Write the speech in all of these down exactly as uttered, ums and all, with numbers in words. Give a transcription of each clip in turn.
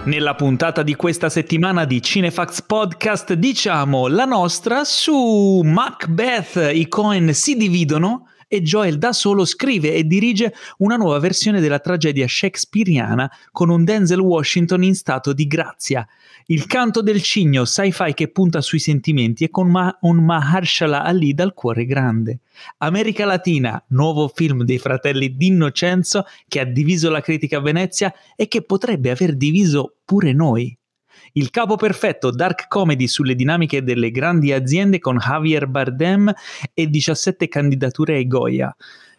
Nella puntata di questa settimana di Cinefax Podcast diciamo la nostra su Macbeth. I Coen si dividono e Joel da solo scrive e dirige una nuova versione della tragedia shakespeariana con un Denzel Washington in stato di grazia. Il canto del cigno sci-fi che punta sui sentimenti e con ma- un Mahershala Ali dal cuore grande. America Latina, nuovo film dei fratelli D'Innocenzo che ha diviso la critica a Venezia e che potrebbe aver diviso pure noi. Il capo perfetto dark comedy sulle dinamiche delle grandi aziende con Javier Bardem e diciassette candidature ai Goya.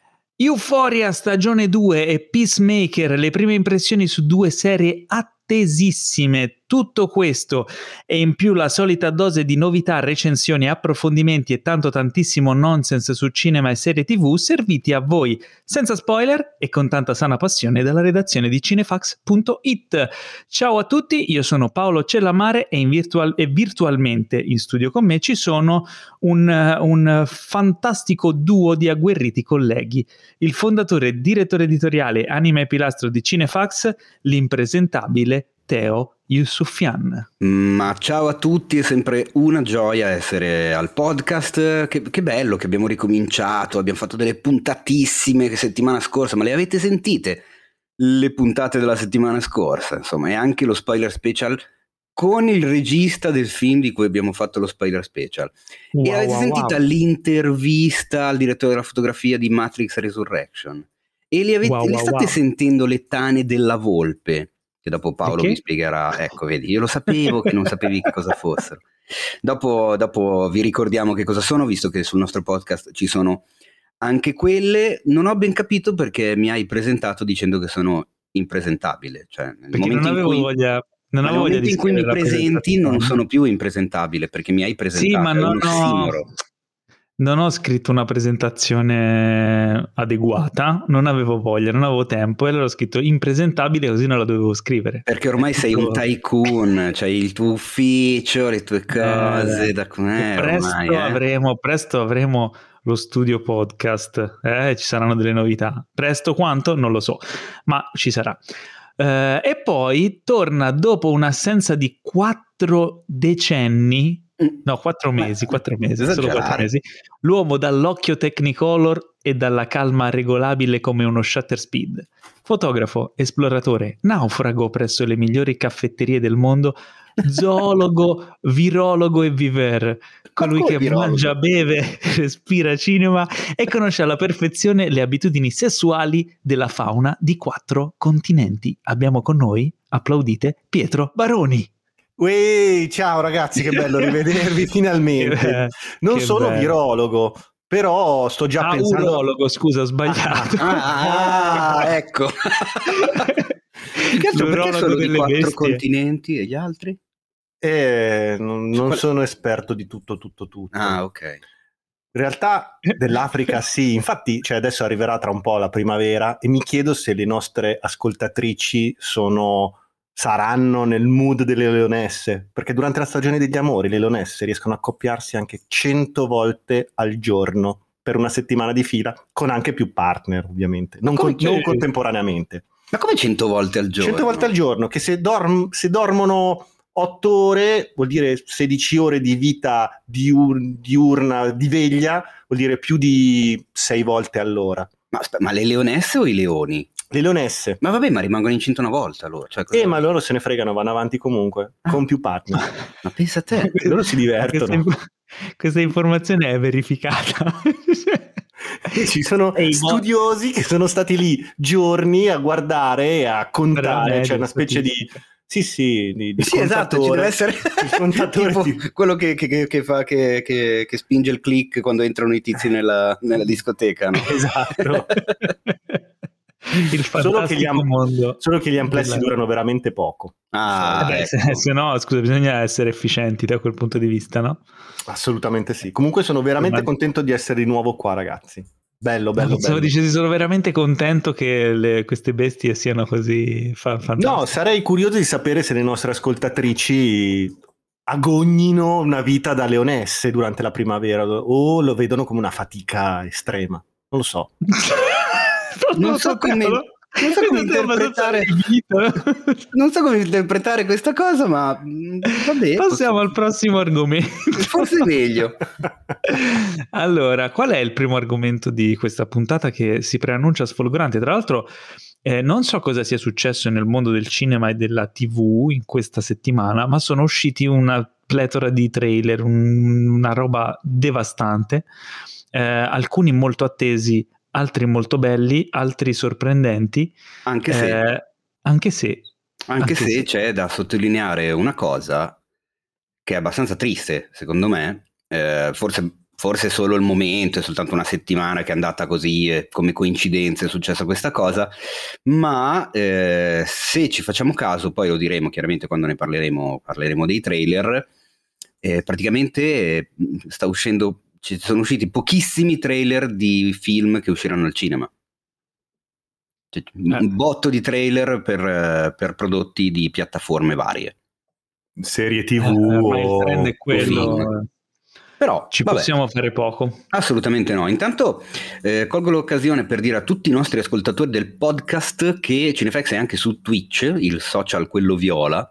Euphoria stagione due e Peacemaker, le prime impressioni su due serie attesissime. Tutto questo e in più la solita dose di novità, recensioni, approfondimenti e tanto tantissimo nonsense su cinema e serie tv serviti a voi senza spoiler e con tanta sana passione dalla redazione di cinefax punto it. Ciao a tutti, io sono Paolo Cellamare e, in virtual- e virtualmente in studio con me ci sono un, un fantastico duo di agguerriti colleghi. Il fondatore e direttore editoriale, anima e pilastro di Cinefax, l'impresentabile Teo Yusufian. Ma ciao a tutti, è sempre una gioia essere al podcast. Che, che bello che abbiamo ricominciato, abbiamo fatto delle puntatissime che settimana scorsa, ma le avete sentite le puntate della settimana scorsa? Insomma, e anche lo spoiler special con il regista del film di cui abbiamo fatto lo spoiler special. Wow, e avete wow, sentita wow. l'intervista al direttore della fotografia di Matrix Resurrection? E le, avete, wow, le state wow. sentendo le tane della volpe? Che dopo Paolo Perché? vi spiegherà. Ecco, vedi, io lo sapevo che non sapevi che cosa fossero. Dopo, dopo vi ricordiamo che cosa sono, visto che sul nostro podcast ci sono anche quelle. Non ho ben capito perché mi hai presentato dicendo che sono impresentabile. Cioè, nel perché momento non avevo in cui, voglia, non avevo nel voglia momento di in cui mi presenti non sono più impresentabile perché mi hai presentato. Sì, ma è non un ossimoro. ho... Non ho scritto una presentazione adeguata, non avevo voglia, non avevo tempo e allora ho scritto impresentabile così non la dovevo scrivere. Perché ormai sei un tycoon, c'hai il tuo ufficio, le tue cose, eh, da com'è presto ormai, eh? avremo, presto avremo lo studio podcast, eh? Ci saranno delle novità. Presto quanto? Non lo so, ma ci sarà. Eh, e poi torna dopo un'assenza di quattro decenni. No, quattro mesi, quattro mesi, solo quattro mesi. L'uomo dall'occhio Technicolor e dalla calma regolabile come uno shutter speed. Fotografo, esploratore, naufrago presso le migliori caffetterie del mondo, zoologo, virologo e viver. Colui che virologo? mangia, beve, respira cinema e conosce alla perfezione le abitudini sessuali della fauna di quattro continenti. Abbiamo con noi, applaudite, Pietro Baroni. Uè, ciao ragazzi, che bello rivedervi finalmente. Non sono bello. virologo, però sto già ah, pensando... urologo, scusa, ho sbagliato. Ah, ah ecco. Che altro, perché sono di quattro bestie. continenti e gli altri? Eh, non non Qual... sono esperto di tutto, tutto, tutto. Ah, ok. In realtà dell'Africa sì, infatti cioè adesso arriverà tra un po' la primavera e mi chiedo se le nostre ascoltatrici sono... saranno nel mood delle leonesse, perché durante la stagione degli amori le leonesse riescono a accoppiarsi anche cento volte al giorno per una settimana di fila, con anche più partner ovviamente, non, con, non contemporaneamente. Ma come cento volte al giorno? cento volte al giorno, che se, dorm, se dormono otto ore vuol dire sedici ore di vita diur, diurna, di veglia, vuol dire più di sei volte all'ora. Ma, ma le leonesse o i leoni? Le leonesse. Ma vabbè, ma rimangono incinta una volta allora. Cioè, eh, ma loro se ne fregano, vanno avanti comunque, ah. con più partner. Ma pensa a te, loro si divertono. Questa, questa informazione è verificata. E ci sono Ehi, studiosi no. che sono stati lì giorni a guardare e a contare, c'è cioè una specie di... Sì, sì, di, di sì, esatto, ci deve essere il contatore tipo di... quello che, che, che fa che, che, che spinge il click quando entrano i tizi nella, nella discoteca, no? Esatto. Il solo che gli, am- mondo solo che gli amplessi durano veramente poco. Ah, eh beh, ecco. se, se no, scusa, bisogna essere efficienti da quel punto di vista, no? Assolutamente sì. Comunque sono veramente Ma... contento di essere di nuovo qua, ragazzi. Bello, bello, bello. Dice, sono veramente contento che le, queste bestie siano così fa- fantastiche. No, sarei curioso di sapere se le nostre ascoltatrici agognino una vita da leonesse durante la primavera o lo vedono come una fatica estrema. Non lo so. non, so come, Non so come interpretare non so come interpretare questa cosa, ma vabbè, passiamo al prossimo argomento. Forse è meglio. Allora, qual è il primo argomento di questa puntata che si preannuncia sfolgorante? Tra l'altro eh, non so cosa sia successo nel mondo del cinema e della tivù in questa settimana, ma sono usciti una pletora di trailer, un, una roba devastante, eh, alcuni molto attesi, altri molto belli, altri sorprendenti, anche se eh, anche se anche, anche se, se c'è da sottolineare una cosa che è abbastanza triste, secondo me, eh, forse forse è solo il momento, è soltanto una settimana che è andata così, eh, come coincidenza è successa questa cosa, ma eh, se ci facciamo caso, poi lo diremo chiaramente quando ne parleremo, parleremo dei trailer, eh, praticamente eh, sta uscendo, ci sono usciti pochissimi trailer di film che usciranno al cinema. Cioè, eh. Un botto di trailer per, per prodotti di piattaforme varie. Serie tivù eh, o... ma il trend è quello. Però ci vabbè, possiamo fare poco. Assolutamente no. Intanto eh, colgo l'occasione per dire a tutti i nostri ascoltatori del podcast che Cinefax è anche su Twitch, il social quello viola,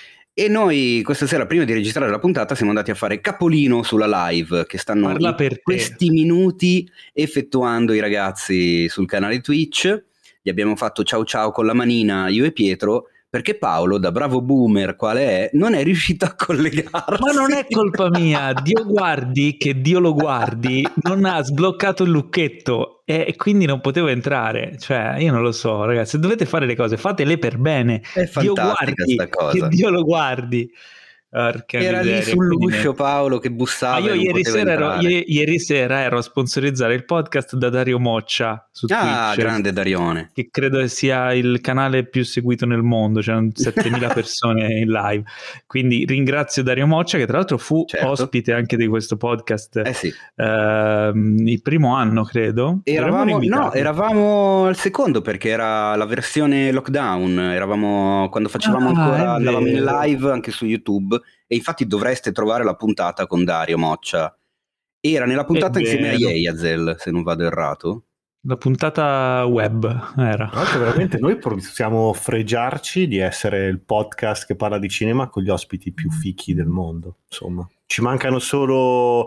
e noi questa sera, prima di registrare la puntata, siamo andati a fare capolino sulla live che stanno Parla in per questi te. minuti effettuando i ragazzi sul canale Twitch. Gli abbiamo fatto ciao ciao con la manina io e Pietro, perché Paolo, da bravo boomer quale è, non è riuscito a collegarsi. Ma non è colpa mia, Dio guardi che Dio lo guardi, non ha sbloccato il lucchetto e quindi non potevo entrare. Cioè, io non lo so, ragazzi, se dovete fare le cose, fatele per bene. È Dio guardi sta cosa. che Dio lo guardi. Arca era miseria, lì sull'uscio Paolo che bussava. Ma io e non ieri sera, ero, ieri, ieri sera ero a sponsorizzare il podcast da Dario Moccia su ah, Twitch. Grande Darione. Che credo sia il canale più seguito nel mondo, c'erano settemila persone in live. Quindi ringrazio Dario Moccia, che tra l'altro fu certo. ospite anche di questo podcast eh sì. eh, il primo anno, credo. Eravamo, no, eravamo al secondo, perché era la versione lockdown, eravamo quando facevamo ah, ancora, andavamo in live anche su YouTube, e infatti dovreste trovare la puntata con Dario Moccia. Era nella puntata insieme a Yeyazel, se non vado errato. La puntata web era. Tra l'altro veramente noi possiamo fregiarci di essere il podcast che parla di cinema con gli ospiti più fichi del mondo, insomma. Ci mancano solo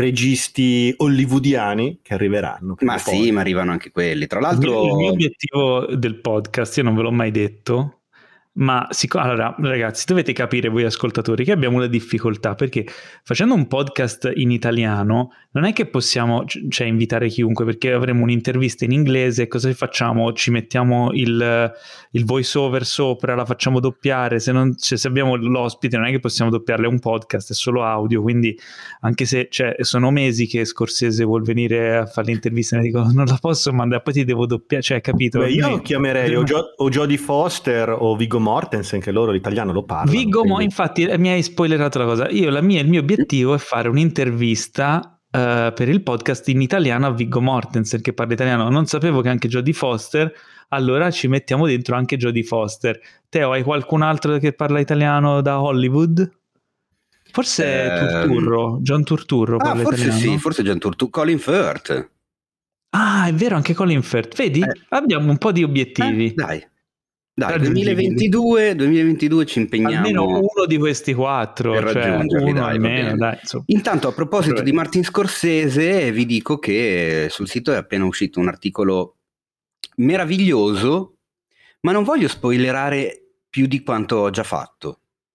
registi hollywoodiani che arriveranno. Ma sì, poi. Ma arrivano anche quelli. Tra l'altro il mio, il mio obiettivo del podcast, io non ve l'ho mai detto, ma sic- allora ragazzi, dovete capire voi ascoltatori che abbiamo una difficoltà, perché facendo un podcast in italiano non è che possiamo cioè invitare chiunque, perché avremo un'intervista in inglese, cosa facciamo? Ci mettiamo il, il voice over sopra, la facciamo doppiare, se, non, cioè, se abbiamo l'ospite non è che possiamo doppiarle, un podcast, è solo audio, quindi anche se cioè, sono mesi che Scorsese vuol venire a fare l'intervista e mi dico non la posso mandare, poi ti devo doppiare, cioè capito? Beh, io Noi, chiamerei o, jo- o Jodie Foster o Viggo Mortensen, che loro l'italiano lo parlano. Viggo, quindi... infatti mi hai spoilerato la cosa. Io la mia, il mio obiettivo è fare un'intervista uh, per il podcast in italiano a Viggo Mortensen che parla italiano. Non sapevo che anche Jodie Foster, allora ci mettiamo dentro anche Jodie Foster. Teo, hai qualcun altro che parla italiano da Hollywood? Forse eh... Turturro, John Turturro ah, parla forse italiano. Sì, forse John Turturro, Colin Firth. Ah, è vero, anche Colin Firth. Vedi? Eh. Abbiamo un po' di obiettivi. Eh, dai. Dai, duemilaventidue, duemilaventidue ci impegniamo. Almeno uno di questi quattro, per cioè raggiungerli, uno dai, almeno, dai, Intanto, a proposito Però... di Martin Scorsese, vi dico che sul sito è appena uscito un articolo meraviglioso, ma non voglio spoilerare più di quanto ho già fatto.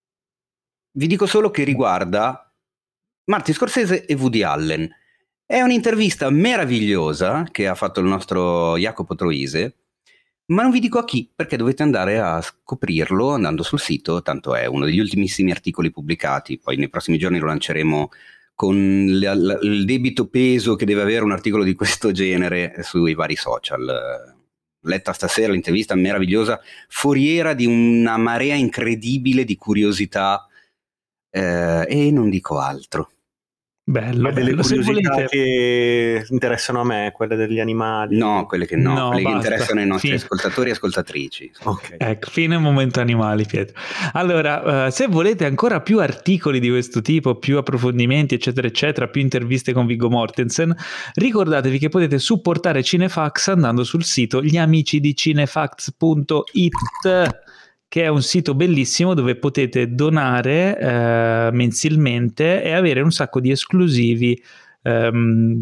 Vi dico solo che riguarda Martin Scorsese e Woody Allen. È un'intervista meravigliosa che ha fatto il nostro Jacopo Troise, ma non vi dico a chi, perché dovete andare a scoprirlo andando sul sito, tanto è uno degli ultimissimi articoli pubblicati, poi nei prossimi giorni lo lanceremo con la, la, il debito peso che deve avere un articolo di questo genere sui vari social. Letta stasera l'intervista meravigliosa, foriera di una marea incredibile di curiosità, eh, e non dico altro. Bello, Ma delle bello. Se curiosità volete... che interessano a me, quelle degli animali? No, quelle che no, No, quelle che basta. interessano ai nostri Sì. ascoltatori e ascoltatrici. Ok. Ecco, fine momento animali, Pietro. Allora, eh, se volete ancora più articoli di questo tipo, più approfondimenti, eccetera, eccetera, più interviste con Viggo Mortensen, ricordatevi che potete supportare Cinefax andando sul sito gli amici di cinefax punto it, che è un sito bellissimo dove potete donare eh, mensilmente e avere un sacco di esclusivi, ehm,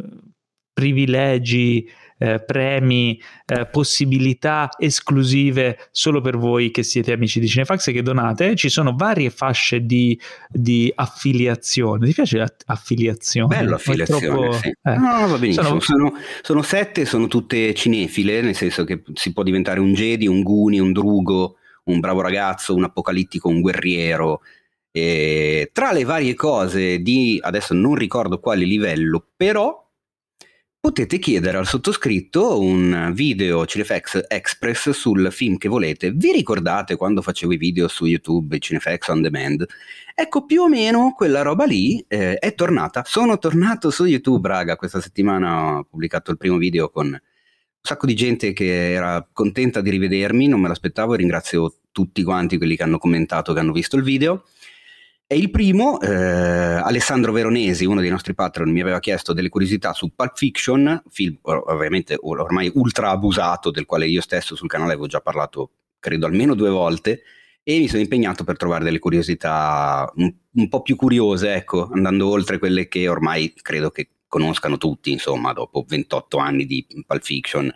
privilegi, eh, premi, eh, possibilità esclusive solo per voi che siete amici di Cinefax e che donate. Ci sono varie fasce di, di affiliazione. Ti piace affiliazione? Bello affiliazione, troppo... sì. eh. No, no, va benissimo. Sono... Sono, sono sette, sono tutte cinefile, nel senso che si può diventare un Jedi, un Goonie, un Drugo, un bravo ragazzo, un apocalittico, un guerriero. E tra le varie cose di, adesso non ricordo quale livello, però potete chiedere al sottoscritto un video Cinefax Express sul film che volete. Vi ricordate quando facevo i video su YouTube, Cinefax On Demand? Ecco, più o meno quella roba lì eh, è tornata. Sono tornato su YouTube, raga, questa settimana ho pubblicato il primo video con un sacco di gente che era contenta di rivedermi, non me l'aspettavo, e ringrazio tutti quanti quelli che hanno commentato, che hanno visto il video. E il primo, eh, Alessandro Veronesi, uno dei nostri patron, mi aveva chiesto delle curiosità su Pulp Fiction, film ovviamente ormai ultra abusato, del quale io stesso sul canale avevo già parlato credo almeno due volte, e mi sono impegnato per trovare delle curiosità un, un po' più curiose, ecco, andando oltre quelle che ormai credo che conoscano tutti, insomma, dopo ventotto anni di Pulp Fiction.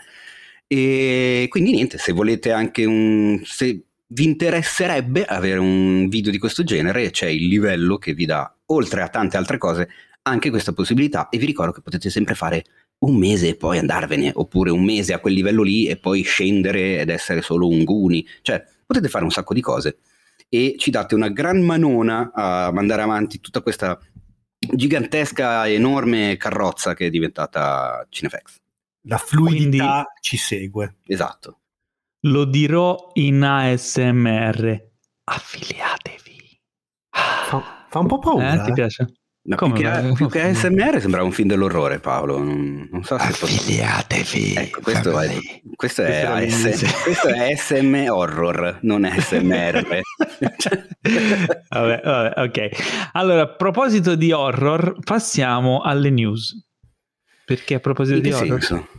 E quindi niente, se volete anche un... Se, vi interesserebbe avere un video di questo genere, c'è il livello che vi dà, oltre a tante altre cose, anche questa possibilità, e vi ricordo che potete sempre fare un mese e poi andarvene, oppure un mese a quel livello lì e poi scendere ed essere solo un Goonie, cioè potete fare un sacco di cose e ci date una gran manona a mandare avanti tutta questa gigantesca, enorme carrozza che è diventata Cinefax. La fluidità Quindi, ci segue. Esatto. Lo dirò in A S M R. Affiliatevi. Fa, fa un po' paura. Eh, ti eh? piace? Ma Come? più, che, più che A S M R sembrava un film dell'orrore, Paolo. Non, non so se affiliatevi. Ecco, questo è, questo è, Questo A S, questo è A S M horror, non A S M R. vabbè, vabbè, ok. Allora, a proposito di horror, passiamo alle news. Perché a proposito In che di horror? senso?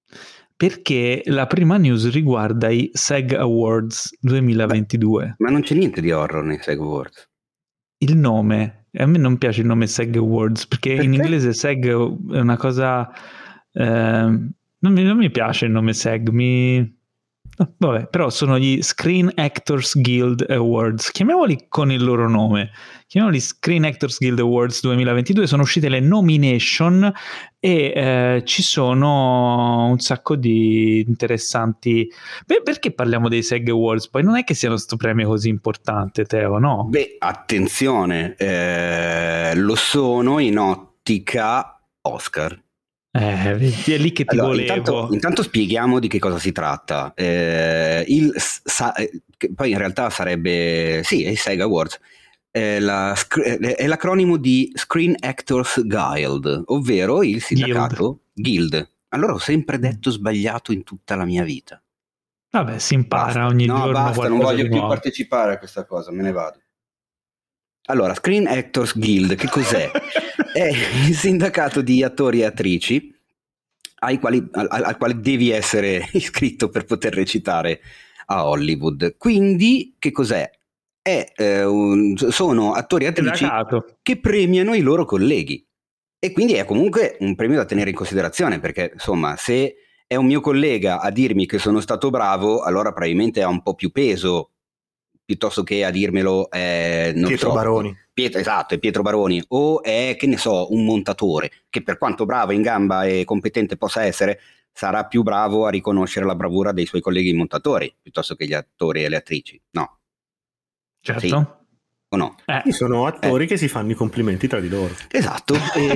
Perché la prima news riguarda i SAG Awards duemilaventidue. Ma non c'è niente di horror nei SAG Awards. Il nome, a me non piace il nome SAG Awards perché, perché? in inglese SAG è una cosa, eh, non, mi, non mi piace il nome SAG, mi... No, vabbè, però sono gli Screen Actors Guild Awards, chiamiamoli con il loro nome, chiamiamoli Screen Actors Guild Awards duemilaventidue. Sono uscite le nomination e eh, ci sono un sacco di interessanti. Beh, perché parliamo dei SAG Awards? Poi non è che siano sto premio così importante, Teo, no? Beh, attenzione, eh, lo sono in ottica Oscar. Eh, è lì che ti allora, volevo. Intanto, intanto spieghiamo di che cosa si tratta. Eh, il, sa, che poi in realtà sarebbe, sì, è il SAG Awards, è, la, è l'acronimo di Screen Actors Guild, ovvero il sindacato Guild. Guild. Allora ho sempre detto sbagliato in tutta la mia vita. Vabbè, si impara basta. ogni no, giorno. No, basta, non voglio più nuovo. partecipare a questa cosa, me ne vado. Allora, Screen Actors Guild, che cos'è? È il sindacato di attori e attrici ai quali, al, al quale devi essere iscritto per poter recitare a Hollywood. Quindi, che cos'è? È, eh, un, sono attori e attrici che premiano i loro colleghi. E quindi è comunque un premio da tenere in considerazione, perché insomma, se è un mio collega a dirmi che sono stato bravo, allora probabilmente ha un po' più peso piuttosto che a dirmelo eh, non Pietro so, Baroni. Pietro, esatto, è Pietro Baroni, o è, che ne so, un montatore che per quanto bravo, in gamba e competente possa essere, sarà più bravo a riconoscere la bravura dei suoi colleghi montatori piuttosto che gli attori e le attrici. No. Certo. Sì. O no? Eh. Sono attori eh. che si fanno i complimenti tra di loro. Esatto.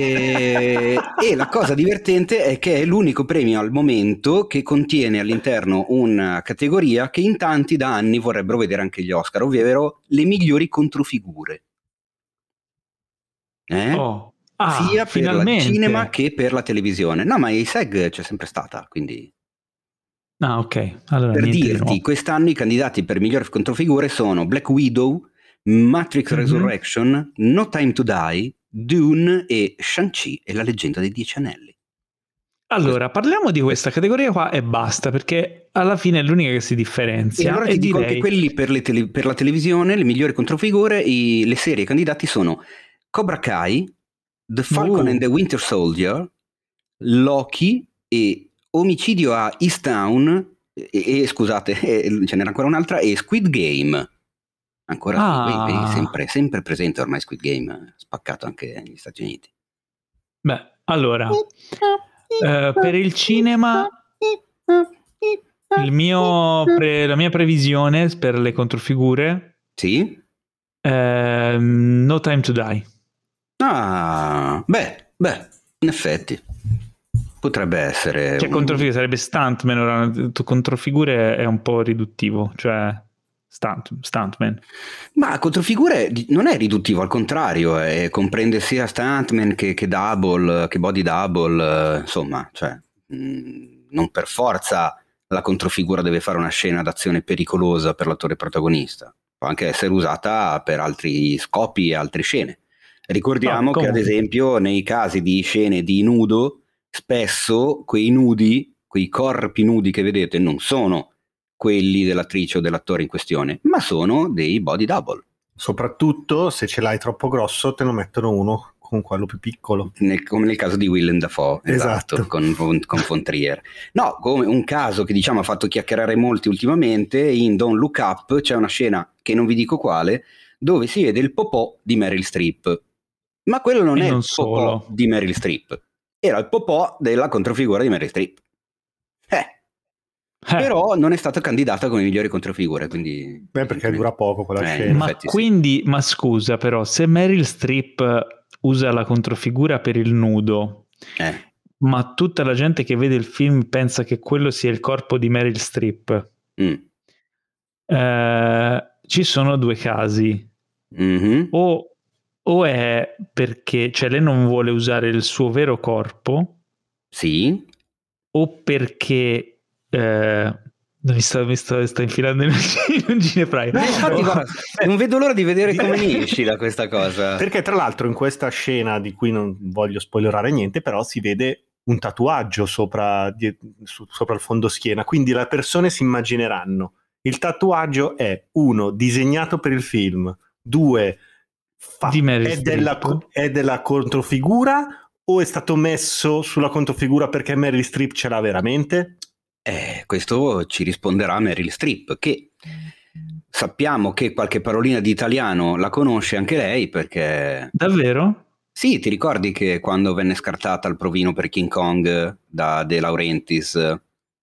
e, e la cosa divertente è che è l'unico premio al momento che contiene all'interno una categoria che in tanti da anni vorrebbero vedere anche gli Oscar, ovvero le migliori controfigure. Eh? Oh. Ah, sia per finalmente. il cinema che per la televisione. No, ma i S E G c'è sempre stata, quindi... Ah, ok. Allora, Per niente di dirti, nuovo. quest'anno i candidati per miglior controfigure sono Black Widow, Matrix Mhm. Resurrection, No Time to Die, Dune e Shang-Chi e la leggenda dei Dieci Anelli. Allora, parliamo di questa categoria qua e basta, perché alla fine è l'unica che si E differenzia. allora E ti dico anche direi... quelli per, le tele- per la televisione, le migliori controfigure, i- le serie candidati sono Cobra Kai, The Falcon Uh. and the Winter Soldier, Loki e Omicidio a Easttown e, e- scusate, e- ce n'era ancora un'altra, e Squid Game. Ancora Squid Game, vedi, Ah, sempre, sempre presente ormai Squid Game, spaccato anche negli Stati Uniti. beh, allora, eh, per il cinema, il mio pre- la mia previsione per le controfigure, Sì? ehm, No Time to Die. Ah, beh, beh, in effetti potrebbe essere Cioè, un... controfigure sarebbe stuntman, ora tu controfigure è un po' riduttivo, cioè stunt, stuntman. Ma controfigure di- non è riduttivo, al contrario, eh, comprende sia stuntman che, che double, che body double, eh, insomma, cioè, mh, non per forza la controfigura deve fare una scena d'azione pericolosa per l'attore protagonista, può anche essere usata per altri scopi e altre scene. Ricordiamo No, che ad comunque. esempio nei casi di scene di nudo, spesso quei nudi, quei corpi nudi che vedete non sono quelli dell'attrice o dell'attore in questione, ma sono dei body double. Soprattutto se ce l'hai troppo grosso te lo mettono uno con quello più piccolo. Nel, come nel caso di Willem Dafoe, esatto, Esatto. con, con von Trier. No, come un caso che diciamo ha fatto chiacchierare molti ultimamente, in Don't Look Up c'è una scena, che non vi dico quale, dove si vede il popò di Meryl Streep. Ma quello non E è non il popò solo. di Meryl Streep, era il popò della controfigura di Meryl Streep. Eh, Eh, però non è stata candidata come migliori controfigure, quindi... Beh, perché dura poco quella Eh, in scena. ma effetti sì. quindi, ma scusa però, se Meryl Streep usa la controfigura per il nudo, Eh. ma tutta la gente che vede il film pensa che quello sia il corpo di Meryl Streep, Mm. eh, ci sono due casi. Mm-hmm. O, o è perché, cioè, lei non vuole usare il suo vero corpo, Sì. o perché eh, mi sta, mi sta, sta infilando in un ginepraio. No, infatti, guarda, non vedo l'ora di vedere come Di- ne esci da questa cosa. Perché tra l'altro in questa scena, di cui non voglio spoilerare niente, però si vede un tatuaggio sopra, di- su- sopra il fondoschiena, quindi le persone si immagineranno. Il tatuaggio è, uno, disegnato per il film, due, fa- Di Meryl è, della, Streep. è della controfigura o è stato messo sulla controfigura perché Meryl Streep ce l'ha veramente? Eh, questo ci risponderà Meryl Streep, che sappiamo che qualche parolina di italiano la conosce anche lei, perché... Davvero? Sì, ti ricordi che quando venne scartata al provino per King Kong da De Laurentiis, eh,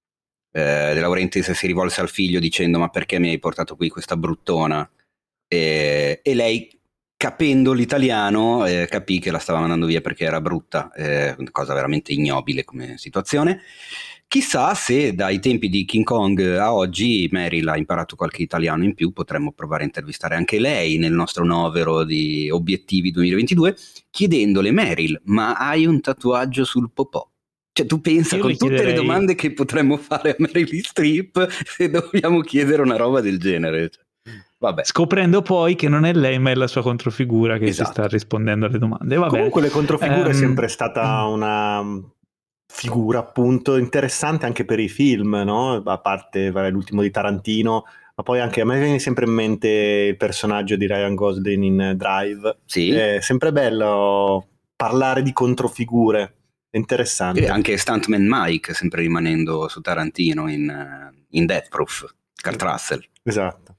De Laurentiis si rivolse al figlio dicendo: ma perché mi hai portato qui questa bruttona? E, e lei, capendo l'italiano, eh, capì che la stava mandando via perché era brutta, eh, cosa veramente ignobile come situazione. Chissà se dai tempi di King Kong a oggi Meryl ha imparato qualche italiano in più, potremmo provare a intervistare anche lei nel nostro novero di obiettivi duemilaventidue, chiedendole: Meryl, ma hai un tatuaggio sul popò? Cioè, tu pensa, Io con le tutte chiederei... le domande che potremmo fare a Meryl Streep, se dobbiamo chiedere una roba del genere. Vabbè. Scoprendo poi che non è lei ma è la sua controfigura che Esatto. ci sta rispondendo alle domande. Va Comunque bene. le controfigure Um, è sempre stata una figura appunto interessante anche per i film, no? A parte vabbè, l'ultimo di Tarantino, ma poi anche a me viene sempre in mente il personaggio di Ryan Gosling in Drive. Sì. È sempre bello parlare di controfigure, è interessante. E anche Stuntman Mike, sempre rimanendo su Tarantino in, in Death Proof, Kurt Russell. Esatto.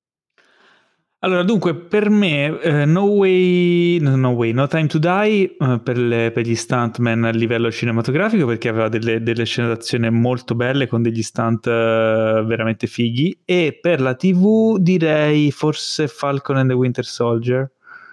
Allora, dunque, per me, eh, No Way, no, no Way, No Time to Die eh, per, le, per gli stuntman a livello cinematografico, perché aveva delle, delle scene d'azione molto belle con degli stunt eh, veramente fighi, e per la tivù direi forse Falcon and the Winter Soldier,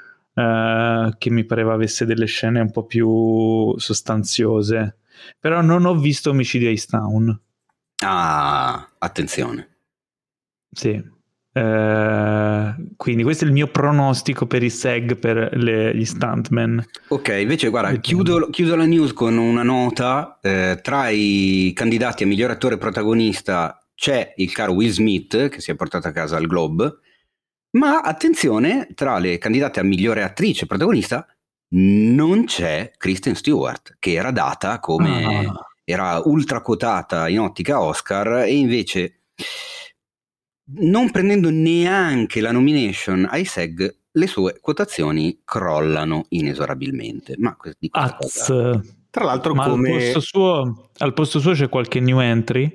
eh, che mi pareva avesse delle scene un po' più sostanziose, però non ho visto Omicidio a Easttown. Ah, attenzione. Sì. Eh, quindi questo è il mio pronostico per i S E G, per le, gli stuntman. Ok, invece guarda, chiudo, chiudo la news con una nota. Eh, tra i candidati a miglior attore protagonista c'è il caro Will Smith, che si è portato a casa il Globe, ma attenzione, tra le candidate a migliore attrice protagonista non c'è Kristen Stewart, che era data come Ah. era ultra quotata in ottica Oscar, e invece, non prendendo neanche la nomination ai S E G, le sue quotazioni crollano inesorabilmente. Ma di questa cosa... Tra l'altro, ma come... al posto suo, al posto suo c'è qualche new entry?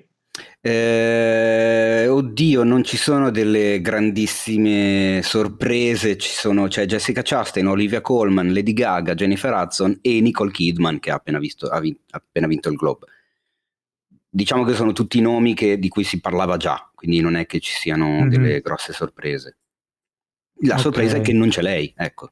Eh, oddio, non ci sono delle grandissime sorprese. Ci sono, c'è Jessica Chastain, Olivia Colman, Lady Gaga, Jennifer Hudson e Nicole Kidman, che ha appena, visto, ha vinto, ha appena vinto il Globe. Diciamo che sono tutti nomi che, di cui si parlava già, quindi non è che ci siano mm-hmm. delle grosse sorprese. La okay. sorpresa è che non c'è lei, ecco.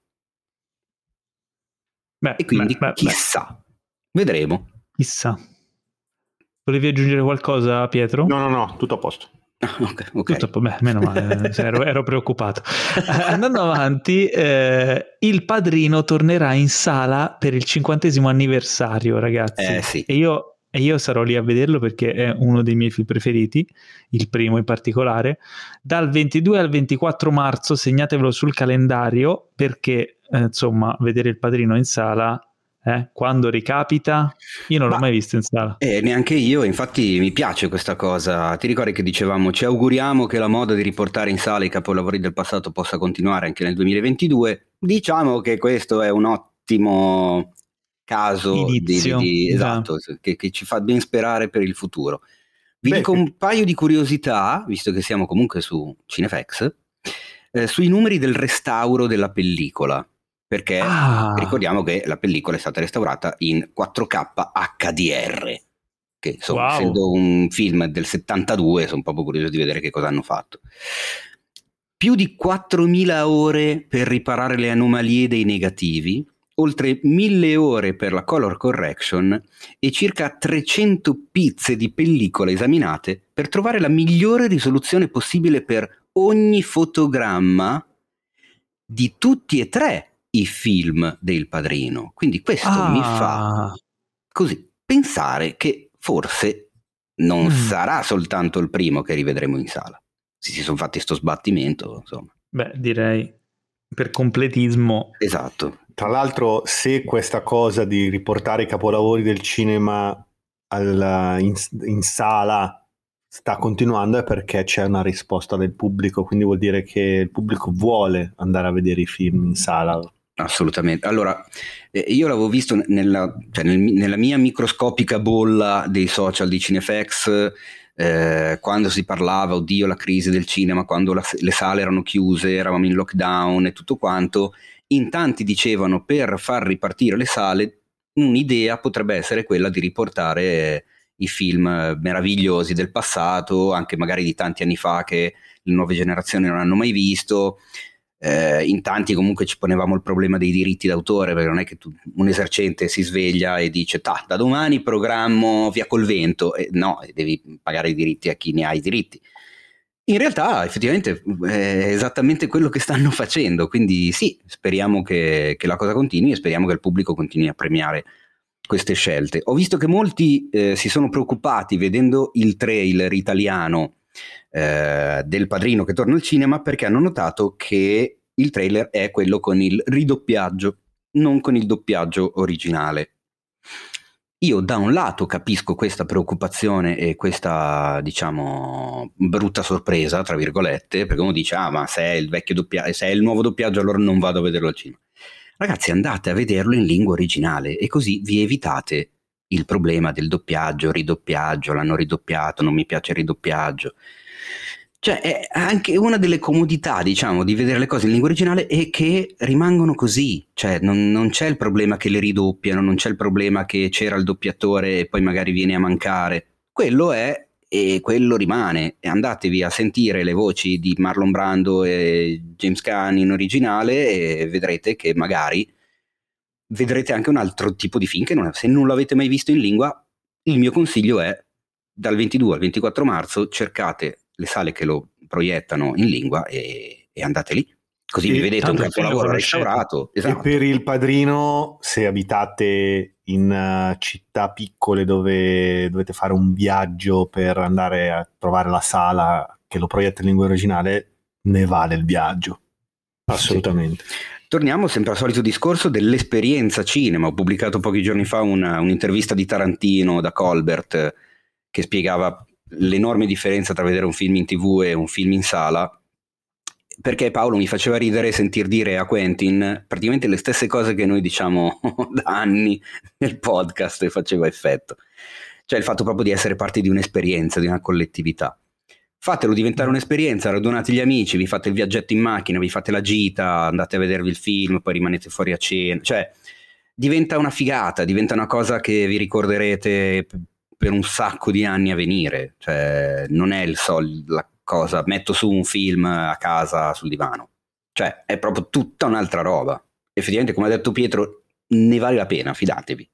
Beh, e quindi beh, beh, chissà, beh. vedremo. Chissà. Volevi aggiungere qualcosa, Pietro? No, no, no, tutto a posto. Okay, okay. Tutto, beh, meno male, ero, ero preoccupato. Andando avanti, eh, Il Padrino tornerà in sala per il cinquantesimo anniversario, ragazzi. Eh, sì. E io, e io sarò lì a vederlo perché è uno dei miei film preferiti, il primo in particolare. Dal ventidue al ventiquattro marzo, segnatevelo sul calendario, perché eh, insomma, vedere Il Padrino in sala... Eh, quando ricapita, io non l'ho Ma, mai visto in sala. Eh, neanche io, infatti mi piace questa cosa. Ti ricordi che dicevamo, ci auguriamo che la moda di riportare in sala i capolavori del passato possa continuare anche nel duemilaventidue? Diciamo che questo è un ottimo caso di, di, di, esatto, yeah. che, che ci fa ben sperare per il futuro. Vi Beh, dico un paio di curiosità, visto che siamo comunque su Cinefx, eh, sui numeri del restauro della pellicola. Perché ah. ricordiamo che la pellicola è stata restaurata in quattro K H D R, che insomma, wow. essendo un film del settantadue, sono proprio curioso di vedere che cosa hanno fatto. Più di quattromila ore per riparare le anomalie dei negativi, oltre mille ore per la color correction e circa trecento pizze di pellicola esaminate per trovare la migliore risoluzione possibile per ogni fotogramma di tutti e tre i film del Padrino. Quindi questo ah. mi fa così pensare che forse non mm. sarà soltanto il primo che rivedremo in sala. Si, si sono fatti sto sbattimento, insomma. Beh, direi per completismo. Esatto. Tra l'altro, se questa cosa di riportare i capolavori del cinema alla, in, in sala sta continuando è perché c'è una risposta del pubblico, quindi vuol dire che il pubblico vuole andare a vedere i film in sala. Assolutamente. Allora, eh, io l'avevo visto nella, cioè nel, nella mia microscopica bolla dei social di Cinefx, eh, quando si parlava, oddio, la crisi del cinema, quando la, le sale erano chiuse, eravamo in lockdown e tutto quanto, in tanti dicevano per far ripartire le sale un'idea potrebbe essere quella di riportare eh, i film meravigliosi del passato, anche magari di tanti anni fa che le nuove generazioni non hanno mai visto. Eh, in tanti comunque ci ponevamo il problema dei diritti d'autore, perché non è che tu, un esercente si sveglia e dice da domani programmo Via col vento, eh, no, devi pagare i diritti a chi ne ha i diritti. In realtà effettivamente è esattamente quello che stanno facendo, quindi sì, speriamo che, che la cosa continui e speriamo che il pubblico continui a premiare queste scelte. Ho visto che molti eh, si sono preoccupati vedendo il trailer italiano Eh, del Padrino che torna al cinema, perché hanno notato che il trailer è quello con il ridoppiaggio, non con il doppiaggio originale. Io da un lato capisco questa preoccupazione e questa, diciamo, brutta sorpresa, tra virgolette, perché uno dice, ah, ma se è il vecchio doppiaggio, se è il nuovo doppiaggio, allora non vado a vederlo al cinema. Ragazzi, andate a vederlo in lingua originale e così vi evitate il problema del doppiaggio, ridoppiaggio, l'hanno ridoppiato, non mi piace il ridoppiaggio. Cioè è anche una delle comodità, diciamo, di vedere le cose in lingua originale è che rimangono così, cioè non, non c'è il problema che le ridoppiano, non c'è il problema che c'era il doppiatore e poi magari viene a mancare. Quello è e quello rimane, e andatevi a sentire le voci di Marlon Brando e James Caan in originale e vedrete che magari vedrete anche un altro tipo di film che non, se non l'avete mai visto in lingua, il mio consiglio è dal ventidue al ventiquattro marzo cercate le sale che lo proiettano in lingua e, e andate lì. Così e vi vedete un capolavoro restaurato. Esatto. E per il Padrino, se abitate in uh, città piccole dove dovete fare un viaggio per andare a trovare la sala che lo proietta in lingua originale, ne vale il viaggio. Assolutamente. Sì. Torniamo sempre al solito discorso dell'esperienza cinema. Ho pubblicato pochi giorni fa una, un'intervista di Tarantino da Colbert che spiegava l'enorme differenza tra vedere un film in tivù e un film in sala, perché Paolo mi faceva ridere sentir dire a Quentin praticamente le stesse cose che noi diciamo da anni nel podcast, e faceva effetto. Cioè il fatto proprio di essere parte di un'esperienza, di una collettività. Fatelo diventare un'esperienza, radunate gli amici, vi fate il viaggetto in macchina, vi fate la gita, andate a vedervi il film, poi rimanete fuori a cena. Cioè diventa una figata, diventa una cosa che vi ricorderete per un sacco di anni a venire. Cioè non è il sol, la cosa, metto su un film a casa sul divano. Cioè è proprio tutta un'altra roba. Effettivamente, come ha detto Pietro, ne vale la pena, fidatevi.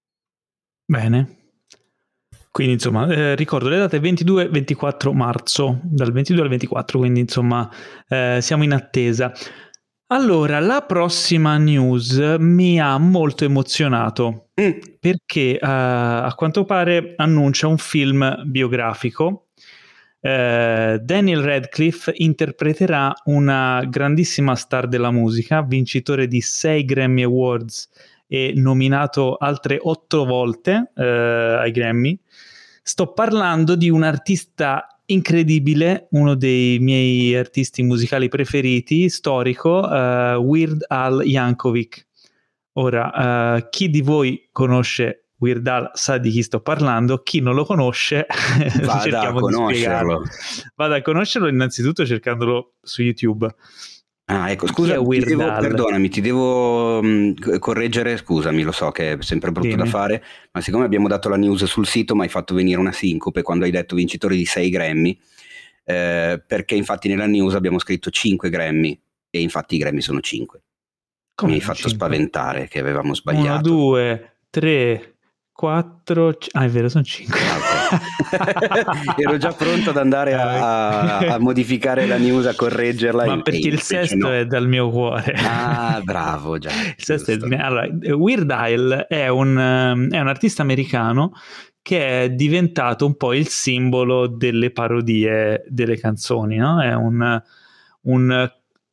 Bene. Quindi insomma, eh, ricordo le date ventidue ventiquattro marzo, dal ventidue al ventiquattro, quindi insomma eh, siamo in attesa. Allora, la prossima news mi ha molto emozionato mm. perché uh, a quanto pare annuncia un film biografico. Uh, Daniel Radcliffe interpreterà una grandissima star della musica, vincitore di sei Grammy Awards e nominato altre otto volte uh, ai Grammy. Sto parlando di un artista incredibile, uno dei miei artisti musicali preferiti, storico, uh, Weird Al Yankovic. Ora, uh, chi di voi conosce Weird Al sa di chi sto parlando, chi non lo conosce vada a conoscerlo. Vada a conoscerlo innanzitutto cercandolo su YouTube. Ah, ecco, scusa, ti devo, perdonami, ti devo mh, correggere, scusami, lo so che è sempre brutto Dimmi. da fare, ma siccome abbiamo dato la news sul sito mi hai fatto venire una sincope quando hai detto vincitore di sei Grammy, eh, perché infatti nella news abbiamo scritto cinque Grammy e infatti i Grammy sono cinque. Come mi hai fatto cinque? Spaventare che avevamo sbagliato. uno, due, tre, quattro, ah è vero, sono cinque. Ero già pronto ad andare a, a modificare la news, a correggerla. Ma perché il sesto no. è dal mio cuore. Ah, bravo, già. Il sesto è il... allora, Weird Al è un, è un artista americano che è diventato un po' il simbolo delle parodie delle canzoni, no? È un, un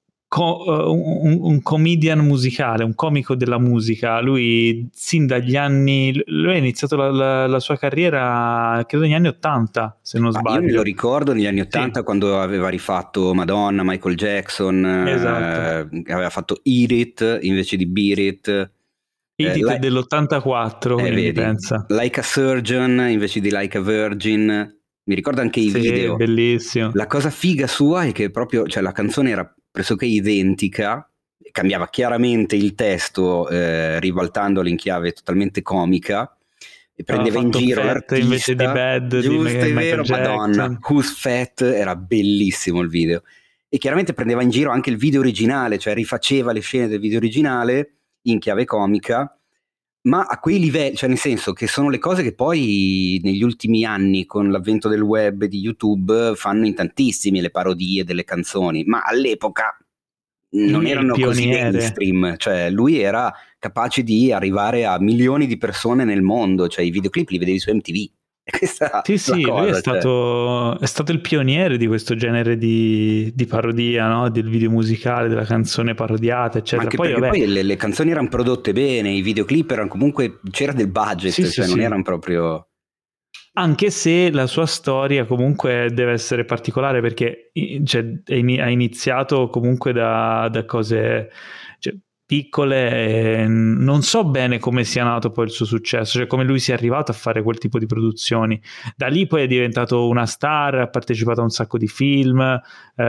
Co- un, un comedian musicale, un comico della musica. Lui sin dagli anni, lui ha iniziato la, la, la sua carriera credo negli anni ottanta, se non ah, sbaglio. Io me lo ricordo negli anni ottanta, sì. quando aveva rifatto Madonna, Michael Jackson, esatto. eh, aveva fatto Eat It invece di Beat It. Eat It eh, like, dell'ottantaquattro, eh, quindi pensa. Like a Surgeon invece di Like a Virgin. Mi ricordo anche i sì, video. Bellissimo. La cosa figa sua è che proprio, cioè la canzone era pressoché identica, cambiava chiaramente il testo, eh, ribaltandolo in chiave totalmente comica, e prendeva in giro l'artista invece di Bad, giusto, di è vero, Jackson. Madonna, Who's Fat, era bellissimo il video, e chiaramente prendeva in giro anche il video originale, cioè rifaceva le scene del video originale in chiave comica, ma a quei livelli, cioè nel senso che sono le cose che poi negli ultimi anni con l'avvento del web e di YouTube fanno in tantissimi, le parodie delle canzoni, ma all'epoca non lui erano così mainstream, cioè lui era capace di arrivare a milioni di persone nel mondo, cioè i videoclip li vedevi su M T V. Questa sì sì, cosa, lui è, cioè. stato, è stato il pioniere di questo genere di, di parodia, no? Del video musicale, della canzone parodiata, eccetera. Ma anche poi, perché vabbè, poi le, le canzoni erano prodotte bene, i videoclip erano comunque, c'era del budget, sì, cioè sì, non sì. erano proprio... Anche se la sua storia comunque deve essere particolare, perché cioè, ha iniziato comunque da, da cose... Cioè, piccole, e non so bene come sia nato poi il suo successo, cioè come lui sia arrivato a fare quel tipo di produzioni. Da lì poi è diventato una star, ha partecipato a un sacco di film, eh,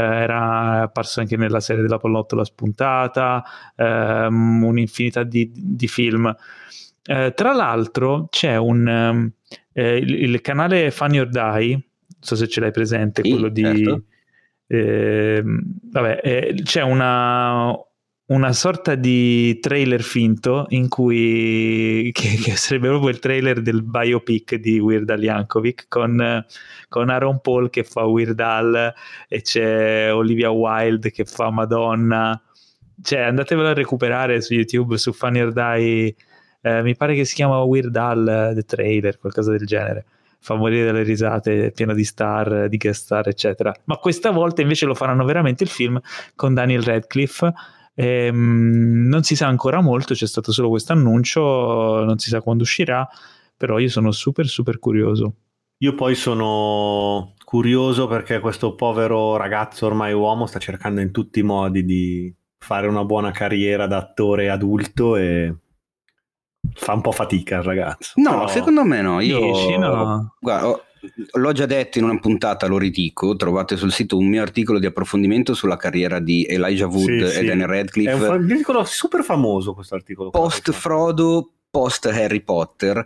era apparso anche nella serie della Pallottola spuntata, ehm, un'infinità di, di film. Eh, tra l'altro c'è un eh, il, il canale Funny or Die, non so se ce l'hai presente, sì, quello di certo. eh, vabbè, eh, c'è una una sorta di trailer finto in cui che, che sarebbe proprio il trailer del biopic di Weird Al Yankovic con, con Aaron Paul che fa Weird Al e c'è Olivia Wilde che fa Madonna. Cioè, andatevelo a recuperare su YouTube, su Funny or Die, eh, mi pare che si chiama Weird Al The Trailer, qualcosa del genere. Fa morire dalle risate, pieno di star, di guest star, eccetera. Ma questa volta invece lo faranno veramente il film con Daniel Radcliffe. Ehm, non si sa ancora molto, c'è stato solo questo annuncio, non si sa quando uscirà, però io sono super super curioso. Io poi sono curioso perché questo povero ragazzo ormai uomo sta cercando in tutti i modi di fare una buona carriera da attore adulto e fa un po' fatica il ragazzo. No, però... secondo me no. Io Dici, no? Guarda, l'ho già detto in una puntata, lo ridico, trovate sul sito un mio articolo di approfondimento sulla carriera di Elijah Wood sì, e sì. Daniel Radcliffe. È un articolo super famoso questo articolo. Post Frodo, post Harry Potter,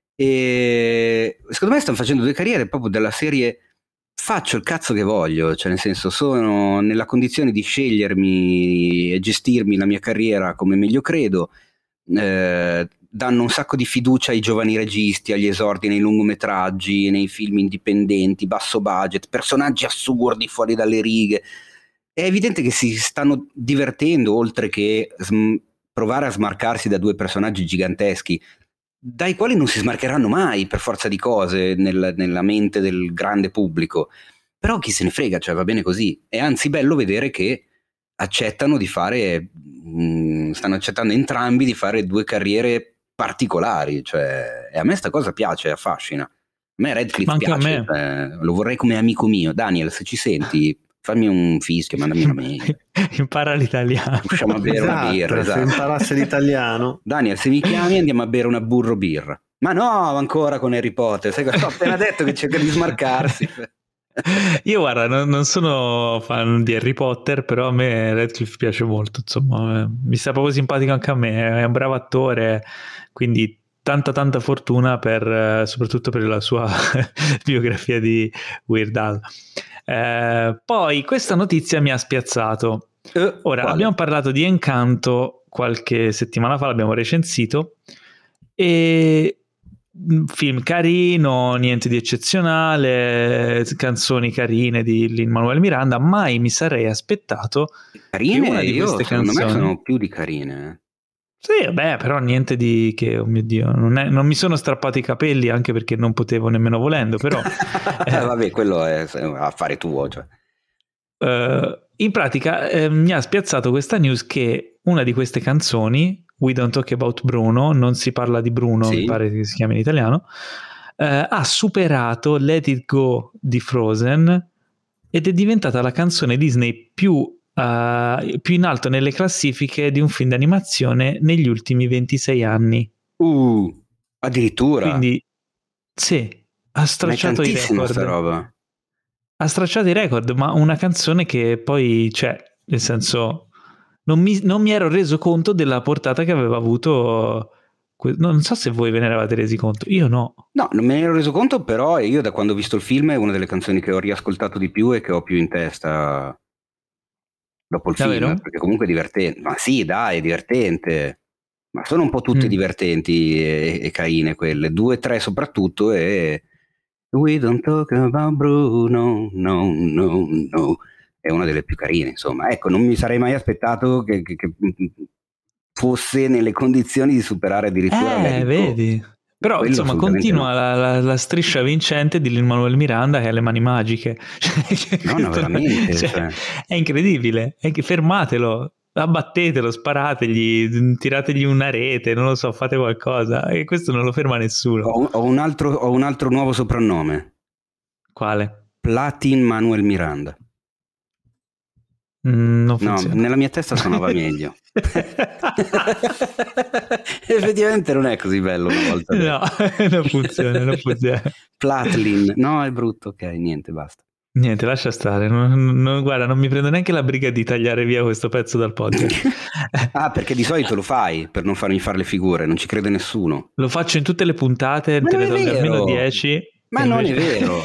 e secondo me stanno facendo due carriere proprio della serie faccio il cazzo che voglio, cioè nel senso sono nella condizione di scegliermi e gestirmi la mia carriera come meglio credo. Eh, danno un sacco di fiducia ai giovani registi, agli esordi nei lungometraggi, nei film indipendenti, basso budget, personaggi assurdi fuori dalle righe. È evidente che si stanno divertendo, oltre che sm- provare a smarcarsi da due personaggi giganteschi dai quali non si smarcheranno mai per forza di cose nel, nella mente del grande pubblico. Però chi se ne frega, cioè va bene così. È anzi bello vedere che accettano di fare mh, stanno accettando entrambi di fare due carriere particolari, cioè, e a me sta cosa piace, affascina. A me Radcliffe piace, me. Cioè, lo vorrei come amico mio. Daniel, se ci senti, fammi un fischio, mandami una mail. Impara l'italiano. Usciamo a bere esatto, una birra, esatto. Se imparasse l'italiano. Daniel, se mi chiami andiamo a bere una burro birra. Ma no, ancora con Harry Potter, sai cosa ho appena detto, che cerca di smarcarsi. Io guarda, non, non sono fan di Harry Potter, però a me Radcliffe piace molto, insomma, mi sta proprio simpatico anche a me, è un bravo attore, quindi tanta tanta fortuna per soprattutto per la sua biografia di Weird Al. Eh, poi questa notizia mi ha spiazzato. Eh, Ora, quale? abbiamo parlato di Encanto qualche settimana fa, l'abbiamo recensito, e film carino, niente di eccezionale, canzoni carine di Lin-Manuel Miranda. Mai mi sarei aspettato carine, che una di io, queste secondo canzoni me sono più di carine. Sì, beh, però niente di che, oh mio Dio, non, è, non mi sono strappato i capelli, anche perché non potevo nemmeno volendo, però eh, vabbè, quello è affare tuo, cioè. Uh, in pratica eh, mi ha spiazzato questa news che una di queste canzoni, We Don't Talk About Bruno, non si parla di Bruno, sì. Mi pare che si chiami in italiano, uh, ha superato Let It Go di Frozen ed è diventata la canzone Disney più, uh, più in alto nelle classifiche di un film d'animazione negli ultimi ventisei anni. Uh, addirittura. Quindi sì, ha stracciato i record. Sta roba. Ha stracciato i record, ma una canzone che poi, cioè, nel senso, non mi, non mi ero reso conto della portata che aveva avuto. Non so se voi ve ne eravate resi conto, io no. No, non me ne ero reso conto, però io da quando ho visto il film è una delle canzoni che ho riascoltato di più e che ho più in testa dopo il Davvero? film, perché comunque è divertente. Ma sì, dai, è divertente. Ma sono un po' tutte mm. divertenti e, e carine quelle, due, tre soprattutto, e We Don't Talk About Bruno, no, no, no, è una delle più carine, insomma. Ecco, non mi sarei mai aspettato che, che, che fosse nelle condizioni di superare addirittura Eh, vedi. Però, quello insomma, continua no. la, la, la striscia vincente di Lin-Manuel Miranda, che ha le mani magiche. No, no, veramente. Cioè, cioè. È incredibile, è che fermatelo. Abbattetelo, sparategli, tirategli una rete, non lo so, fate qualcosa, e questo non lo ferma nessuno. Ho, ho, un, altro, ho un altro nuovo soprannome. Quale? Platin Manuel Miranda. Mm, non funziona. No, nella mia testa suonava meglio. Effettivamente non è così bello una volta. No, non funziona, non funziona. Platlin, no, è brutto, ok, niente, basta. Niente, lascia stare, non, non, guarda, non mi prendo neanche la briga di tagliare via questo pezzo dal podcast. Ah, perché di solito lo fai per non farmi fare le figure, non ci crede nessuno. Lo faccio in tutte le puntate, ma te ne do almeno dieci. Ma non invece... è vero.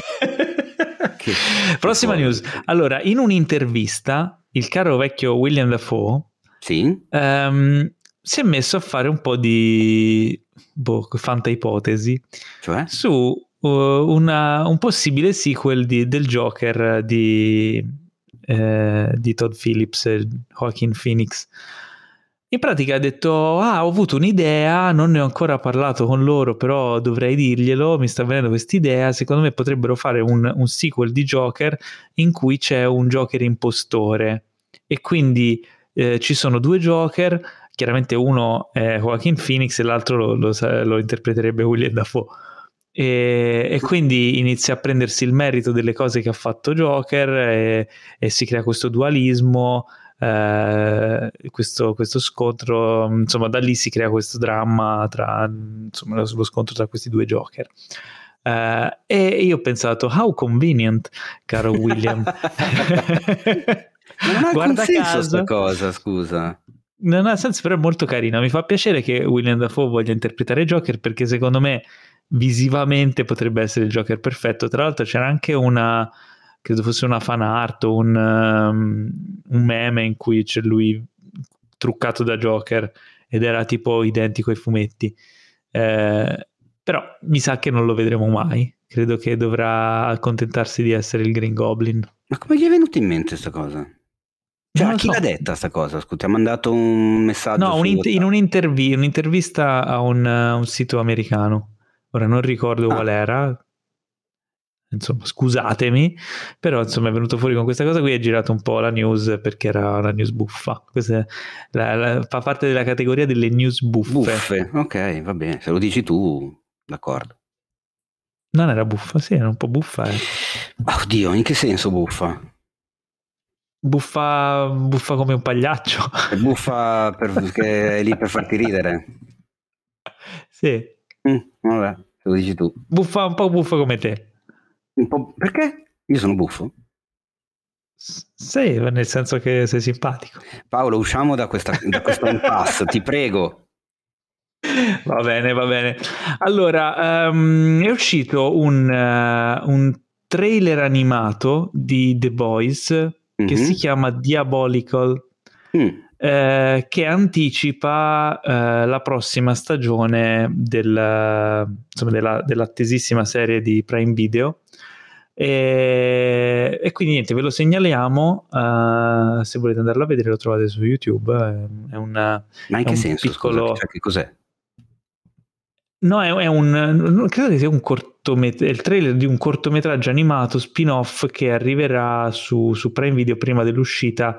che, Prossima che news. Allora, in un'intervista, il caro vecchio William Dafoe Sì. Um, si è messo a fare un po' di boh, fantaipotesi Cioè? su uh, una, un possibile sequel di, del Joker di, eh, di Todd Phillips e Joaquin Phoenix. In pratica ha detto: ah, ho avuto un'idea, non ne ho ancora parlato con loro, però dovrei dirglielo, mi sta venendo quest'idea, secondo me potrebbero fare un, un sequel di Joker in cui c'è un Joker impostore, e quindi eh, ci sono due Joker, chiaramente uno è Joaquin Phoenix e l'altro lo, lo, lo interpreterebbe Willem Dafoe, e, e quindi inizia a prendersi il merito delle cose che ha fatto Joker, e, e si crea questo dualismo, eh, questo, questo scontro, insomma da lì si crea questo dramma tra, insomma, lo, lo scontro tra questi due Joker. Uh, e io ho pensato, how convenient, caro William. Ma non ha Guarda senso caso, sta cosa, scusa. Non ha senso, però è molto carina. Mi fa piacere che Willem Dafoe voglia interpretare Joker, perché secondo me visivamente potrebbe essere il Joker perfetto. Tra l'altro c'era anche una, credo fosse una fan art o un, um, un meme in cui c'è lui truccato da Joker ed era tipo identico ai fumetti. Eh, però mi sa che non lo vedremo mai. Credo che dovrà accontentarsi di essere il Green Goblin. Ma come gli è venuto in mente sta cosa? Cioè, a chi so. l'ha detta sta cosa? Scusa, ti ha mandato un messaggio? No, un int- in un'intervi- un'intervista a un, uh, un sito americano. Ora non ricordo ah. qual era. Insomma, scusatemi, però insomma è venuto fuori con questa cosa qui, è girato un po' la news perché era una news buffa. Questa è la, la, fa parte della categoria delle news buffe. Buffe, ok, va bene, se lo dici tu, d'accordo. Non era buffa, sì, era un po' buffa. Eh. Oddio, in che senso buffa? Buffa, buffa come un pagliaccio. È buffa perché è lì per farti ridere. Sì. Mm, vabbè, se lo dici tu. Buffa, un po' buffa come te. Un po'... Perché? Io sono buffo? Sì, nel senso che sei simpatico. Paolo, usciamo da questa da questo impasse, ti prego. Va bene, va bene. Allora, um, è uscito un, uh, un trailer animato di The Boys mm-hmm. che si chiama Diabolical, mm. eh, che anticipa eh, la prossima stagione del, insomma, della, dell'attesissima serie di Prime Video. E, e quindi niente, ve lo segnaliamo, uh, se volete andarlo a vedere lo trovate su YouTube. È una, ma in che un senso? Piccolo... Scusa, cioè, che cos'è? No, è, è un credo che sia un cortometraggio, il trailer di un cortometraggio animato spin-off che arriverà su, su Prime Video prima dell'uscita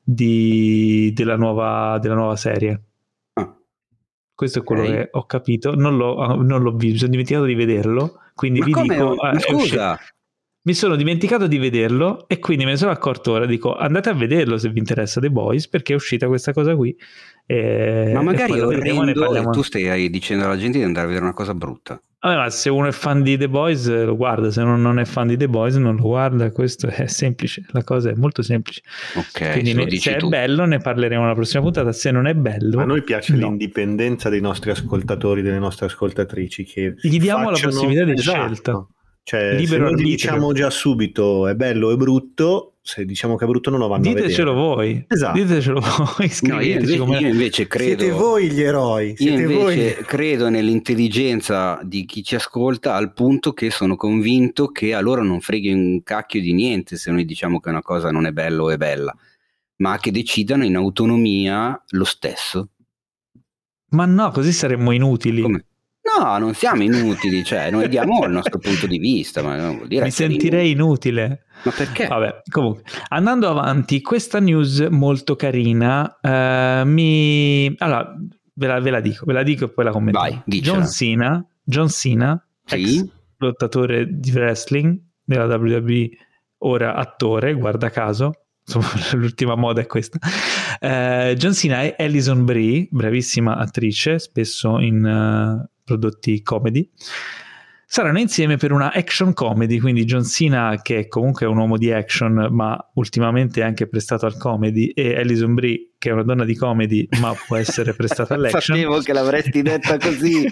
di, della, nuova, della nuova serie. Ah. Questo è quello okay. che ho capito. Non l'ho, non l'ho visto, mi sono dimenticato di vederlo. Quindi ma vi come? dico, Ma eh, scusa. Mi sono dimenticato di vederlo e quindi me ne sono accorto ora. Dico, andate a vederlo se vi interessa The Boys, perché è uscita questa cosa qui. E, ma magari e orrendo e tu stai dicendo alla gente di andare a vedere una cosa brutta. Vabbè, ma se uno è fan di The Boys lo guarda, se uno non è fan di The Boys non lo guarda. Questo è semplice, la cosa è molto semplice. Ok, quindi se, ne, se è bello ne parleremo alla prossima puntata, se non è bello a noi piace no. l'indipendenza dei nostri ascoltatori, delle nostre ascoltatrici, che gli diamo facciano... la possibilità di esatto. scelta. Cioè, libero se noi diciamo già subito è bello e brutto, se diciamo che è brutto non lo vanno ditecelo a vedere. voi, esatto. Ditecelo voi, no, io, invece, io invece credo siete voi gli eroi siete io invece voi. Credo nell'intelligenza di chi ci ascolta, al punto che sono convinto che a loro non freghi un cacchio di niente se noi diciamo che una cosa non è bella o è bella, ma che decidano in autonomia lo stesso. Ma no, così saremmo inutili. Come? No, non siamo inutili, cioè noi diamo il nostro punto di vista, ma non vuol dire mi sentirei inutile. inutile. Ma perché? Vabbè, comunque, andando avanti, questa news molto carina, uh, mi... Allora, ve la, ve la dico, ve la dico e poi la commento. Vai, dicela. John Cena, John Cena, sì? ex lottatore di wrestling della W W E, ora attore, guarda caso, insomma l'ultima moda è questa. Uh, John Cena e Alison Brie, bravissima attrice, spesso in uh, prodotti comedy, saranno insieme per una action comedy, quindi John Cena, che comunque è un uomo di action ma ultimamente è anche prestato al comedy, e Alison Brie, che è una donna di comedy ma può essere prestata all'action. Sapevo che l'avresti detta così.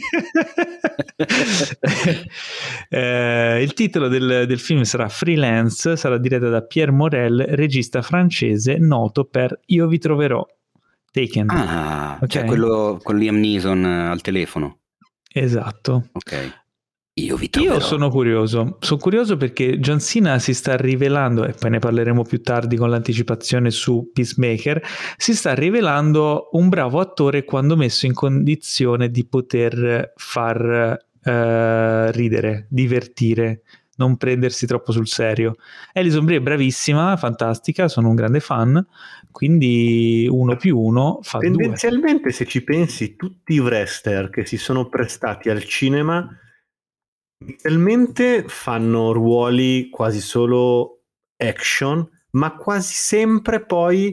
eh, il titolo del, del film sarà Freelance, sarà diretta da Pierre Morel, regista francese noto per Io vi troverò, Taken. Ah, okay. Cioè quello con Liam Neeson al telefono. Esatto. Ok. Io vi troverò. Io sono curioso, sono curioso perché John Cena si sta rivelando, e poi ne parleremo più tardi con l'anticipazione su Peacemaker, si sta rivelando un bravo attore quando messo in condizione di poter far uh, ridere, divertire, non prendersi troppo sul serio. Alison Brie è bravissima, fantastica, sono un grande fan, quindi uno più uno fa due. Tendenzialmente, se ci pensi, tutti i wrestler che si sono prestati al cinema inizialmente fanno ruoli quasi solo action, ma quasi sempre poi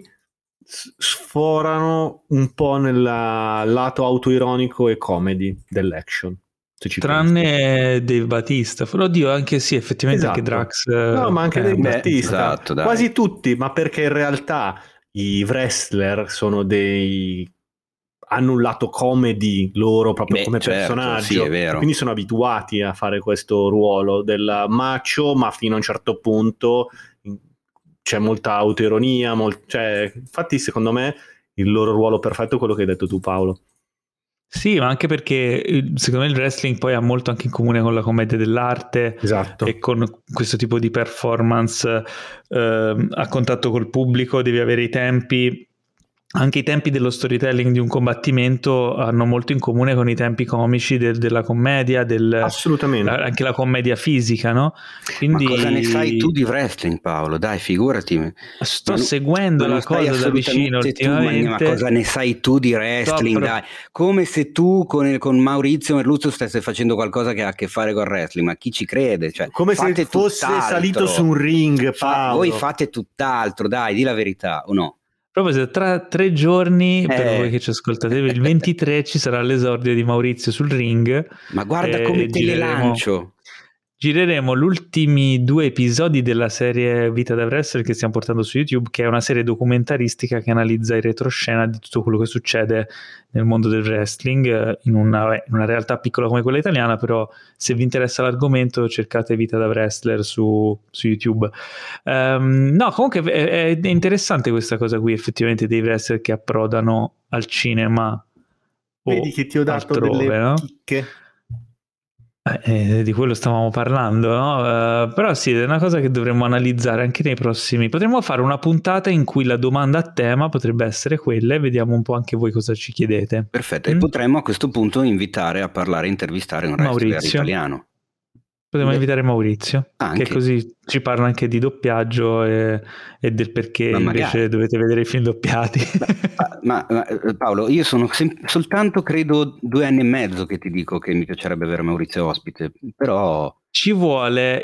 sforano un po' nel lato autoironico e comedy dell'action. Se ci Tranne pensi. Dave Bautista, oddio, anche sì, effettivamente esatto. Anche Drax. No, ma anche eh, Dave beh, Bautista, esatto, dai. quasi tutti, ma perché in realtà i wrestler sono dei hanno un lato comedy loro proprio Beh, come certo, personaggio, sì, è vero. Quindi sono abituati a fare questo ruolo del macho, ma fino a un certo punto c'è molta autoironia, molt... cioè, infatti secondo me il loro ruolo perfetto è quello che hai detto tu, Paolo. Sì, ma anche perché secondo me il wrestling poi ha molto anche in comune con la commedia dell'arte, esatto. E con questo tipo di performance eh, a contatto col pubblico devi avere i tempi. Anche i tempi dello storytelling di un combattimento hanno molto in comune con i tempi comici del, della commedia, del, assolutamente, la, anche la commedia fisica, no? Quindi... Ma cosa ne sai tu di wrestling, Paolo? Dai, figurati. Sto ma seguendo non, la cosa da vicino tu, ultimamente. Ma, ma cosa ne sai tu di wrestling? Pro... Dai, come se tu con, con Maurizio Merluzzo stesse facendo qualcosa che ha a che fare con il wrestling, ma chi ci crede? Cioè, come se fosse tutt'altro. salito su un ring, Paolo. Voi fate tutt'altro, dai, di la verità, o no? Proprio tra tre giorni, eh. per voi che ci ascoltate, il ventitré ci sarà l'esordio di Maurizio sul ring. Ma guarda come te le lancio. Gireremo gli ultimi due episodi della serie Vita da Wrestler che stiamo portando su YouTube, che è una serie documentaristica che analizza in retroscena di tutto quello che succede nel mondo del wrestling in una, in una realtà piccola come quella italiana, però se vi interessa l'argomento cercate Vita da Wrestler su, su YouTube. Um, no, comunque è, è interessante questa cosa qui, effettivamente, dei wrestler che approdano al cinema. Vedi che ti ho dato altrove, delle no? chicche. Eh, di quello stavamo parlando, no? Uh, però sì, è una cosa che dovremmo analizzare anche nei prossimi. Potremmo fare una puntata in cui la domanda a tema potrebbe essere quella e vediamo un po' anche voi cosa ci chiedete. Perfetto, mm? E potremmo a questo punto invitare a parlare, intervistare un wrestler Maurizio. italiano. Potremmo Beh, invitare Maurizio, anche. che così ci parla anche di doppiaggio e, e del perché ma invece magari. dovete vedere i film doppiati. Ma, ma, ma Paolo, io sono sem- soltanto credo due anni e mezzo che ti dico che mi piacerebbe avere Maurizio ospite, però ci vuole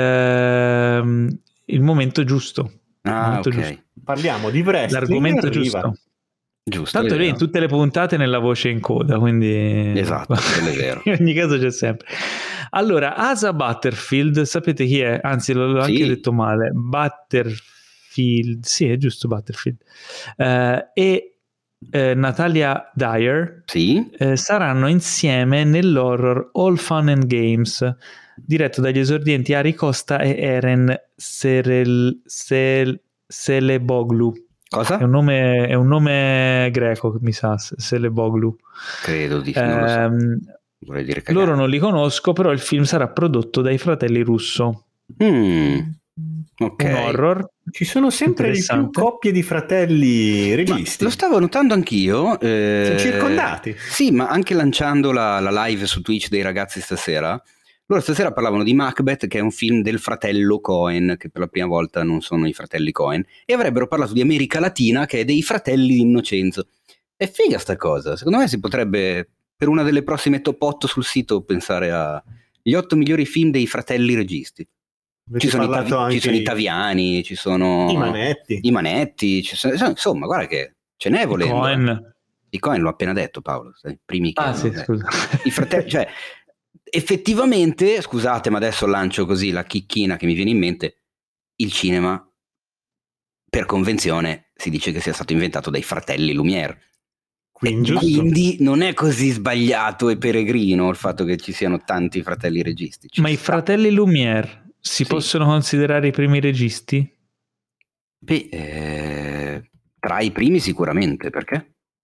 il, il momento giusto. Ah, il momento ok. giusto. Parliamo di wrestling. L'argomento giusto. Giusto. Tanto lei in tutte le puntate nella voce in coda, quindi esatto, quello è vero. In ogni caso c'è sempre. Allora, Asa Butterfield, sapete chi è? Anzi, l'ho sì. anche detto male. Butterfield, sì, è giusto Butterfield. Uh, e uh, Natalia Dyer sì. uh, saranno insieme nell'horror All Fun and Games, diretto dagli esordienti Ari Costa e Eren Serel, Sel, Seleboglu. Cosa? È un nome, è un nome greco, mi sa, Seleboglu. Credo di sì, non lo so. Um, Vorrei dire loro non li conosco, però il film sarà prodotto dai fratelli Russo. Mm, ok. Un horror. Ci sono sempre di più coppie di fratelli registi. Ma lo stavo notando anch'io. Eh, Sono circondati. Sì, ma anche lanciando la, la live su Twitch dei ragazzi stasera. Loro stasera parlavano di Macbeth, che è un film del fratello Coen, che per la prima volta non sono i fratelli Coen, e avrebbero parlato di America Latina, che è dei fratelli di Innocenzo. È figa sta cosa. Secondo me si potrebbe, per una delle prossime top otto sul sito, pensare agli otto migliori film dei fratelli registi. Ci sono, Tavi- anche ci sono i Taviani, ci sono i Manetti, i Manetti ci sono, insomma, guarda che ce n'è volendo. I Coen. I Coen l'ho appena detto, Paolo. I primi che ah, sì, scusa. I fratelli, cioè, effettivamente, scusate, ma adesso lancio così la chicchina che mi viene in mente: il cinema, per convenzione, si dice che sia stato inventato dai fratelli Lumière. Quindi, quindi non è così sbagliato e peregrino il fatto che ci siano tanti fratelli registi. Ci ma sta. I fratelli Lumière si sì. possono considerare i primi registi? Beh, eh, tra i primi sicuramente, perché?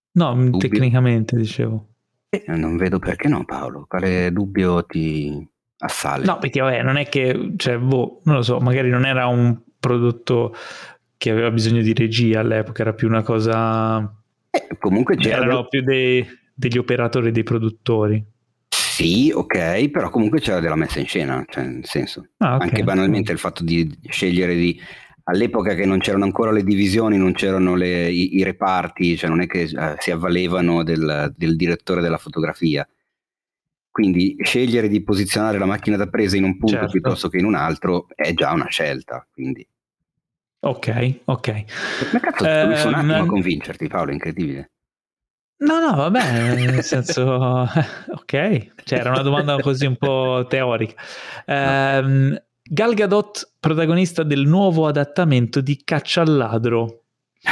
No, Dubbio? tecnicamente dicevo. Eh, non vedo perché no, Paolo. Quale dubbio ti assale? No, perché vabbè, non è che, cioè, boh, non lo so, magari non era un prodotto che aveva bisogno di regia all'epoca, era più una cosa... Eh, comunque c'era erano del... più dei, degli operatori, dei produttori. Sì, ok, però comunque c'era della messa in scena, cioè nel senso, Ah, ok. anche banalmente il fatto di scegliere di, all'epoca che non c'erano ancora le divisioni, non c'erano le- i, i reparti, cioè non è che eh, si avvalevano del, del direttore della fotografia, quindi scegliere di posizionare la macchina da presa in un punto Certo. piuttosto che in un altro è già una scelta, quindi... Ok, ok. Ma cazzo, ci ho messo un attimo a Ehm, convincerti, Paolo, è incredibile. No, no, vabbè, nel senso, ok, cioè era una domanda così un po' teorica. Ehm, Gal Gadot, protagonista del nuovo adattamento di Caccia al ladro.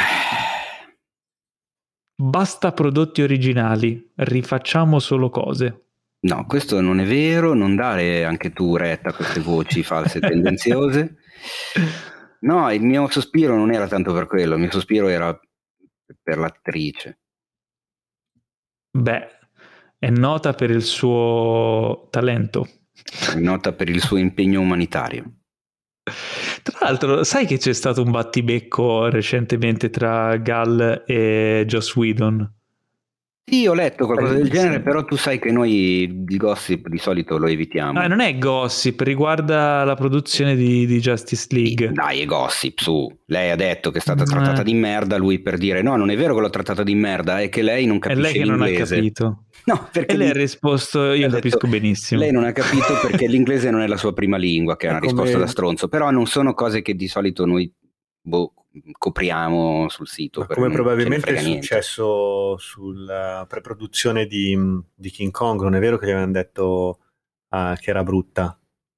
Basta prodotti originali, rifacciamo solo cose. No, questo non è vero, non dare anche tu retta a queste voci false e tendenziose. No, il mio sospiro non era tanto per quello, il mio sospiro era per l'attrice. Beh, è nota per il suo talento. È nota per il suo impegno umanitario. Tra l'altro, sai che c'è stato un battibecco recentemente tra Gal e Joss Whedon? Sì, ho letto qualcosa del Eh, genere, sì. però tu sai che noi il gossip di solito lo evitiamo. Ah, non è gossip, riguarda la produzione di, di Justice League. Sì, dai, è gossip, su. Lei ha detto che è stata Mm, trattata eh. di merda, lui per dire no, non è vero che l'ho trattata di merda, è che lei non È capisce lei che non ha l'inglese. capito. No, perché E lei lì- ha risposto, io ha capisco detto, benissimo. lei non ha capito perché l'inglese non è la sua prima lingua, che è È una come- risposta da stronzo, però non sono cose che di solito noi boh, copriamo sul sito. Ma perché come non ce ne probabilmente è frega niente. successo sulla preproduzione di, di King Kong, non è vero che gli avevano detto ah, che era brutta?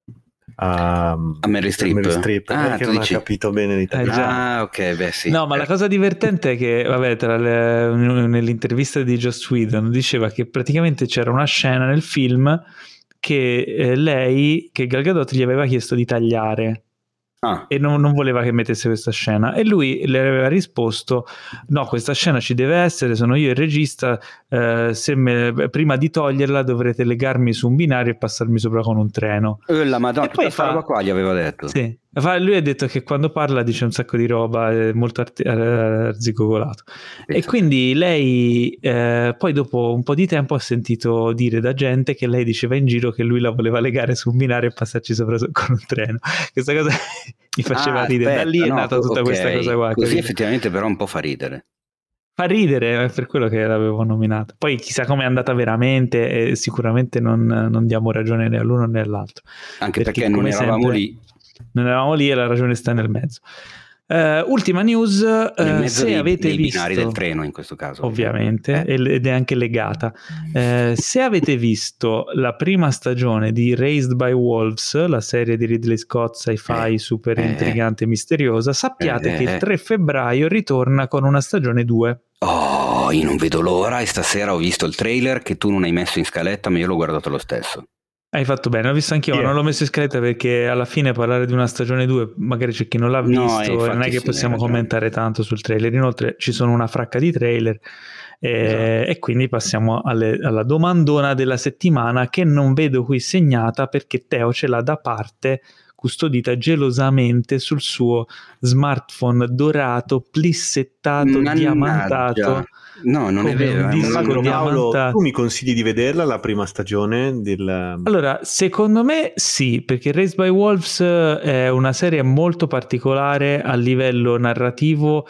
A, A Meryl Streep? Meryl Streep, Ah, eh, che tu non dici- ha capito bene l'italiano. Eh, già. Ah, ok, beh sì. No, ma la cosa divertente è che, vabbè, tra le- nell'intervista di Joss Whedon diceva che praticamente c'era una scena nel film che eh, lei, che Gal Gadot gli aveva chiesto di tagliare Ah, e non, non voleva che mettesse questa scena, e lui le aveva risposto no, questa scena ci deve essere, sono io il regista, eh, se me- prima di toglierla dovrete legarmi su un binario e passarmi sopra con un treno. eh, la madonna, E tutta poi sta fa- roba qua gli aveva detto. Sì, fa- lui ha detto che quando parla dice un sacco di roba, è molto arti- arzigogolato. E Pensa. quindi lei, eh, poi dopo un po' di tempo ha sentito dire da gente che lei diceva in giro che lui la voleva legare su un binario e passarci sopra so- con un treno. Questa cosa mi faceva Ah, ridere. Da aspetta, lì è no, nata tutta ok, questa cosa qua. così capito? effettivamente però un po' fa ridere. Fa ridere, è per quello che l'avevo nominata. Poi chissà com'è andata veramente, e sicuramente non, non diamo ragione né all'uno né all'altro. Anche perché, non come eravamo sempre, lì. Non eravamo lì e la ragione sta nel mezzo. Eh, ultima news, Nel eh, mezzo se dei, avete dei visto, binari del treno in questo caso. ovviamente, Eh. ed è anche legata. Eh, se avete visto la prima stagione di Raised by Wolves, la serie di Ridley Scott sci-fi Eh, super eh, intrigante e misteriosa, sappiate eh, che eh. il tre febbraio ritorna con una stagione due. Oh, io non vedo l'ora e stasera ho visto il trailer che tu non hai messo in scaletta, ma io l'ho guardato lo stesso. Hai fatto bene, l'ho visto anch'io, Sì, non eh. l'ho messo in scaletta perché alla fine parlare di una stagione due, magari c'è chi non l'ha No, visto, eh, e infatti non è che sì, possiamo hai ragione. commentare tanto sul trailer. Inoltre ci sono una fracca di trailer, eh, Esatto. e quindi passiamo alle- alla domandona della settimana, che non vedo qui segnata perché Teo ce l'ha da parte, custodita gelosamente sul suo smartphone dorato, plissettato, Mannaggia. diamantato. No, non è come vero. un è Tra disco un- l'altro, Paolo, diamantato. tu mi consigli di vederla la prima stagione del... Allora, secondo me sì, perché Raised by Wolves è una serie molto particolare a livello narrativo,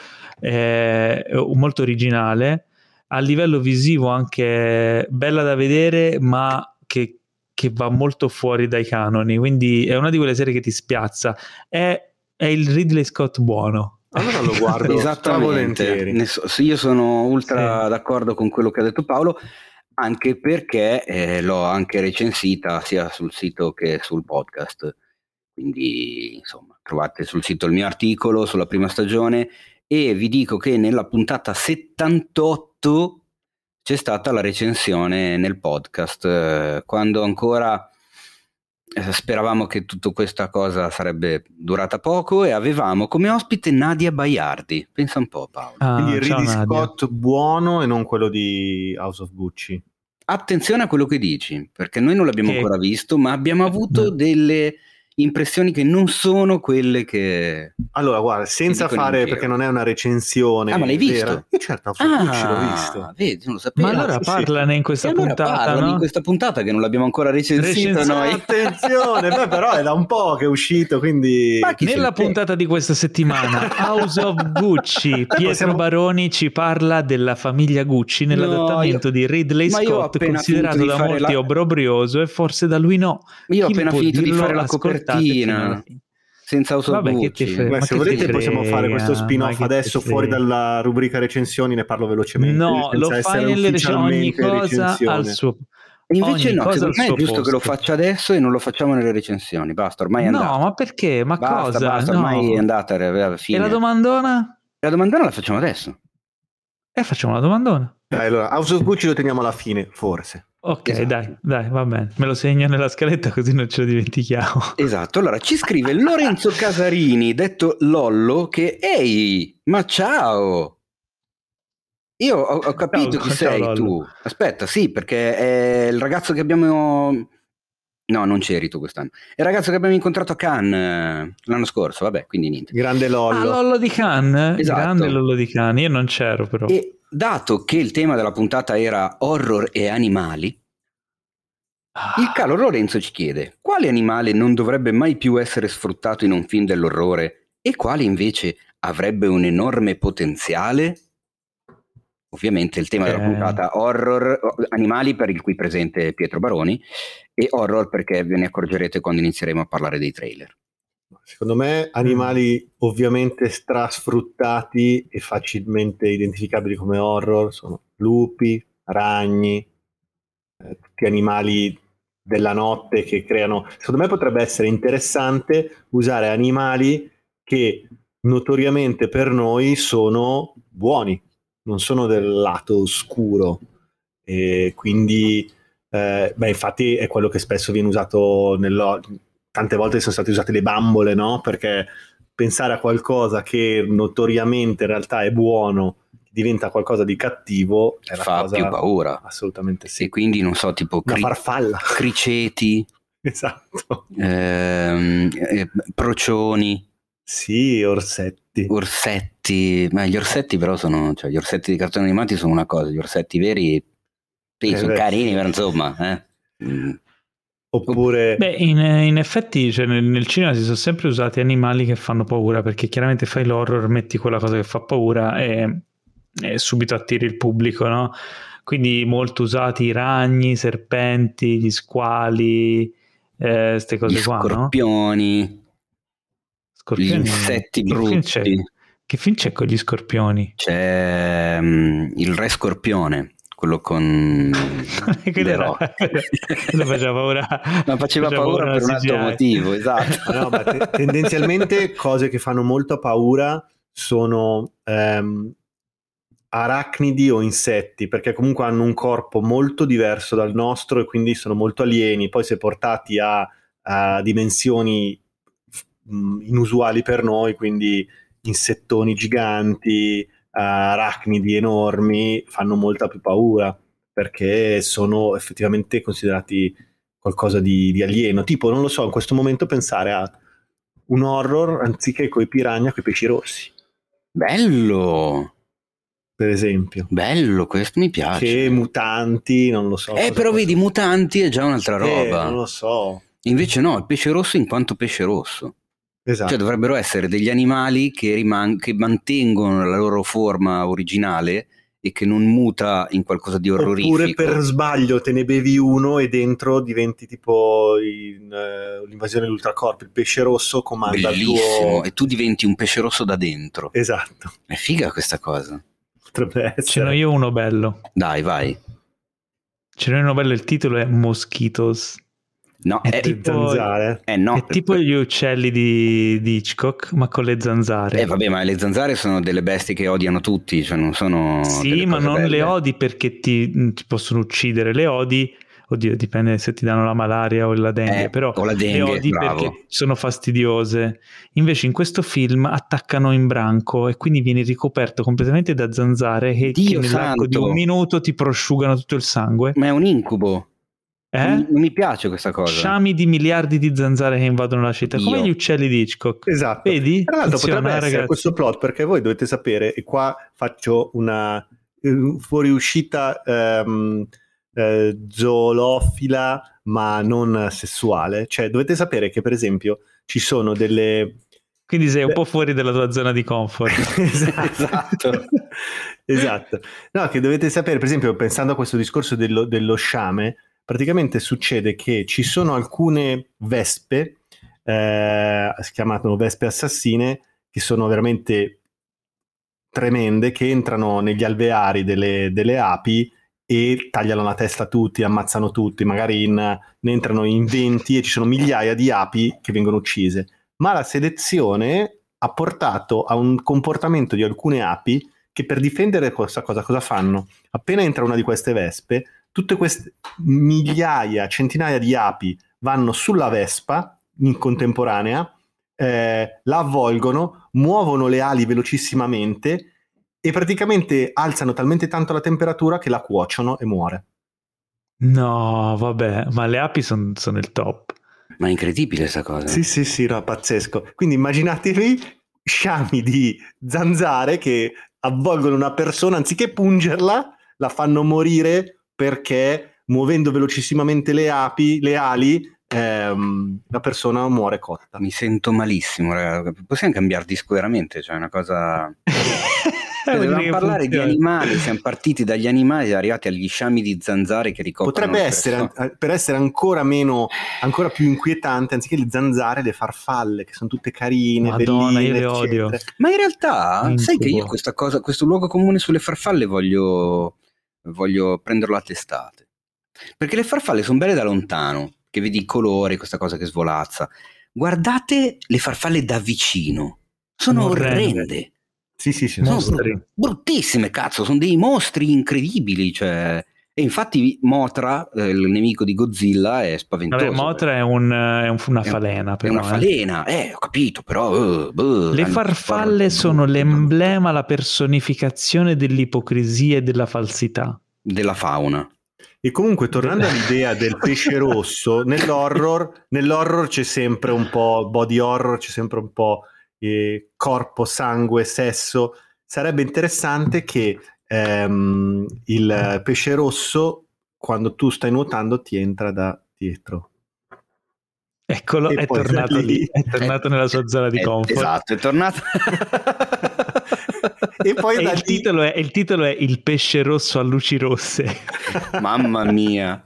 eh, molto originale, a livello visivo anche bella da vedere, ma che, che va molto fuori dai canoni, quindi è una di quelle serie che ti spiazza. È, è il Ridley Scott buono. Allora lo guardo Esattamente. stravolentieri. Ne so- sì, io sono ultra Sì. d'accordo con quello che ha detto Paolo, anche perché eh, l'ho anche recensita sia sul sito che sul podcast. Quindi, insomma, trovate sul sito il mio articolo sulla prima stagione e vi dico che nella puntata settantotto c'è stata la recensione nel podcast, eh, quando ancora eh, speravamo che tutta questa cosa sarebbe durata poco e avevamo come ospite Nadia Baiardi. Pensa un po', Paolo. Ah, quindi il Ridley Nadia. Scott buono e non quello di House of Gucci. Attenzione a quello che dici, perché noi non l'abbiamo che... ancora visto, ma abbiamo avuto no. delle impressioni che non sono quelle che... Allora, guarda, senza fare, perché non è una recensione... Ah, ma l'hai visto? Vera. Certo, House of ah, Gucci l'ho visto. Vedi, non lo sapevo. Ma allora sì, parlane sì. in questa e allora puntata, parlane no? in questa puntata che non l'abbiamo ancora recensito Recensi- noi. Attenzione, beh, però è da un po' che è uscito, quindi... Ma chi Nella puntata di questa settimana, House of Gucci, Pietro possiamo... Baroni ci parla della famiglia Gucci nell'adattamento no, io... di Ridley Scott, considerato da molti la... obbrobrioso e forse da lui no. Io ho Chi appena finito di fare la copertina senza House of Gucci. Che Beh, se volete possiamo fare questo spin-off adesso fuori dalla rubrica recensioni, ne parlo velocemente. No, lo fai nelle recensioni, ogni cosa al suo invece ogni no, cosa secondo me è giusto posto. Che lo faccia adesso e non lo facciamo nelle recensioni, basta, ormai è no, andato. No, ma perché? Ma basta, cosa? Basta, no. ormai è andata, fine. E la domandona? La domandona la facciamo adesso. E facciamo la domandona. Dai, allora, House of Gucci lo teniamo alla fine, forse. Ok, esatto. dai, dai, va bene. Me lo segno nella scaletta così non ce lo dimentichiamo. Esatto, allora ci scrive Lorenzo Casarini, detto Lollo, che ehi, ma ciao! Io ho, ho capito ciao, chi ciao, sei Lollo. tu. Aspetta, sì, perché è il ragazzo che abbiamo... No, non c'eri tu quest'anno. È il ragazzo che abbiamo incontrato a Cannes l'anno scorso, vabbè, quindi niente. Grande Lollo. Ah, Lollo di Cannes? Esatto. Grande Lollo di Cannes, io non c'ero però. E dato che il tema della puntata era horror e animali, ah. il caro Lorenzo ci chiede: quale animale non dovrebbe mai più essere sfruttato in un film dell'orrore e quale invece avrebbe un enorme potenziale? Ovviamente il tema eh. della puntata horror, animali, per il qui presente Pietro Baroni, e horror perché ve ne accorgerete quando inizieremo a parlare dei trailer. Secondo me animali mm. ovviamente strasfruttati e facilmente identificabili come horror sono lupi, ragni, eh, tutti animali della notte che creano... Secondo me potrebbe essere interessante usare animali che notoriamente per noi sono buoni, non sono del lato oscuro, e quindi eh, beh, infatti è quello che spesso viene usato nello... tante volte sono state usate le bambole, no? Perché pensare a qualcosa che notoriamente in realtà è buono diventa qualcosa di cattivo è la fa cosa... più paura, assolutamente sì. E quindi non so, tipo una cri... farfalla, criceti, esatto, ehm, eh, procioni, sì, orsetti, orsetti, ma gli orsetti però sono, cioè gli orsetti di cartoni animati sono una cosa, gli orsetti veri sì, eh sono beh, carini, sì. però insomma eh. mm. Oppure beh, in, in effetti cioè, nel, nel cinema si sono sempre usati animali che fanno paura, perché chiaramente fai l'horror, metti quella cosa che fa paura e, e subito attiri il pubblico, no? Quindi molto usati i ragni, i serpenti, gli squali, queste eh, cose gli qua, scorpioni, no? Scorpioni, gli insetti che brutti. Film c'è? Che film c'è con gli scorpioni? C'è um, il Re Scorpione, quello con quello era, quello faceva paura, ma faceva, faceva paura, paura per un altro motivo, esatto. No, ma te- tendenzialmente cose che fanno molto paura sono ehm, arachnidi o insetti, perché comunque hanno un corpo molto diverso dal nostro e quindi sono molto alieni. Poi se portati a, a dimensioni mh, inusuali per noi, quindi insettoni giganti, arachnidi enormi, fanno molta più paura perché sono effettivamente considerati qualcosa di, di alieno. Tipo, non lo so, in questo momento pensare a un horror anziché coi piranha, coi pesci rossi. Bello! Per esempio. Bello, questo mi piace. Che mutanti, non lo so. Eh, però vedi, mutanti è già un'altra roba. Eh, non lo so. Invece no, il pesce rosso in quanto pesce rosso. Esatto. Cioè dovrebbero essere degli animali che, riman- che mantengono la loro forma originale e che non muta in qualcosa di orrorifico. Oppure per sbaglio te ne bevi uno e dentro diventi tipo in, uh, l'invasione dell'ultracorpo, il pesce rosso comanda Bellissimo, il tuo... e tu diventi un pesce rosso da dentro. Esatto. È figa questa cosa. Potrebbe essere. Ce n'ho io uno bello. Dai, vai. Ce n'è uno bello, il titolo è Mosquitos. No, è, è, tipo, zanzare. Eh, no. È tipo gli uccelli di, di Hitchcock, ma con le zanzare. Eh vabbè, ma le zanzare sono delle bestie che odiano tutti, cioè non sono... Sì, ma non belle. le odi perché ti, ti possono uccidere, le odi oddio, dipende se ti danno la malaria o la dengue, eh, però o la dengue, le odi bravo. perché sono fastidiose. Invece in questo film attaccano in branco e quindi vieni ricoperto completamente da zanzare che, che Dio nell'arco di un santo. minuto ti prosciugano tutto il sangue. Ma è un incubo. Eh? Non, mi, non mi piace questa cosa. Sciami di miliardi di zanzare che invadono la città, come Dio. gli uccelli di Hitchcock. Esatto. Vedi? Tra l'altro Funziona, potrebbe essere ragazzi. questo plot, perché voi dovete sapere, e qua faccio una eh, fuoriuscita ehm, eh, zoolofila ma non sessuale, cioè dovete sapere che per esempio ci sono delle... Quindi sei un po' fuori dalla tua zona di comfort. Esatto. Esatto. No, che dovete sapere, per esempio, pensando a questo discorso dello, dello sciame, praticamente succede che ci sono alcune vespe, eh, si chiamano vespe assassine, che sono veramente tremende, che entrano negli alveari delle, delle api e tagliano la testa a tutti, ammazzano tutti, magari in, ne entrano in venti e ci sono migliaia di api che vengono uccise. Ma la selezione ha portato a un comportamento di alcune api che per difendere questa cosa cosa fanno? Appena entra una di queste vespe, tutte queste migliaia, centinaia di api vanno sulla vespa in contemporanea, eh, la avvolgono, muovono le ali velocissimamente e praticamente alzano talmente tanto la temperatura che la cuociono e muore. No, vabbè, ma le api sono son il top. Ma è incredibile questa cosa. Sì, sì, sì, no, pazzesco. Quindi immaginatevi sciami di zanzare che avvolgono una persona, anziché pungerla, la fanno morire perché muovendo velocissimamente le api, le ali, ehm, la persona muore cotta. Mi sento malissimo, ragazzi. Possiamo cambiare disco veramente? Cioè, è una cosa... Dovevamo parlare funziona. Di animali, siamo partiti dagli animali e arrivati agli sciami di zanzare che ricoprono. Potrebbe essere, per essere ancora meno, ancora più inquietante, anziché le zanzare, le farfalle, che sono tutte carine, Madonna, belline, io le eccetera. odio. Ma in realtà, Incubo. sai che io questa cosa, questo luogo comune sulle farfalle voglio, voglio prenderlo a testate. Perché le farfalle sono belle da lontano, che vedi i colori, questa cosa che svolazza. Guardate le farfalle da vicino, sono orrende. orrende. Sì, sì, sì, sono sono bruttissime, cazzo, sono dei mostri incredibili, cioè. E infatti Mothra, eh, il nemico di Godzilla, è spaventoso. Vabbè, Mothra è, un, è un, una falena, però. È una falena, eh, eh ho capito, però... Uh, uh, Le farfalle sono l'emblema, la personificazione dell'ipocrisia e della falsità. Della fauna. E comunque, tornando all'idea del pesce rosso, nell'horror, nell'horror c'è sempre un po' body horror, c'è sempre un po' eh, corpo, sangue, sesso. Sarebbe interessante che ehm, il pesce rosso, quando tu stai nuotando, ti entra da dietro. Eccolo, e è tornato lì, lì, è tornato è, nella sua zona di è, comfort. Esatto, è tornato. E poi e da il, lì... titolo è, il titolo è Il pesce rosso a luci rosse. Mamma mia.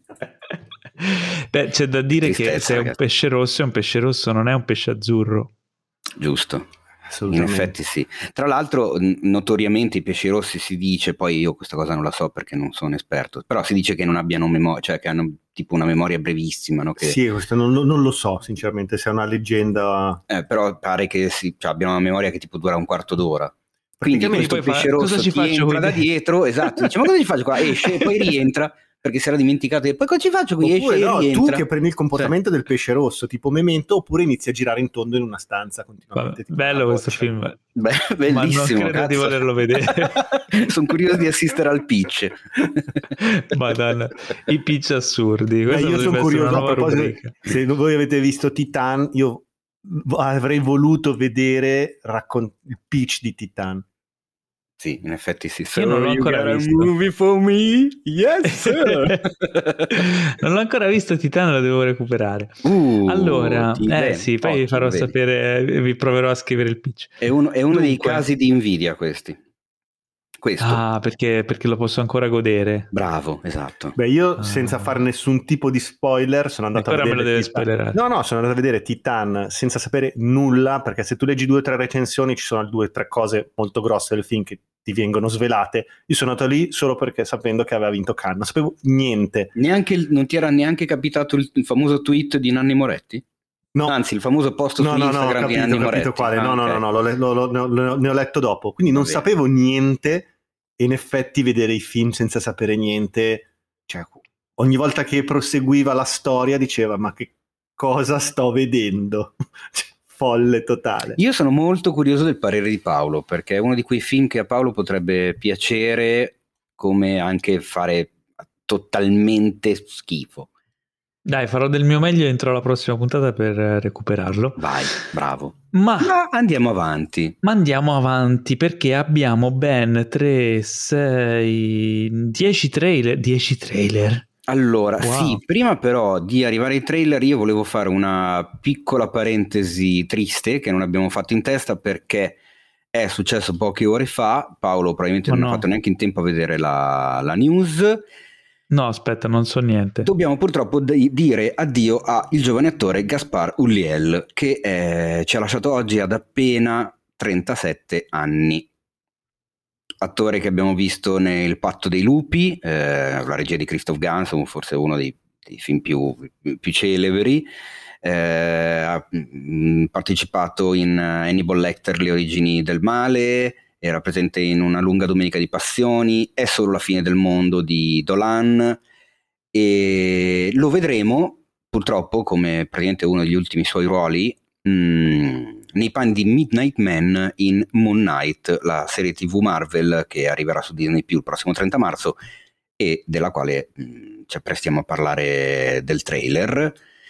Beh, c'è da dire che se è un pesce rosso è un pesce rosso, non è un pesce azzurro. Giusto. In effetti sì. Tra l'altro notoriamente i pesci rossi si dice, poi io questa cosa non la so perché non sono esperto, però si dice che non abbiano memoria, cioè che hanno tipo una memoria brevissima, no? Che... Sì, questo non, non lo so sinceramente, se è una leggenda. Eh, però pare che sì, cioè, abbiano una memoria che tipo dura un quarto d'ora. Quindi questo pesce fa... rosso ti entra da dietro, esatto, dice ma cosa ci faccio qua? Esce e poi rientra perché si era dimenticato e poi cosa ci faccio qui? Oppure esce no, e rientra. Tu che prendi il comportamento cioè. del pesce rosso tipo Memento, oppure inizi a girare in tondo in una stanza continuamente. Vabbè, bello questo film. Beh, bellissimo, ma non credo cazzo. di volerlo vedere. Sono curioso di assistere al pitch. Madonna, i pitch assurdi. Beh, io sono curioso, a proposito, se voi avete visto Titan, io avrei voluto vedere raccon- il pitch di Titan. Sì, in effetti sì. Io non l'ho ancora visto. Movie for me? Yes, sir. Non l'ho ancora visto, Titano, lo devo recuperare. Uh, allora, eh bene, sì, poi vi farò vedi. sapere, vi proverò a scrivere il pitch. È uno, è uno dei casi di invidia questi. Questo. Ah, perché, perché lo posso ancora godere. Bravo, esatto. Beh, io ah. senza fare nessun tipo di spoiler sono andato ancora a vedere me lo deve Titan. spoilerare. No, no, sono andato a vedere Titan senza sapere nulla, perché se tu leggi due o tre recensioni ci sono due o tre cose molto grosse del film che ti vengono svelate. Io sono andato lì solo perché sapendo che aveva vinto Cannes, non sapevo niente. Neanche, non ti era neanche capitato il, il famoso tweet di Nanni Moretti? No. Anzi, il famoso post no, su no, Instagram no, capito, di Nanni capito Moretti. Quale. Ah, no, okay. no, no, no, lo, lo, lo, lo, ne ho letto dopo, quindi Va non bene. sapevo niente. E in effetti vedere i film senza sapere niente, cioè ogni volta che proseguiva la storia diceva ma che cosa sto vedendo? Folle totale. Io sono molto curioso del parere di Paolo, perché è uno di quei film che a Paolo potrebbe piacere, come anche fare totalmente schifo. Dai, farò del mio meglio entro la prossima puntata per recuperarlo. Vai, bravo. Ma, Ma andiamo avanti. ma andiamo avanti perché abbiamo ben tre, sei, dieci trailer. dieci trailer. Allora, Wow. sì, prima però di arrivare ai trailer io volevo fare una piccola parentesi triste che non abbiamo fatto in testa, perché è successo poche ore fa. Paolo probabilmente Ma non no. ha fatto neanche in tempo a vedere la, la news. No, aspetta, non so niente. Dobbiamo purtroppo d- dire addio al giovane attore Gaspar Ulliel, che eh, ci ha lasciato oggi ad appena trentasette anni. Attore che abbiamo visto nel Patto dei Lupi, eh, la regia di Christoph Gans, forse uno dei, dei film più, più celebri. Eh, ha mh, partecipato in Hannibal Lecter, Le origini del male, era presente in Una lunga domenica di passioni, È solo la fine del mondo di Dolan, e lo vedremo purtroppo come praticamente uno degli ultimi suoi ruoli mh, nei panni di Midnight Man in Moon Knight, la serie tv Marvel che arriverà su Disney Più il prossimo trenta marzo e della quale mh, ci apprestiamo a parlare del trailer.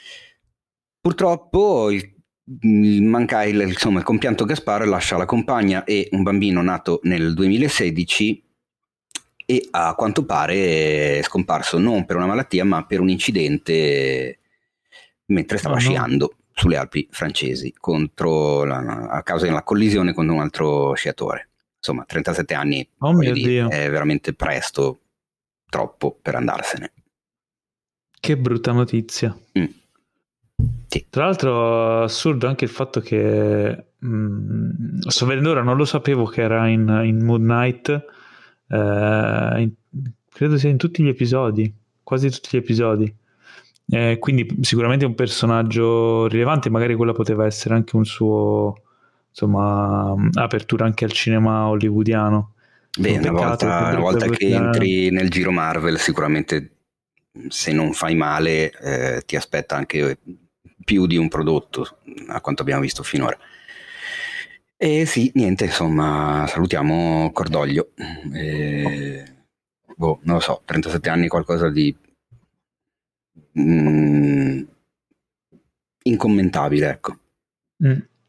Purtroppo il, il, manca, il, insomma, il compianto Gaspar lascia la compagna e un bambino nato nel duemilasedici e a quanto pare è scomparso non per una malattia ma per un incidente mentre stava Oh, no. sciando sulle Alpi francesi contro la, a causa della collisione con un altro sciatore. Insomma, trentasette anni, Oh voglio mio dire, Dio. è veramente presto, troppo per andarsene. Che brutta notizia. Mm. Sì. Tra l'altro assurdo anche il fatto che mh, sto vedendo ora, non lo sapevo che era in, in Moon Knight, eh, in, credo sia in tutti gli episodi, quasi tutti gli episodi, eh, quindi sicuramente un personaggio rilevante, magari quella poteva essere anche un suo, insomma, apertura anche al cinema hollywoodiano. Beh, una Peccato, volta, che una volta brutta- che entri nel giro Marvel, sicuramente se non fai male eh, ti aspetta anche più di un prodotto, a quanto abbiamo visto finora. E sì, niente, insomma, salutiamo Cordoglio. E, boh, non lo so, trentasette anni, qualcosa di mm, incommentabile, ecco. Mm.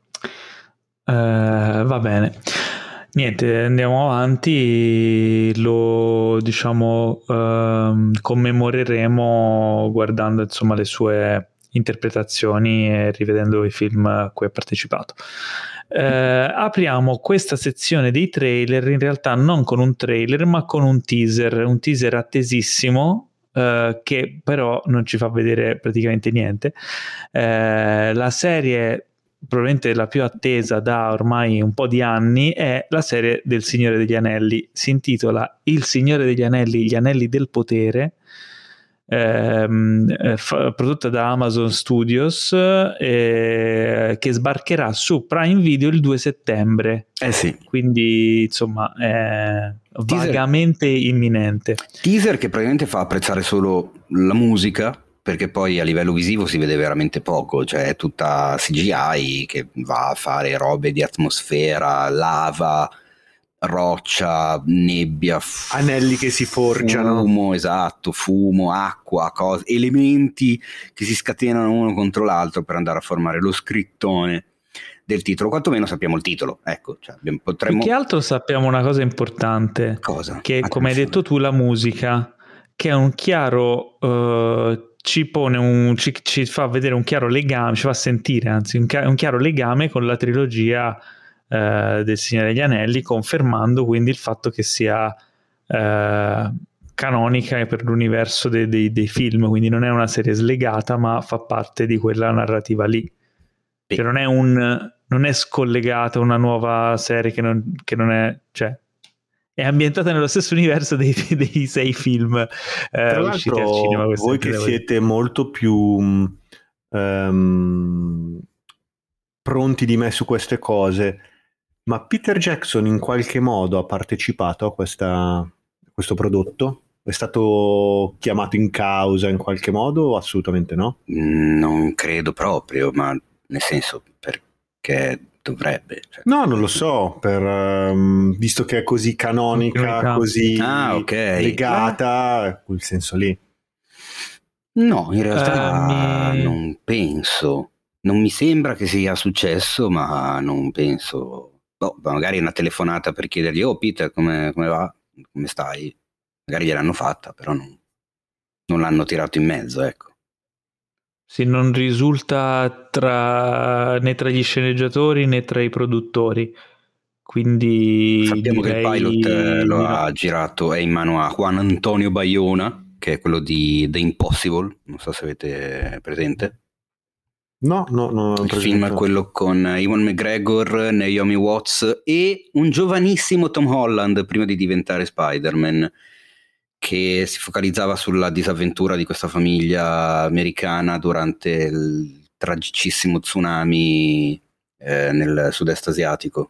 Eh, va bene. Niente, andiamo avanti, lo diciamo ehm, commemoreremo guardando insomma le sue interpretazioni e rivedendo i film a cui ha partecipato. Eh, apriamo questa sezione dei trailer in realtà non con un trailer ma con un teaser, un teaser attesissimo eh, che però non ci fa vedere praticamente niente. Eh, la serie probabilmente la più attesa da ormai un po' di anni è la serie del Signore degli Anelli, si intitola Il Signore degli Anelli, gli Anelli del Potere, ehm, eh, f- prodotta da Amazon Studios, eh, che sbarcherà su Prime Video il due settembre. Eh sì. Quindi insomma è Teaser. vagamente imminente. Teaser che praticamente fa apprezzare solo la musica, perché poi a livello visivo si vede veramente poco, cioè è tutta C G I che va a fare robe di atmosfera, lava, roccia, nebbia, f- Anelli che si forgiano. fumo, esatto, fumo, acqua, cose, elementi che si scatenano uno contro l'altro per andare a formare lo scrittone del titolo. Quantomeno sappiamo il titolo, ecco, cioè abbiamo, potremmo... Più che altro sappiamo una cosa importante, Cosa? che come hai Attenzione. detto tu la musica, che è un chiaro, eh, ci pone un, ci, ci fa vedere un chiaro legame, ci fa sentire anzi un, un chiaro legame con la trilogia eh, del Signore degli Anelli, confermando quindi il fatto che sia eh, canonica per l'universo dei, dei, dei film, quindi non è una serie slegata ma fa parte di quella narrativa lì. Sì. Cioè non è un non è scollegata una nuova serie che non, che non è, cioè è ambientata nello stesso universo dei, dei sei film eh, usciti al cinema. Voi che siete molto più um, pronti di me su queste cose, ma Peter Jackson in qualche modo ha partecipato a, questa, a questo prodotto? È stato chiamato in causa in qualche modo o assolutamente no? Non credo proprio, ma nel senso, perché dovrebbe? Cioè, no, non lo so, per, um, visto che è così canonica, così ah, okay. legata, eh. quel senso lì. No, in realtà eh, mi... non penso. Non mi sembra che sia successo, ma non penso. Boh, magari una telefonata per chiedergli: oh Peter, come, come va? Come stai? Magari gliel'hanno fatta, però non, non l'hanno tirato in mezzo, ecco. Sì, non risulta tra, né tra gli sceneggiatori né tra i produttori, quindi sappiamo direi che il pilot eh, lo di ha no. girato, è in mano a Juan Antonio Bayona, che è quello di The Impossible, non so se avete presente. No, no, no. Il film è quello con Ewan McGregor, Naomi Watts e un giovanissimo Tom Holland prima di diventare Spider-Man, che si focalizzava sulla disavventura di questa famiglia americana durante il tragicissimo tsunami eh, nel sud-est asiatico.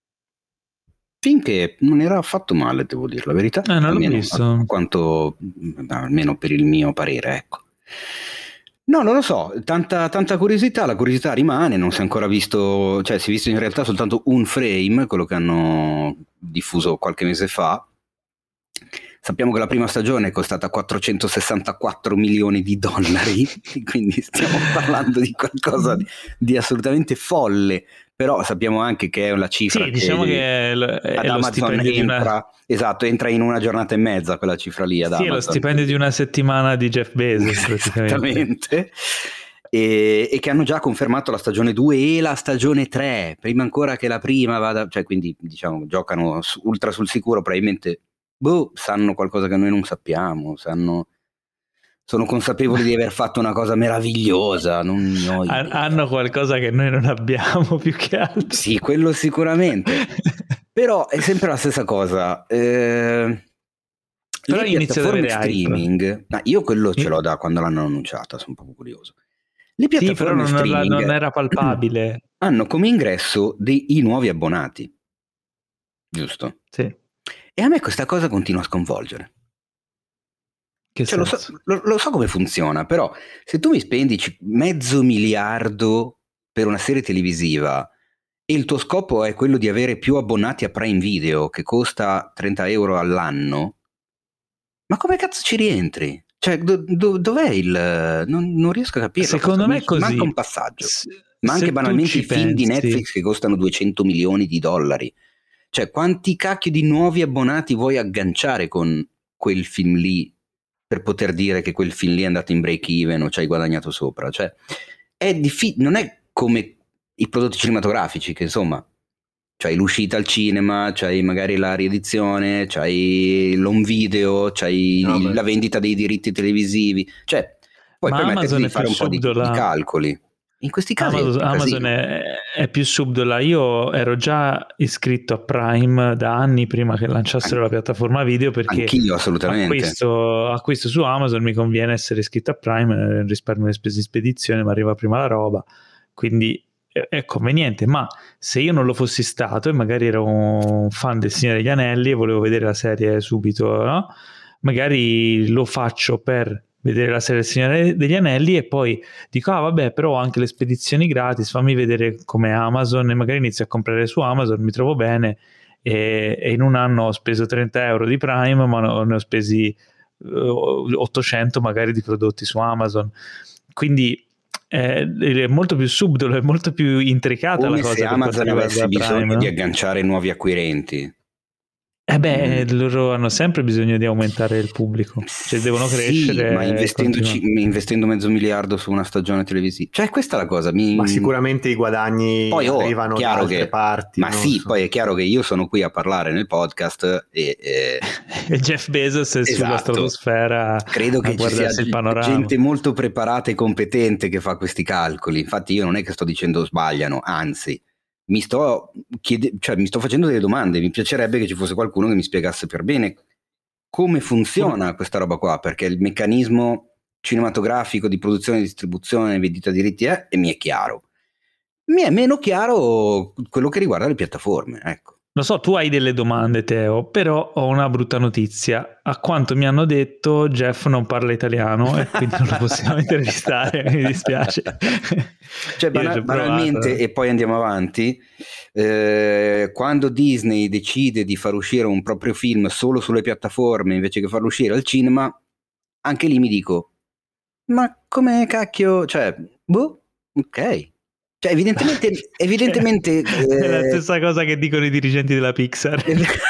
Film che non era affatto male, devo dire la verità, Eh, non almeno, l'ho visto. a quanto, almeno per il mio parere, ecco. No, non lo so, tanta, tanta curiosità, la curiosità rimane, non si è ancora visto, cioè si è visto in realtà soltanto un frame, quello che hanno diffuso qualche mese fa. Sappiamo che la prima stagione è costata quattrocentosessantaquattro milioni di dollari, quindi stiamo parlando di qualcosa di, di assolutamente folle, però sappiamo anche che è una cifra sì, che diciamo che è, l- è ad lo Amazon stipendio di entra, una... esatto, entra in una giornata e mezza quella cifra lì ad Sì, è Amazon. lo stipendio di una settimana di Jeff Bezos, praticamente. Esattamente. E, e che hanno già confermato la stagione due e la stagione tre, prima ancora che la prima vada, cioè quindi diciamo giocano su, ultra sul sicuro, probabilmente boh, sanno qualcosa che noi non sappiamo, sanno, sono consapevoli di aver fatto una cosa meravigliosa, non ne ho idea. Hanno qualcosa che noi non abbiamo, più che altro. Sì, quello sicuramente. Però è sempre la stessa cosa. Eh, Però le inizio ad piattaforme avere streaming, ma io quello ce l'ho da quando l'hanno annunciata, sono proprio curioso. Le Sì, però piattaforme non, streaming non era palpabile. hanno come ingresso dei i nuovi abbonati, giusto? Sì. E a me questa cosa continua a sconvolgere. Che Cioè, lo, so, lo, lo so come funziona, però se tu mi spendi mezzo miliardo per una serie televisiva e il tuo scopo è quello di avere più abbonati a Prime Video che costa trenta euro all'anno, ma come cazzo ci rientri? Cioè, do, do, dov'è il... Non, non riesco a capirlo. Secondo questo. me è così. Manca un passaggio. Se, ma anche se banalmente i film pensi... di Netflix che costano duecento milioni di dollari. Cioè, quanti cacchio di nuovi abbonati vuoi agganciare con quel film lì per poter dire che quel film lì è andato in break even o ci hai guadagnato sopra? Cioè, è difficile, non è come i prodotti cinematografici che insomma c'hai l'uscita al cinema, c'hai magari la riedizione, c'hai l'home video, c'hai no, la vendita dei diritti televisivi, cioè puoi Ma permetterti Amazon di è fare più un po' di, di subdola. calcoli. In questi casi Amazon, è più Amazon è, è più subdola. Io ero già iscritto a Prime da anni prima che lanciassero la piattaforma video, perché anch'io assolutamente acquisto, acquisto su Amazon, mi conviene essere iscritto a Prime, risparmio le spese di spedizione, ma arriva prima la roba, quindi è, è conveniente. Ma se io non lo fossi stato e magari ero un fan del Signore degli Anelli e volevo vedere la serie subito, no? Magari lo faccio per vedere la serie del Signore degli Anelli e poi dico ah vabbè, però ho anche le spedizioni gratis, fammi vedere come Amazon, e magari inizio a comprare su Amazon, mi trovo bene e, e in un anno ho speso trenta euro di Prime, ma ne ho spesi uh, ottocento magari di prodotti su Amazon, quindi è, è molto più subdolo, è molto più intricata come la cosa se per Amazon avesse bisogno Prime, no? di agganciare nuovi acquirenti. Eh beh, Mm. loro hanno sempre bisogno di aumentare il pubblico, cioè devono crescere. Sì, ma investendoci, investendo mezzo miliardo su una stagione televisiva, cioè questa è la cosa. Mi... Ma sicuramente i guadagni poi, oh, arrivano da altre che... parti. Ma sì, so. Poi è chiaro che io sono qui a parlare nel podcast e, e... e Jeff Bezos è esatto. Sulla stratosfera. Credo che ci sia il panorama. gente molto preparata e competente che fa questi calcoli. Infatti io non è che sto dicendo sbagliano, anzi mi sto, chiede... cioè, mi sto facendo delle domande. Mi piacerebbe che ci fosse qualcuno che mi spiegasse per bene come funziona questa roba qua, perché il meccanismo cinematografico di produzione, distribuzione, vendita diritti è, e mi è chiaro. Mi è meno chiaro quello che riguarda le piattaforme, ecco. Lo so, tu hai delle domande, Teo, però ho una brutta notizia. A quanto mi hanno detto, Jeff non parla italiano e quindi non lo possiamo intervistare, mi dispiace. Cioè, bana- banalmente, e poi andiamo avanti, eh, quando Disney decide di far uscire un proprio film solo sulle piattaforme invece che farlo uscire al cinema, anche lì mi dico, ma come cacchio, cioè, boh, ok. Cioè, evidentemente, evidentemente è eh, la stessa cosa che dicono i dirigenti della Pixar.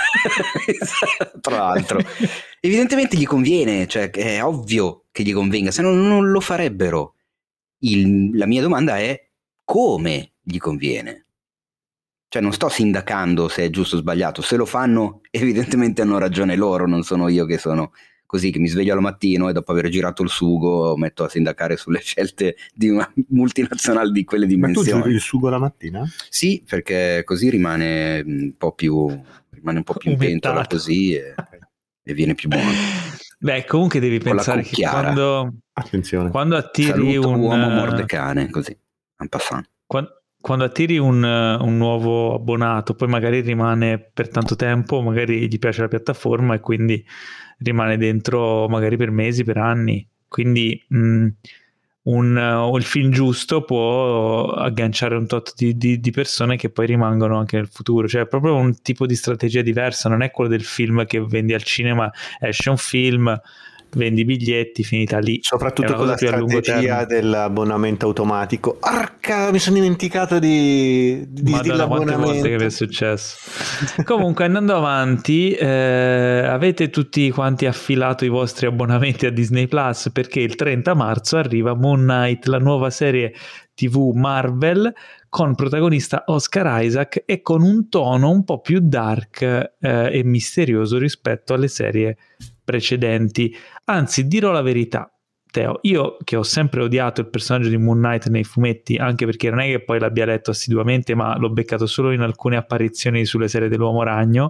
Tra l'altro, evidentemente gli conviene, cioè è ovvio che gli convenga, se no non lo farebbero. Il, la mia domanda è come gli conviene. Cioè, non sto sindacando se è giusto o sbagliato, se lo fanno evidentemente hanno ragione loro, non sono io che sono così, che mi sveglio al mattino e dopo aver girato il sugo metto a sindacare sulle scelte di una multinazionale di quelle dimensioni. Ma tu giri il sugo la mattina? Sì, perché così rimane un po' più rimane un po' più in pentola così e, e viene più buono. Beh, comunque devi Con pensare che quando, Attenzione. quando attiri Saluto un uomo morde cane, così, en passant. Quando, quando attiri un, un nuovo abbonato, poi magari rimane per tanto tempo, magari gli piace la piattaforma e quindi rimane dentro magari per mesi, per anni. Quindi mh, un, uh, il film giusto può agganciare un tot di, di, di persone che poi rimangono anche nel futuro. Cioè è proprio un tipo di strategia diversa, non è quello del film che vendi al cinema, esce un film, vendi biglietti, finita lì. Soprattutto con la strategia dell'abbonamento automatico. Arca, mi sono dimenticato di, di Madonna, dire l'abbonamento. quante volte che mi è successo. Comunque, andando avanti, eh, avete tutti quanti affilato i vostri abbonamenti a Disney Plus, perché il trenta marzo arriva Moon Knight, la nuova serie tivù Marvel con protagonista Oscar Isaac e con un tono un po' più dark eh, e misterioso rispetto alle serie precedenti. Anzi, dirò la verità, Teo, io che ho sempre odiato il personaggio di Moon Knight nei fumetti, anche perché non è che poi l'abbia letto assiduamente, ma l'ho beccato solo in alcune apparizioni sulle serie dell'Uomo Ragno,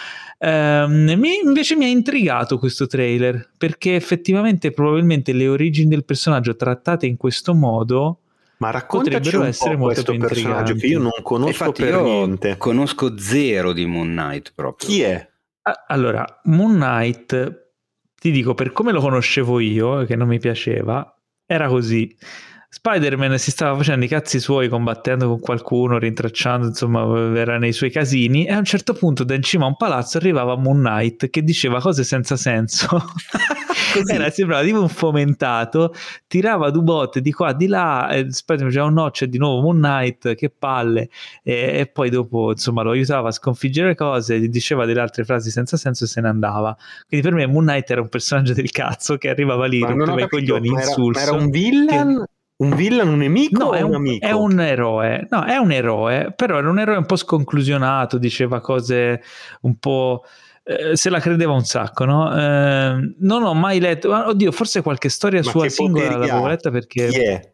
ehm, mi, invece mi ha intrigato questo trailer, perché effettivamente probabilmente le origini del personaggio trattate in questo modo ma raccontaci potrebbero un essere po' molto questo più personaggio che io non conosco. Infatti per io niente. Conosco zero di Moon Knight proprio. Chi è? Allora, Moon Knight, ti dico, per come lo conoscevo io, che non mi piaceva, era così. Spider-Man si stava facendo i cazzi suoi combattendo con qualcuno, rintracciando, insomma, era nei suoi casini, e a un certo punto da in cima a un palazzo arrivava Moon Knight che diceva cose senza senso. Era, sembrava tipo un fomentato, tirava due botte di qua di là, e Spider-Man diceva oh no, c'è di nuovo Moon Knight, che palle, e, e poi dopo insomma lo aiutava a sconfiggere le cose, gli diceva delle altre frasi senza senso e se ne andava. Quindi per me Moon Knight era un personaggio del cazzo che arrivava lì, rompeva i coglioni, ma era, insulso. ma era un villain? Che... Un villain, un nemico no, o è un, un amico? È un eroe, no, è un eroe, però era un eroe un po' sconclusionato, diceva cose un po'... Eh, se la credeva un sacco, no? Eh, non ho mai letto, oddio, forse qualche storia ma sua singola l'avevo letta perché... Chi è?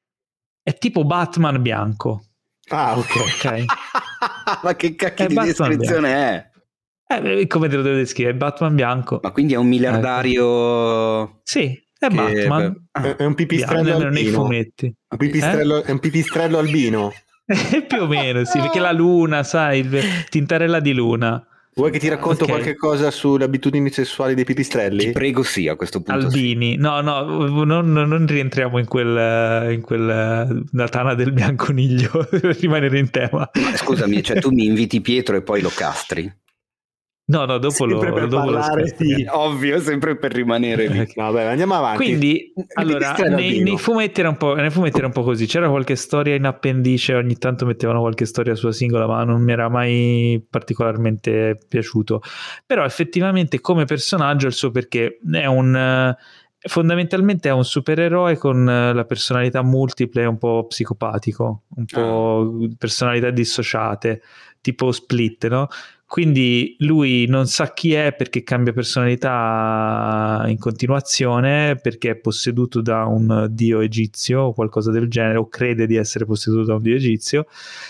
È tipo Batman bianco. Ah, ok. okay. Ma che cacchio è di Batman descrizione bianco. è? Eh, come te lo devo descrivere? È Batman bianco. Ma quindi è un miliardario... Ecco. Sì. È che... Batman. Ah, è un pipistrello albino. Nei fumetti. Un pipistrello, eh? È un pipistrello albino. Più o meno, sì, perché la luna, sai, tintarella di luna. Vuoi che ti racconto okay. qualche cosa sulle abitudini sessuali dei pipistrelli? Ti prego sì, a questo punto albini, sì. no, no, non, non rientriamo in quel, in quel la tana del bianconiglio per rimanere in tema. Ma scusami, cioè tu mi inviti Pietro e poi lo castri? No, no, dopo sempre lo per dopo parlare lo di... Ovvio, sempre per rimanere lì. No, vabbè, andiamo avanti. Quindi, allora, nei, nei, fumetti era un po', nei fumetti era un po' così. C'era qualche storia in appendice, ogni tanto mettevano qualche storia sua singola, ma non mi era mai particolarmente piaciuto. Però effettivamente come personaggio il suo perché è un... fondamentalmente è un supereroe con la personalità multiple, un po' psicopatico, un po' ah. personalità dissociate, tipo Split, no? Quindi lui non sa chi è perché cambia personalità in continuazione, perché è posseduto da un dio egizio o qualcosa del genere, o crede di essere posseduto da un dio egizio,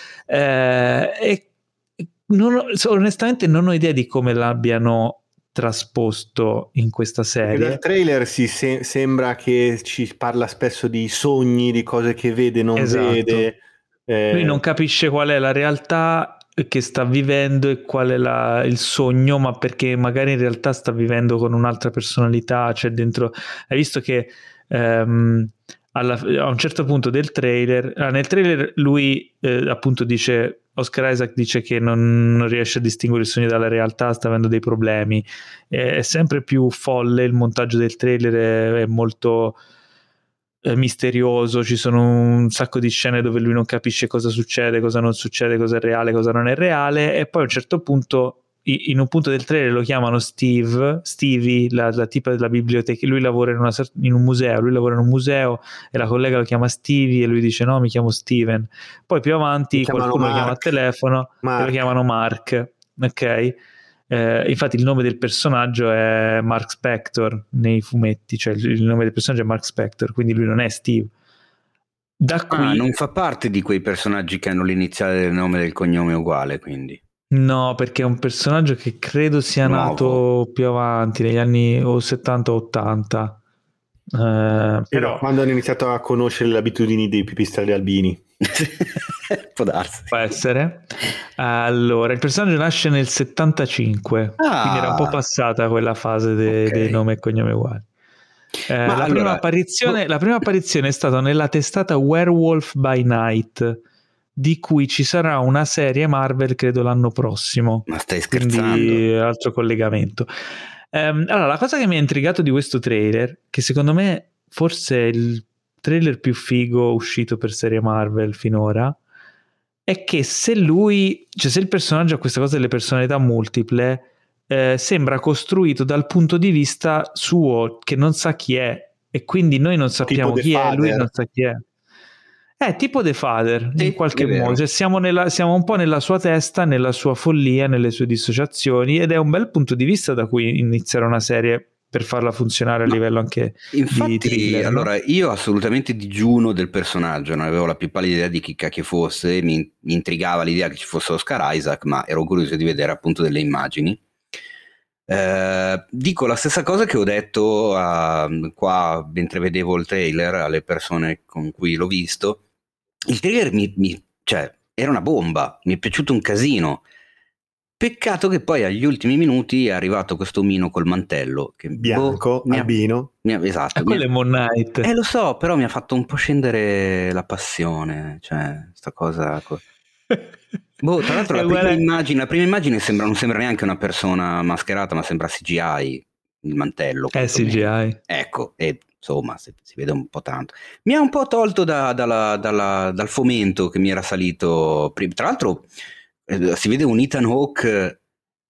eh, e non, onestamente non ho idea di come l'abbiano trasposto in questa serie. Perché dal trailer si se- sembra che ci parla spesso di sogni, di cose che vede, non esatto. vede. Eh... Lui non capisce qual è la realtà che sta vivendo e qual è la, il sogno, ma perché magari in realtà sta vivendo con un'altra personalità, cioè dentro, hai visto che ehm, alla, a un certo punto del trailer, ah, nel trailer lui eh, appunto dice, Oscar Isaac dice che non, non riesce a distinguere il sogno dalla realtà, sta avendo dei problemi, è, è sempre più folle, il montaggio del trailer è, è molto eh, misterioso, ci sono un sacco di scene dove lui non capisce cosa succede, cosa non succede, cosa è reale, cosa non è reale, e poi a un certo punto in un punto del trailer lo chiamano Steve, Stevie, la, la tipa della biblioteca, lui lavora in, una, in un museo, lui lavora in un museo e la collega lo chiama Stevie e lui dice no, mi chiamo Steven. Poi più avanti qualcuno Mark. Lo chiama al telefono Mark. E lo chiamano Mark, ok? Eh, infatti il nome del personaggio è Mark Spector nei fumetti, cioè il, il nome del personaggio è Mark Spector, quindi lui non è Steve. Da qui... Ah, non fa parte di quei personaggi che hanno l'iniziale del nome e del cognome uguale, quindi... No, perché è un personaggio che credo sia Nuovo. nato più avanti, negli anni o settanta o ottanta. Eh, però quando hanno iniziato a conoscere le abitudini dei pipistrelli albini. Può darsi. Può essere. Allora, il personaggio nasce nel settantacinque, ah, quindi era un po' passata quella fase de- okay. dei nome e cognome uguali. Eh, la, allora, prima apparizione, la prima apparizione è stata nella testata Werewolf by Night, di cui ci sarà una serie Marvel credo l'anno prossimo. Ma stai scherzando? Quindi altro collegamento. Um, allora, la cosa che mi ha intrigato di questo trailer, che secondo me forse è il trailer più figo uscito per serie Marvel finora, è che se lui, cioè se il personaggio ha questa cosa delle personalità multiple, eh, sembra costruito dal punto di vista suo, che non sa chi è, e quindi noi non sappiamo chi è, lui non sa chi è. È tipo The Father, sì, in qualche modo, cioè siamo, nella, siamo un po' nella sua testa, nella sua follia, nelle sue dissociazioni, ed è un bel punto di vista da cui iniziare una serie per farla funzionare a Ma livello anche infatti, di thriller. Allora, no? io assolutamente digiuno del personaggio, non avevo la più pallida idea di chi cacchio fosse, mi, mi intrigava l'idea che ci fosse Oscar Isaac, ma ero curioso di vedere appunto delle immagini. Eh, dico la stessa cosa che ho detto a, qua mentre vedevo il trailer alle persone con cui l'ho visto. Il trailer mi, mi, cioè, era una bomba, mi è piaciuto un casino. Peccato che poi agli ultimi minuti è arrivato questo omino col mantello che, bianco, boh, albino. Mi ha, mi ha, esatto. E quello è Moon Knight. Eh lo so, però mi ha fatto un po' scendere la passione, cioè sta cosa. Boh, tra l'altro la prima, guarda... immagine, la prima immagine sembra, non sembra neanche una persona mascherata, ma sembra C G I, il mantello. È C G I. Ecco, e insomma si, si vede un po' tanto. Mi ha un po' tolto da, dalla, dalla, dal fomento che mi era salito prima. Tra l'altro eh, si vede un Ethan Hawke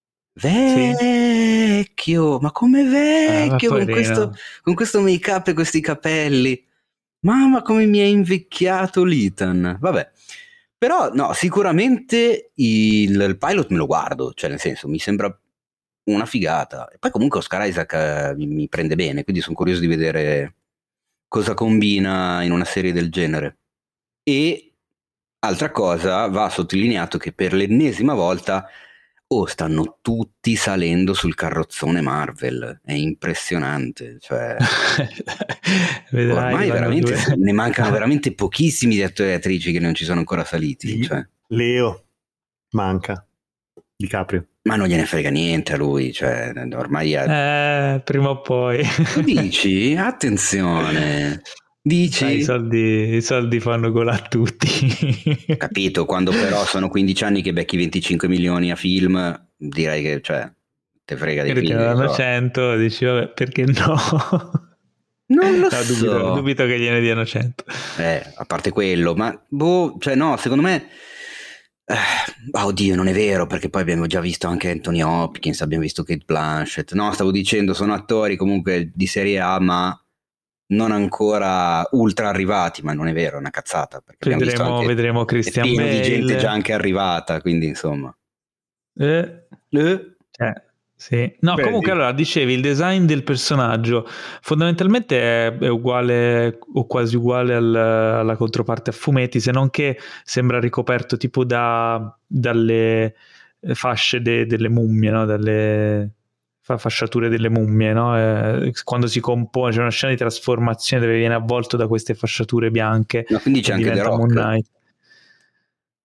vecchio, sì. Ma come vecchio, ah, con, questo, con questo make up e questi capelli. Mamma come mi è invecchiato l'Ethan. Vabbè. Però no, sicuramente il, il pilot me lo guardo, cioè nel senso mi sembra una figata. E poi comunque Oscar Isaac eh, mi, mi prende bene, quindi sono curioso di vedere cosa combina in una serie del genere. E altra cosa, va sottolineato che per l'ennesima volta oh, stanno tutti salendo sul carrozzone Marvel, è impressionante, cioè Vedrai, ormai veramente due. Ne mancano veramente pochissimi di attori e attrici che non ci sono ancora saliti, cioè. Leo manca, DiCaprio. Ma non gliene frega niente a lui, cioè ormai è... eh, prima o poi. Dici? Attenzione. Dici? Dai, i, soldi, i soldi fanno gola a tutti. Capito, quando però sono quindici anni che becchi venticinque milioni a film, direi che, cioè, te frega dei perché figli. Perché ne danno cento, dici, vabbè, perché no? Non lo no, so. Dubito, dubito che gliene diano cento. Eh, a parte quello, ma, boh, cioè no, secondo me... Eh, oddio, non è vero, perché poi abbiamo già visto anche Anthony Hopkins, abbiamo visto Cate Blanchett. No, stavo dicendo, sono attori comunque di serie A, ma... non ancora ultra arrivati, ma non è vero, è una cazzata, perché vedremo, anche vedremo Christian Bale, di gente già anche arrivata, quindi insomma eh, eh. Eh, sì. No, Beh, comunque sì. Allora dicevi il design del personaggio fondamentalmente è, è uguale o quasi uguale al, alla controparte a fumetti, se non che sembra ricoperto tipo da dalle fasce de, delle mummie, no? Dalle fasciature delle mummie, no? Eh, quando si compone, c'è una scena di trasformazione dove viene avvolto da queste fasciature bianche. Ma quindi c'è anche The Rock?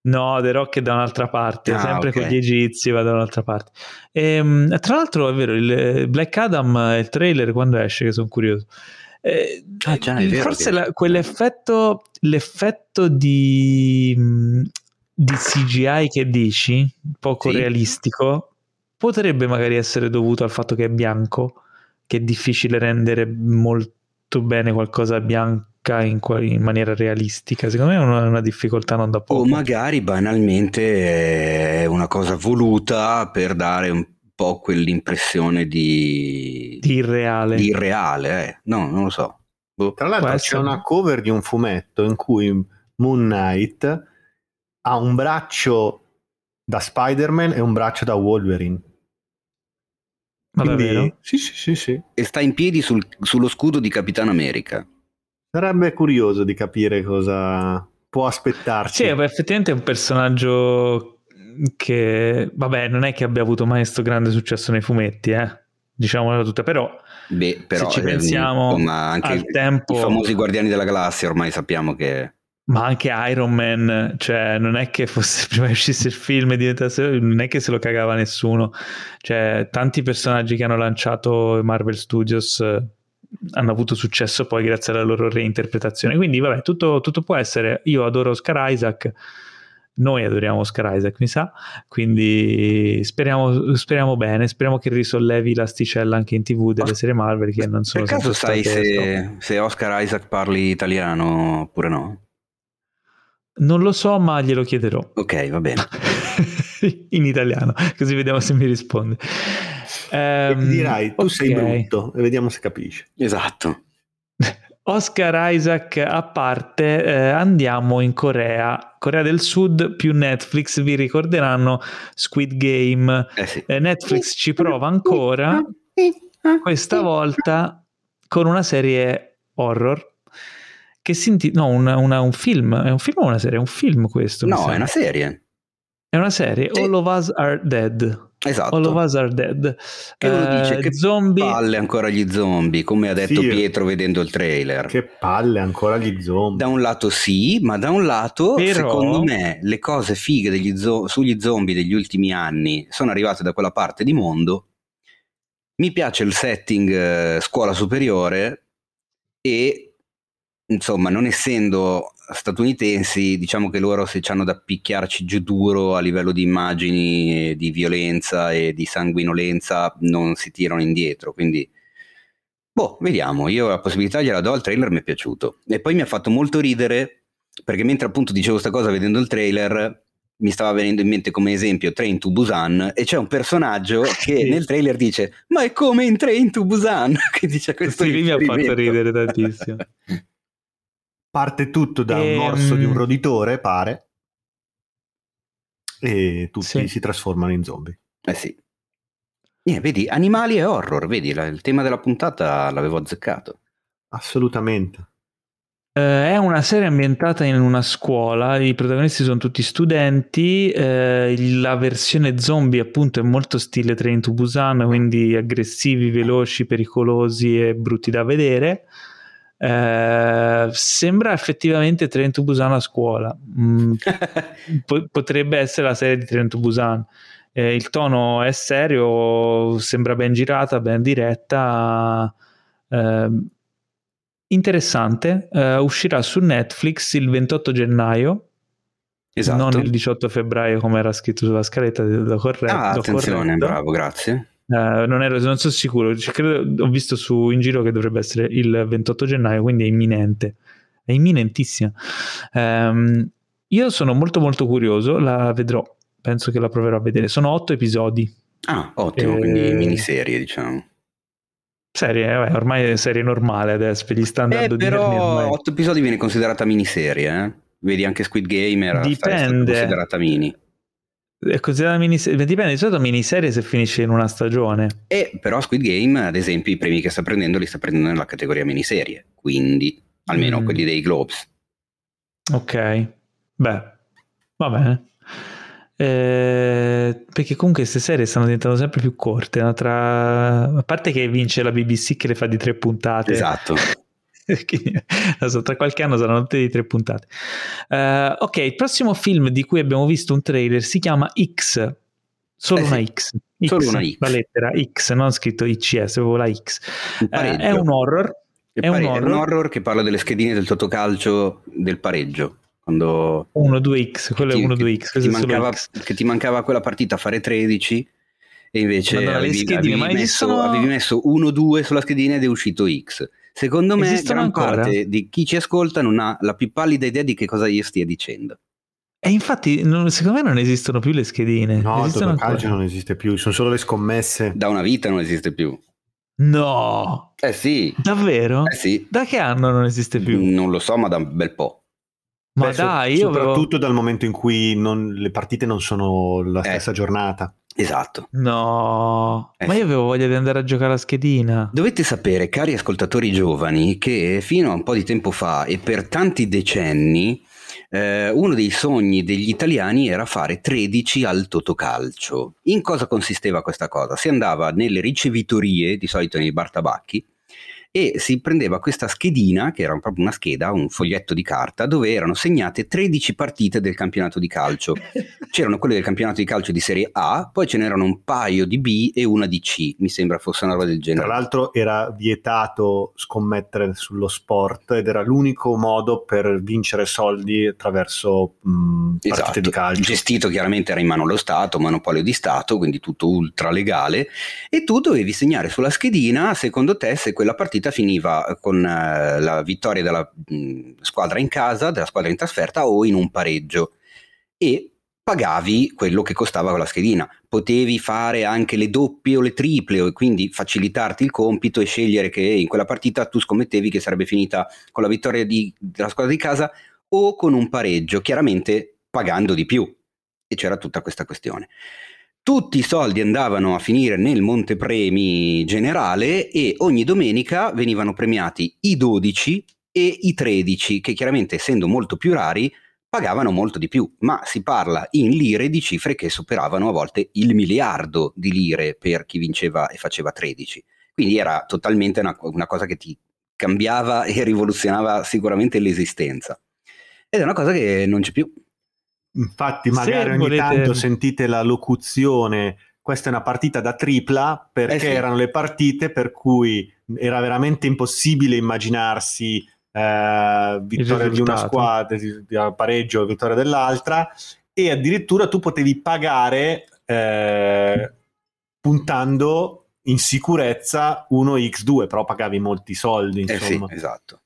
No, The Rock è da un'altra parte, Ah, sempre ok. con gli egizi va da un'altra parte. E, tra l'altro è vero, il Black Adam, il trailer quando esce, che sono curioso. Eh, Ah, già, è vero forse che- la, quell'effetto, l'effetto di, di C G I che dici, poco Sì. realistico, potrebbe magari essere dovuto al fatto che è bianco, che è difficile rendere molto bene qualcosa bianca in, in maniera realistica. Secondo me è una, una difficoltà non da poco. O magari banalmente è una cosa voluta per dare un po' quell'impressione di, di irreale. di irreale, eh. No, non lo so. Boh. Tra l'altro Può c'è essere. una cover di un fumetto in cui Moon Knight ha un braccio da Spider-Man e un braccio da Wolverine. Ma Quindi, davvero? sì, sì, sì, sì. E sta in piedi sul- sullo scudo di Capitano America. Sarebbe curioso di capire cosa può aspettarci. Sì, beh, effettivamente è un personaggio che, vabbè, non è che abbia avuto mai questo grande successo nei fumetti, eh? Diciamola tutta, però, Beh, però se ci ehm, pensiamo insomma, anche al tempo, i famosi Guardiani della Galassia ormai sappiamo che ma anche Iron Man, cioè non è che fosse prima uscisse il film e diventasse, non è che se lo cagava nessuno, cioè tanti personaggi che hanno lanciato Marvel Studios eh, hanno avuto successo poi grazie alla loro reinterpretazione, quindi vabbè, tutto, tutto può essere. Io adoro Oscar Isaac, noi adoriamo Oscar Isaac, mi sa, quindi speriamo, speriamo bene, speriamo che risollevi l'asticella anche in tv delle serie Marvel che non sono per caso sempre sai state se, se Oscar Isaac parli italiano oppure no? Non lo so, ma glielo chiederò. Ok, va bene. In italiano, così vediamo se mi risponde. E Um, ti dirai, tu okay. sei brutto, e vediamo se capisci. Esatto. Oscar Isaac a parte, eh, andiamo in Corea, Corea del Sud più Netflix, vi ricorderanno Squid Game. Eh sì. Eh, Netflix ci prova ancora, questa volta con una serie horror che si intitola, no, una, una, un film, è un film o una serie? È un film questo? No, è una serie. È una serie, sì. All of Us Are Dead. Esatto. All of Us Are Dead. Che uno uh, dice che zombie. palle ancora gli zombie, come ha detto sì, Pietro vedendo il trailer. Che palle ancora gli zombie. Da un lato sì, ma da un lato Però, secondo me le cose fighe degli zo- sugli zombie degli ultimi anni sono arrivate da quella parte di mondo. Mi piace il setting eh, scuola superiore e insomma, non essendo statunitensi, diciamo che loro se c'hanno da picchiarci giù duro a livello di immagini, di violenza e di sanguinolenza, non si tirano indietro, quindi boh, vediamo, io la possibilità gliela do, il trailer mi è piaciuto e poi mi ha fatto molto ridere perché mentre appunto dicevo sta cosa vedendo il trailer mi stava venendo in mente come esempio Train to Busan e c'è un personaggio che sì. nel trailer dice ma è come in Train to Busan che dice questo sì, mi ha fatto ridere tantissimo. Parte tutto da e, un orso um... di un roditore, pare, e tutti sì. si trasformano in zombie. Eh sì. Yeah, vedi, animali e horror, vedi, la, il tema della puntata l'avevo azzeccato. Assolutamente. Eh, è una serie ambientata in una scuola, i protagonisti sono tutti studenti, eh, la versione zombie appunto è molto stile Train to Busan, quindi aggressivi, veloci, pericolosi e brutti da vedere. Eh, sembra effettivamente Train to Busan a scuola. Mm, po- potrebbe essere la serie di Train to Busan. Eh, il tono è serio, sembra ben girata, ben diretta, eh, interessante. Eh, uscirà su Netflix il ventotto gennaio, esatto. Non il diciotto febbraio come era scritto sulla scaletta da corretto. Ah, attenzione, corretto. Bravo, grazie. Uh, non ero, non sono sicuro, cioè, credo, ho visto su in giro che dovrebbe essere il ventotto gennaio, quindi è imminente, è imminentissima. Um, io sono molto molto curioso, la vedrò, penso che la proverò a vedere. Sono otto episodi. Ah, ottimo, e... quindi miniserie, diciamo. Serie, eh, ormai è serie normale adesso, per gli standard eh, però otto episodi viene considerata miniserie, eh? Vedi anche Squid Game era Dipende. considerata mini. È considerata miniserie, dipende, di solito miniserie se finisce in una stagione. E però Squid Game, ad esempio, i premi che sta prendendo li sta prendendo nella categoria miniserie, quindi almeno mm. quelli dei Globes. Ok, beh, va bene. Eh, perché comunque queste serie stanno diventando sempre più corte, no? Tra... a parte che vince la B B C che le fa di tre puntate. Esatto. So, tra qualche anno saranno tutte di tre puntate. Uh, ok, il prossimo film di cui abbiamo visto un trailer si chiama X, solo eh una sì, X, X, solo una X, la lettera X, non scritto I C S, proprio la X. Uh, è un horror, è un horror. È un horror che parla delle schedine del totocalcio del pareggio. Quando uno due X, quello ti, è uno due X, X, che ti, mancava, X. che ti mancava quella partita a fare tredici e invece Madonna, avevi, schedine, avevi, ma messo, esistono... avevi messo uno due sulla schedina ed è uscito X. Secondo me esistono gran ancora? parte di chi ci ascolta non ha la più pallida idea di che cosa io stia dicendo. E infatti non, secondo me non esistono più le schedine. No, il esistono calcio non esiste più, sono solo le scommesse. Da una vita non esiste più. No! Eh sì. Davvero? Eh sì. Da che anno non esiste più? Non lo so, ma da un bel po'. Ma Beh, dai, so, io soprattutto avevo... dal momento in cui non, le partite non sono la stessa eh, giornata. Esatto. No, eh ma sì. io avevo voglia di andare a giocare a schedina. Dovete sapere, cari ascoltatori giovani, che fino a un po' di tempo fa e per tanti decenni eh, uno dei sogni degli italiani era fare tredici al totocalcio. In cosa consisteva questa cosa? Si andava nelle ricevitorie, di solito nei bar tabacchi, e si prendeva questa schedina, che era proprio una scheda, un foglietto di carta, dove erano segnate tredici partite del campionato di calcio. C'erano quelle del campionato di calcio di Serie A, poi ce n'erano un paio di B e una di C, mi sembra fosse una roba del genere. Tra l'altro era vietato scommettere sullo sport ed era l'unico modo per vincere soldi attraverso mh, partite esatto. di calcio. Gestito chiaramente era in mano allo Stato, monopolio di Stato, quindi tutto ultra legale, e tu dovevi segnare sulla schedina, secondo te, se quella partita finiva con uh, la vittoria della mh, squadra in casa, della squadra in trasferta o in un pareggio, e pagavi quello che costava quella schedina. Potevi fare anche le doppie o le triple, e quindi facilitarti il compito e scegliere che in quella partita tu scommettevi che sarebbe finita con la vittoria di, della squadra di casa o con un pareggio, chiaramente pagando di più, e c'era tutta questa questione. Tutti i soldi andavano a finire nel montepremi generale e ogni domenica venivano premiati i dodici e i tredici, che chiaramente, essendo molto più rari, pagavano molto di più, ma si parla in lire di cifre che superavano a volte il miliardo di lire per chi vinceva e faceva tredici. Quindi era totalmente una, una cosa che ti cambiava e rivoluzionava sicuramente l'esistenza. Ed è una cosa che non c'è più. Infatti magari Se ogni volete... tanto sentite la locuzione questa è una partita da tripla, perché eh sì. erano le partite per cui era veramente impossibile immaginarsi eh, vittoria di una squadra, di, di pareggio, vittoria dell'altra, e addirittura tu potevi pagare eh, puntando in sicurezza uno ics due, però pagavi molti soldi, insomma. Eh sì, esatto.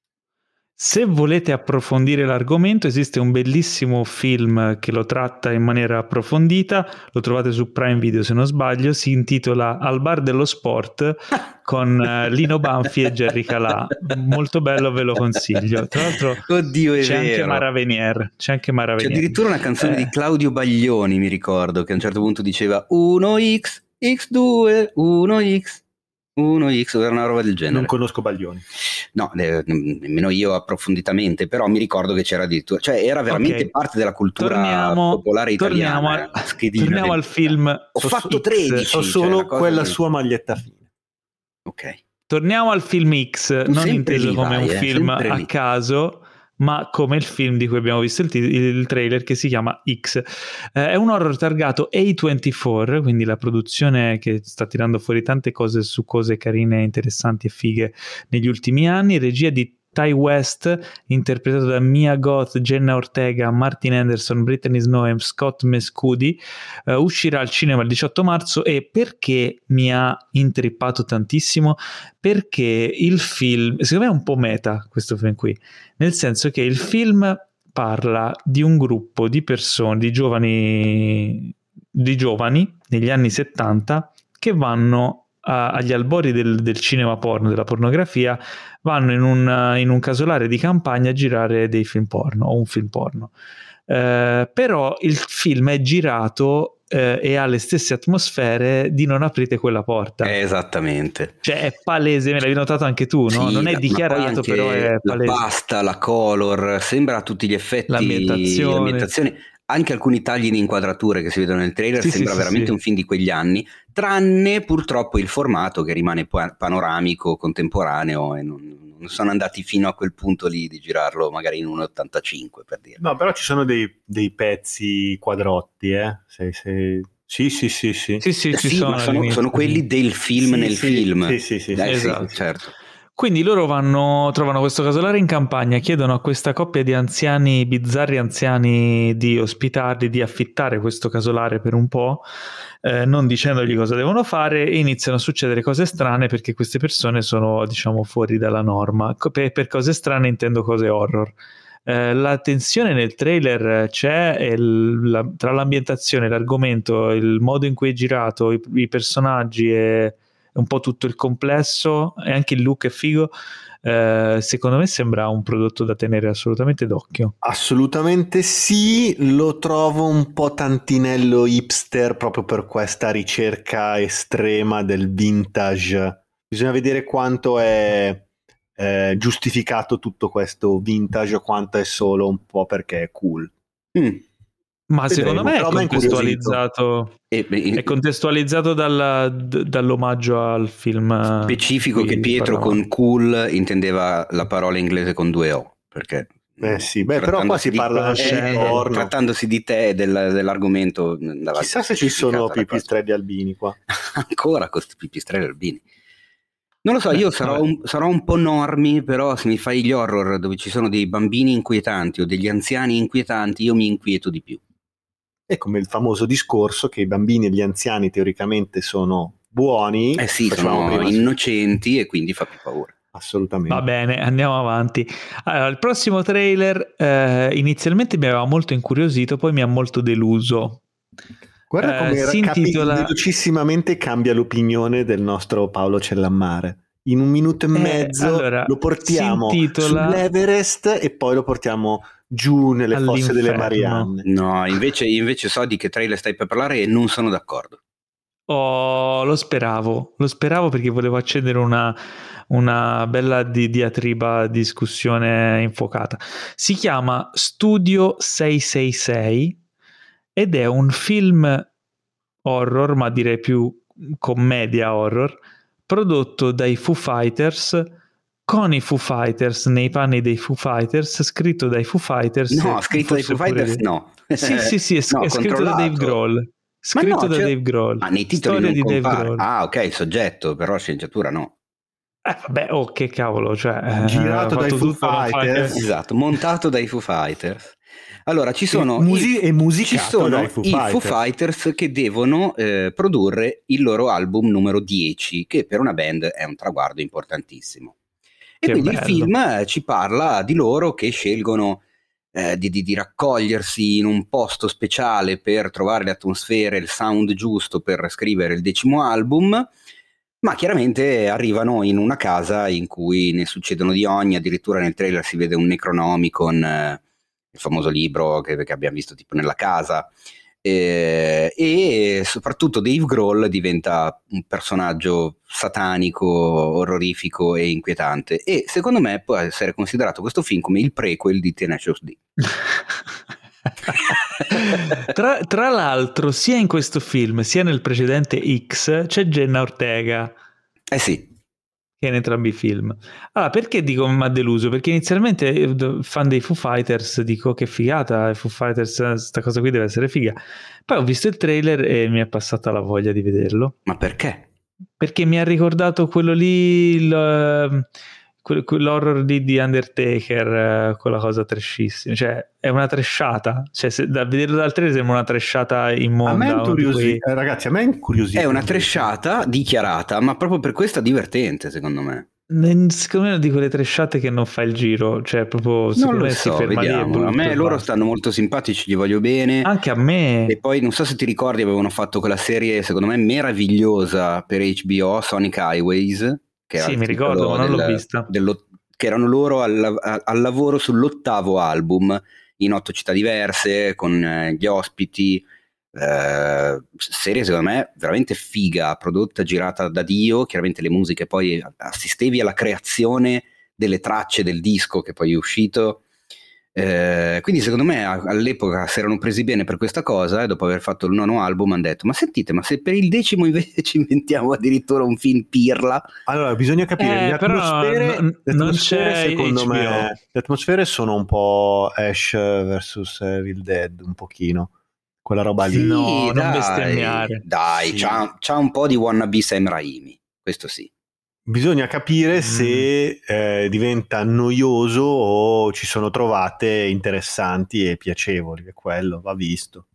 Se volete approfondire l'argomento, esiste un bellissimo film che lo tratta in maniera approfondita, lo trovate su Prime Video se non sbaglio, si intitola Al bar dello sport con uh, Lino Banfi e Jerry Calà, molto bello, ve lo consiglio. Tra l'altro Oddio, è c'è vero. anche Mara Venier, c'è anche Mara Venier. C'è addirittura una canzone eh. di Claudio Baglioni, mi ricordo, che a un certo punto diceva uno X, ics due, uno X, uno X, era una roba del genere. Non conosco Baglioni. No, eh, nemmeno io approfonditamente, però mi ricordo che c'era addirittura, cioè era veramente okay. parte della cultura torniamo, popolare italiana. Torniamo, al, torniamo al film. Ho so, fatto tredici. Ho solo cioè, quella che... sua maglietta fine. Ok. Torniamo al film X, tu non inteso lì, come vai, un eh, film a lì. caso, ma come il film di cui abbiamo visto il, t- il trailer, che si chiama X. Eh, è un horror targato A ventiquattro, quindi la produzione che sta tirando fuori tante cose su cose carine, interessanti e fighe negli ultimi anni, regia di Ty West, interpretato da Mia Goth, Jenna Ortega, Martin Anderson, Brittany Snow e Scott Mescudi. Uh, uscirà al cinema il diciotto marzo. E perché mi ha intrippato tantissimo? Perché il film, secondo me è un po' meta questo film qui, nel senso che il film parla di un gruppo di persone, di giovani, di giovani negli anni settanta che vanno agli albori del, del cinema porno, della pornografia, vanno in un, in un casolare di campagna a girare dei film porno o un film porno. Eh, però il film è girato eh, e ha le stesse atmosfere di Non aprite quella porta. Eh, esattamente. Cioè è palese, me l'hai notato anche tu, no? Sì, non è dichiarato, però è palese. La pasta, la color, sembra a tutti gli effetti, l'ambientazione. l'ambientazione. Anche alcuni tagli di inquadrature che si vedono nel trailer, sì, sembra sì, veramente sì, un film di quegli anni, tranne purtroppo il formato che rimane panoramico, contemporaneo e non, non sono andati fino a quel punto lì di girarlo magari in uno virgola ottantacinque, per dire. No, però ci sono dei, dei pezzi quadrotti, eh? Se, se... Sì, sì, sì, sì. Sì, sì, ci Sì, sono, ma sono, all'inizio, sono quelli sì. del film Sì, nel sì, film. sì, sì, sì, Eh, sì, esatto. sì, certo. Quindi loro vanno, trovano questo casolare in campagna, chiedono a questa coppia di anziani, bizzarri anziani, di ospitarli, di affittare questo casolare per un po', eh, non dicendogli cosa devono fare, e iniziano a succedere cose strane perché queste persone sono, diciamo, fuori dalla norma. Per, per cose strane intendo cose horror. Eh, la tensione nel trailer c'è, e il, la, tra l'ambientazione, l'argomento, il modo in cui è girato, i, i personaggi e un po' tutto il complesso, e anche il look è figo. Eh, secondo me sembra un prodotto da tenere assolutamente d'occhio. Assolutamente sì, lo trovo un po' tantinello hipster proprio per questa ricerca estrema del vintage. Bisogna vedere quanto è eh, giustificato tutto questo vintage o quanto è solo un po' perché è cool. Mm. Ma Vedremo, secondo me è però m'ha contestualizzato, E, beh, è contestualizzato dalla, d- dall'omaggio al film specifico di che cui Pietro parlavamo. con cool intendeva la parola inglese con due O, perché Eh sì, beh, però qua si di, parla anche di Conoscendo. porno. trattandosi di te e del, dell'argomento andava Chissà se ci sono specificata la cosa. pipistrelli albini qua. Ancora con questi pipistrelli albini. Non lo so, Beh, io sarò un, sarò un po' normi, però se mi fai gli horror dove ci sono dei bambini inquietanti o degli anziani inquietanti, io mi inquieto di più. È come il famoso discorso che i bambini e gli anziani teoricamente sono buoni. Eh sì, Facevamo sono prima. innocenti e quindi fa più paura. Assolutamente. Va bene, andiamo avanti. Allora, il prossimo trailer eh, inizialmente mi aveva molto incuriosito, poi mi ha molto deluso. Guarda Eh, come si capi- intitola- velocissimamente cambia l'opinione del nostro Paolo Cellammare. In un minuto e mezzo allora, lo portiamo si intitola- sull'Everest e poi lo portiamo giù nelle fosse delle All'inferno. Marianne. No, invece, invece so di che trailer stai per parlare e non sono d'accordo. Oh, lo speravo, lo speravo perché volevo accendere una, una bella di- diatriba, discussione infuocata. Si chiama Studio sei sei sei ed è un film horror, ma direi più commedia horror, prodotto dai Foo Fighters, con i Foo Fighters nei panni dei Foo Fighters, scritto dai Foo Fighters. No, scritto dai forse Foo Fighters pure- no. Sì, sì, sì, è, No, è scritto da Dave controllato. Grohl. Scritto no, da c'è- Dave Grohl. Ma nei titoli Storia non di Dave compare. Grohl. Ah, ok, soggetto, però sceneggiatura no. Eh, vabbè, oh, che cavolo, cioè, eh, Girato ha dai fatto Foo tutto, non fa Fighters. che- Esatto, montato dai Foo Fighters. Allora, ci sono, E musi- i, e musicato ci sono dai Foo i Foo Fighters. Fighters che devono eh, produrre il loro album numero dieci, che per una band è un traguardo importantissimo. E Che quindi il bello. film eh, ci parla di loro che scelgono eh, di, di, di raccogliersi in un posto speciale per trovare le atmosfere, il sound giusto per scrivere il decimo album, ma chiaramente arrivano in una casa in cui ne succedono di ogni. Addirittura nel trailer si vede un Necronomicon, eh, il famoso libro che, che abbiamo visto tipo nella casa, eh, e soprattutto Dave Grohl diventa un personaggio satanico, orrorifico e inquietante, e secondo me può essere considerato questo film come il prequel di Tenacious D. tra, tra l'altro, sia in questo film sia nel precedente X c'è Jenna Ortega, Eh sì, che è in entrambi i film. Allora, perché dico mi ha deluso? Perché inizialmente, eh, fan dei Foo Fighters, dico che figata, i Foo Fighters, sta cosa qui deve essere figa. Poi ho visto il trailer e mi è passata la voglia di vederlo. ma perché? Perché mi ha ricordato quello lì, il, quel- quell'horror di, di Undertaker, eh, quella cosa trashissima, cioè è una trashata, cioè se, da vederlo dal trailer sembra una trashata A me è immonda, uno di incuriosi- quei- eh, ragazzi, a me è incuriosito. È una invece. trashata dichiarata, ma proprio per questo è divertente, secondo me. Ne- secondo me è una di quelle trashate che non fa il giro, cioè proprio Non secondo lo me si so, ferma lì, è vediamo. brutto A me e loro basta. stanno molto simpatici, gli voglio bene. Anche a me. E poi non so se ti ricordi, avevano fatto quella serie secondo me meravigliosa per H B O, Sonic Highways, che era Sì, il mi titolo ricordo, ma non l'ho del- vista. dello- che erano loro al, a- al lavoro sull'ottavo album in otto città diverse, con eh, gli ospiti. Eh, serie secondo me veramente figa, prodotta, girata da Dio. Chiaramente le musiche, poi assistevi alla creazione delle tracce del disco che poi è uscito. Eh, quindi secondo me a- all'epoca si erano presi bene per questa cosa e dopo aver fatto il nono album hanno detto: ma sentite, ma se per il decimo invece ci inventiamo addirittura un film pirla. Allora, bisogna capire, Eh, le però atmosfere, n- le non atmosfere c'è secondo H B O. me, le atmosfere sono un po' Ash versus Evil Dead, un pochino. Quella roba lì. No, non dai, bestemmiare. dai, Sì. c'ha, c'ha un po' di wannabe Sam Raimi, questo sì. Bisogna capire Mm. se eh, diventa noioso o ci sono trovate interessanti e piacevoli, e quello va visto.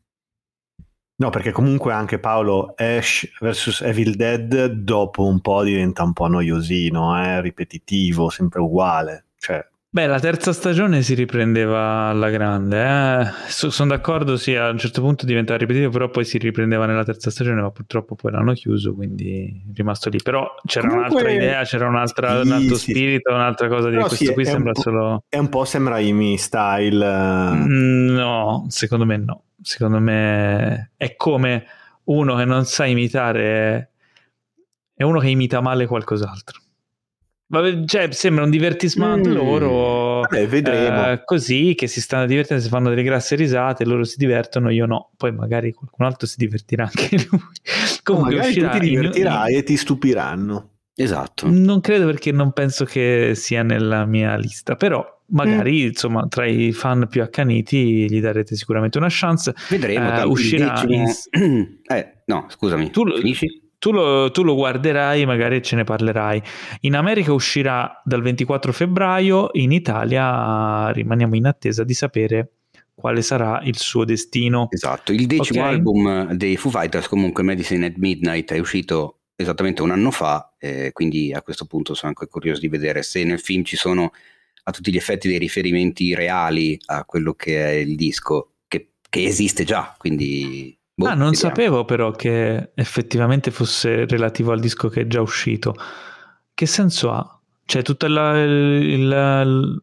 No, perché comunque anche Paolo, Ash versus Evil Dead dopo un po' diventa un po' noiosino, eh? Ripetitivo, sempre uguale. Cioè, Beh, la terza stagione si riprendeva alla grande, eh. So- sono d'accordo, sì, a un certo punto diventava ripetitivo, però poi si riprendeva nella terza stagione, ma purtroppo poi l'hanno chiuso, quindi è rimasto lì. Però c'era comunque, un'altra idea, c'era un'altra, sì, un altro sì. spirito, un'altra cosa di Però questo sì, qui è un sembra po'- solo... è un po' Sam Raimi style. eh. Mm, No, secondo me no. Secondo me è come uno che non sa imitare, è uno che imita male qualcos'altro. Vabbè, cioè, sembra un divertissement Mm. loro, Vabbè, vedremo. eh, così, che si stanno divertendo, si fanno delle grasse risate, loro si divertono, io no. Poi magari qualcun altro si divertirà anche lui. O Comunque magari tu uscirà ti in- divertirai in- e ti stupiranno. Esatto. non credo, perché non penso che sia nella mia lista, però magari insomma tra i fan più accaniti gli darete sicuramente una chance. Vedremo, Eh, tanto il uscirà decimo... in- eh, no, scusami, tu, finisci? tu lo, tu lo guarderai, magari ce ne parlerai. In America uscirà dal ventiquattro febbraio, in Italia rimaniamo in attesa di sapere quale sarà il suo destino. Esatto, il decimo Ok? album dei Foo Fighters, comunque Medicine at Midnight, è uscito esattamente un anno fa, eh, quindi a questo punto sono anche curioso di vedere se nel film ci sono a tutti gli effetti dei riferimenti reali a quello che è il disco, che, che esiste già, quindi... boh, Ah, non vediamo. sapevo però che effettivamente fosse relativo al disco che è già uscito. Che senso ha? Cioè, tutto il, il-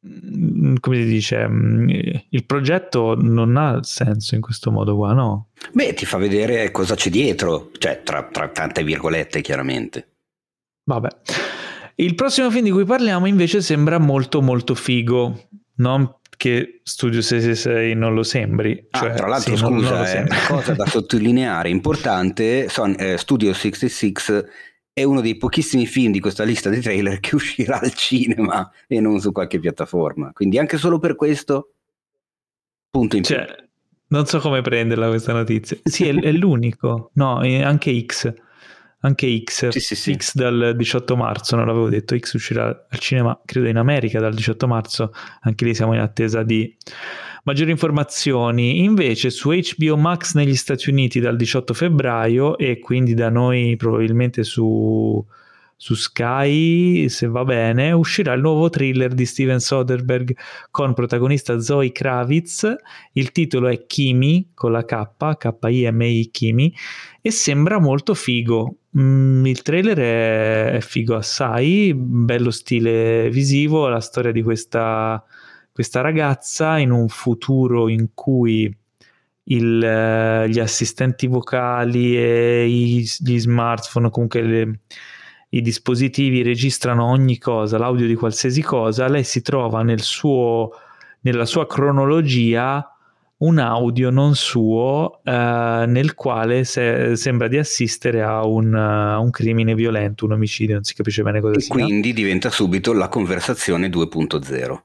il- come si dice, il progetto non ha senso in questo modo qua, no? Beh, ti fa vedere cosa c'è dietro, cioè tra, tra tante virgolette, chiaramente. Vabbè. Il prossimo film di cui parliamo invece sembra molto molto figo, non che Studio sei sei sei non lo sembri. Ah, Cioè, tra l'altro, sì, non- non lo scusa, eh, sembra. cosa da sottolineare importante, son, eh, Studio sessantasei è uno dei pochissimi film di questa lista di trailer che uscirà al cinema e non su qualche piattaforma, quindi anche solo per questo, punto in più. Cioè, non so come prenderla questa notizia. Sì, è, è l'unico. No, eh, anche X. Anche X. Sì, sì, sì. X dal diciotto marzo, non l'avevo detto. X uscirà al cinema, credo in America, dal diciotto marzo. Anche lì siamo in attesa di maggiori informazioni. Invece su H B O Max negli Stati Uniti dal diciotto febbraio e quindi da noi probabilmente su... su Sky, se va bene, uscirà il nuovo thriller di Steven Soderbergh con protagonista Zoe Kravitz. Il titolo è Kimi, con la K, K I M I, Kimi, e sembra molto figo. Mm, il trailer è, è figo assai, bello stile visivo, la storia di questa, questa ragazza in un futuro in cui il, eh, gli assistenti vocali e i, gli smartphone, comunque le, i dispositivi registrano ogni cosa, l'audio di qualsiasi cosa. Lei si trova nel suo, nella sua cronologia un audio non suo eh, nel quale se, sembra di assistere a un, uh, un crimine violento, un omicidio, non si capisce bene cosa E sia. quindi diventa subito la conversazione due punto zero.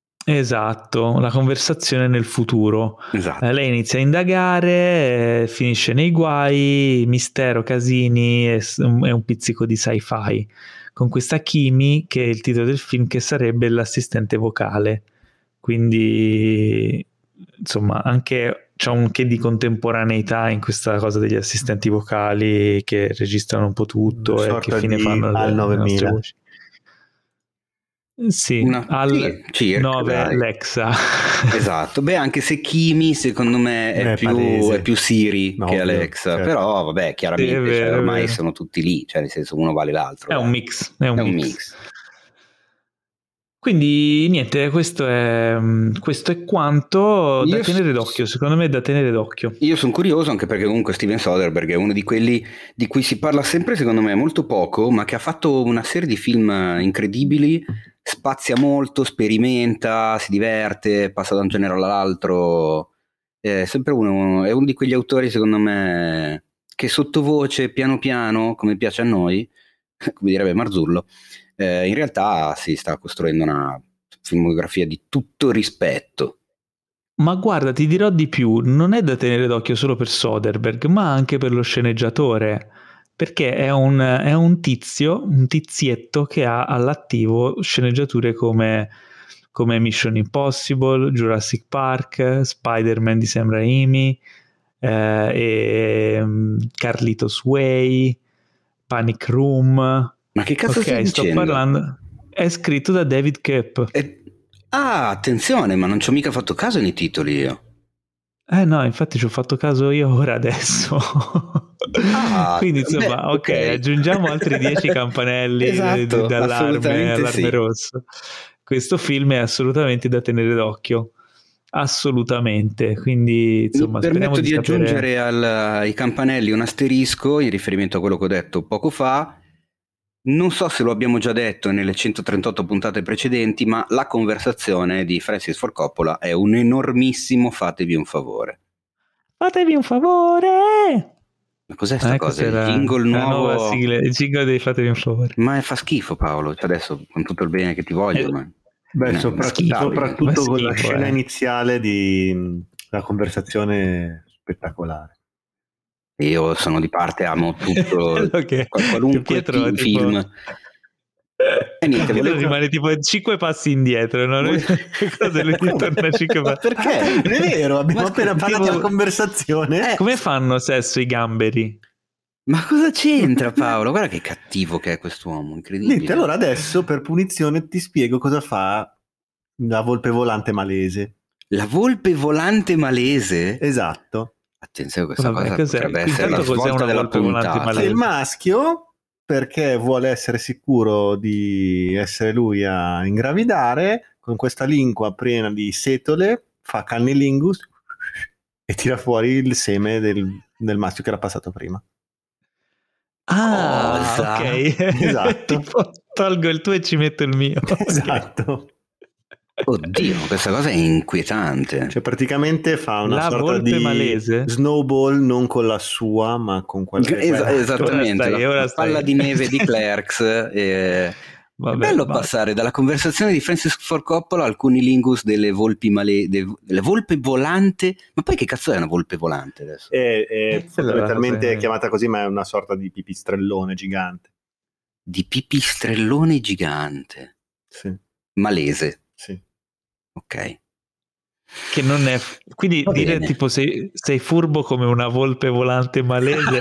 Esatto, la conversazione nel futuro. Esatto. Eh, lei inizia a indagare, eh, finisce nei guai, mistero, casini e, s- e un pizzico di sci-fi. Con questa Kimi, che è il titolo del film, che sarebbe l'assistente vocale. Quindi, insomma, anche c'è un che di contemporaneità in questa cosa degli assistenti vocali che registrano un po' tutto Una e sorta che fine di fanno H A L le, le nostre novemila. voci. Sì, Una- al sì, circa, nove dai. Lexa. Esatto, beh, anche se Kimi secondo me è, È più, palese. è più Siri No, che ovvio, Alexa, certo. però vabbè, chiaramente Sì, è vero, cioè, è ormai vero. sono tutti lì, cioè nel senso uno vale l'altro. È un dai. mix, è un È un mix. mix. Quindi niente, questo è, questo è quanto da Io tenere s- d'occhio, secondo me è da tenere d'occhio. Io sono curioso anche perché comunque Steven Soderbergh è uno di quelli di cui si parla sempre, secondo me, molto poco, ma che ha fatto una serie di film incredibili spazia molto, sperimenta, si diverte, passa da un genere all'altro. È sempre uno, è uno di quegli autori, secondo me, che sottovoce, piano piano, come piace a noi, come direbbe Marzullo, eh, in realtà si sta costruendo una filmografia di tutto rispetto. Ma guarda, ti dirò di più, non è da tenere d'occhio solo per Soderbergh, ma anche per lo sceneggiatore, perché è un, è un tizio, un tizietto che ha all'attivo sceneggiature come, come Mission Impossible, Jurassic Park, Spider-Man di Sam Raimi, eh, e um, Carlitos Way, Panic Room. Ma che cazzo ok, stai sto dicendo? parlando. È scritto da David Koepp. E... Ah, attenzione, ma non ci ho mica fatto caso nei titoli io. Eh no, infatti ci ho fatto caso io ora adesso. Ah, quindi insomma, beh, ok, okay. aggiungiamo altri dieci campanelli esatto, d'allarme, allarme sì. rosso. Questo film è assolutamente da tenere d'occhio, assolutamente. Quindi insomma, mi permetto di, di sapere... aggiungere al, ai campanelli un asterisco in riferimento a quello che ho detto poco fa. Non so se lo abbiamo già detto nelle centotrentotto puntate precedenti, ma la conversazione di Francis Ford Coppola è un enormissimo fatevi un favore. Fatevi un favore! Ma cos'è sta eh, cosa? Il la, jingle la nuovo? nuova sigla, il jingle dei fatevi un favore. Ma fa schifo, Paolo, cioè adesso con tutto il bene che ti voglio, Eh, ma... Beh, no, soprattutto, soprattutto schifo, con la scena eh. iniziale di la conversazione spettacolare. Io sono di parte, amo tutto, che, qualunque che Pietro, t- film. tipo... E niente, Pietro volevo... rimane tipo cinque passi indietro, no? Cosa lui ti torna cinque passi. Perché? Non è vero, abbiamo Ma appena tipo... parlato della conversazione. Eh, come fanno sesso i gamberi? Ma cosa c'entra, Paolo? Guarda che cattivo che è quest'uomo, incredibile. Niente, allora adesso per punizione ti spiego cosa fa la volpe volante malese. La volpe volante malese? Esatto. Attenzione, questa Vabbè, cosa cos'è? potrebbe essere Intanto la cos'è svolta una della volpe volante puntata. malese? Il maschio, perché vuole essere sicuro di essere lui a ingravidare, con questa lingua piena di setole fa cannilingus e tira fuori il seme del, del maschio che era passato prima. Ah, Cosa? ok. Esatto. Tipo, tolgo il tuo e ci metto il mio. Esatto. Okay. Oddio, questa cosa è inquietante. Cioè praticamente fa una la sorta volpe di malese? Snowball, non con la sua, ma con quella che Es- quella... esattamente, ora stai, la, ora la palla stai. di neve di Clerks. E... Vabbè, è bello basta. passare dalla conversazione di Francis Ford Coppola al cunilingus delle volpi male... de... delle volpe volante. Ma poi che cazzo è una volpe volante adesso? È, è fondamentalmente cosa... chiamata così, ma è una sorta di pipistrellone gigante. Di pipistrellone gigante. Sì. Malese. Sì. Ok. Che non è... Quindi Va dire bene. tipo sei, sei furbo come una volpe volante malese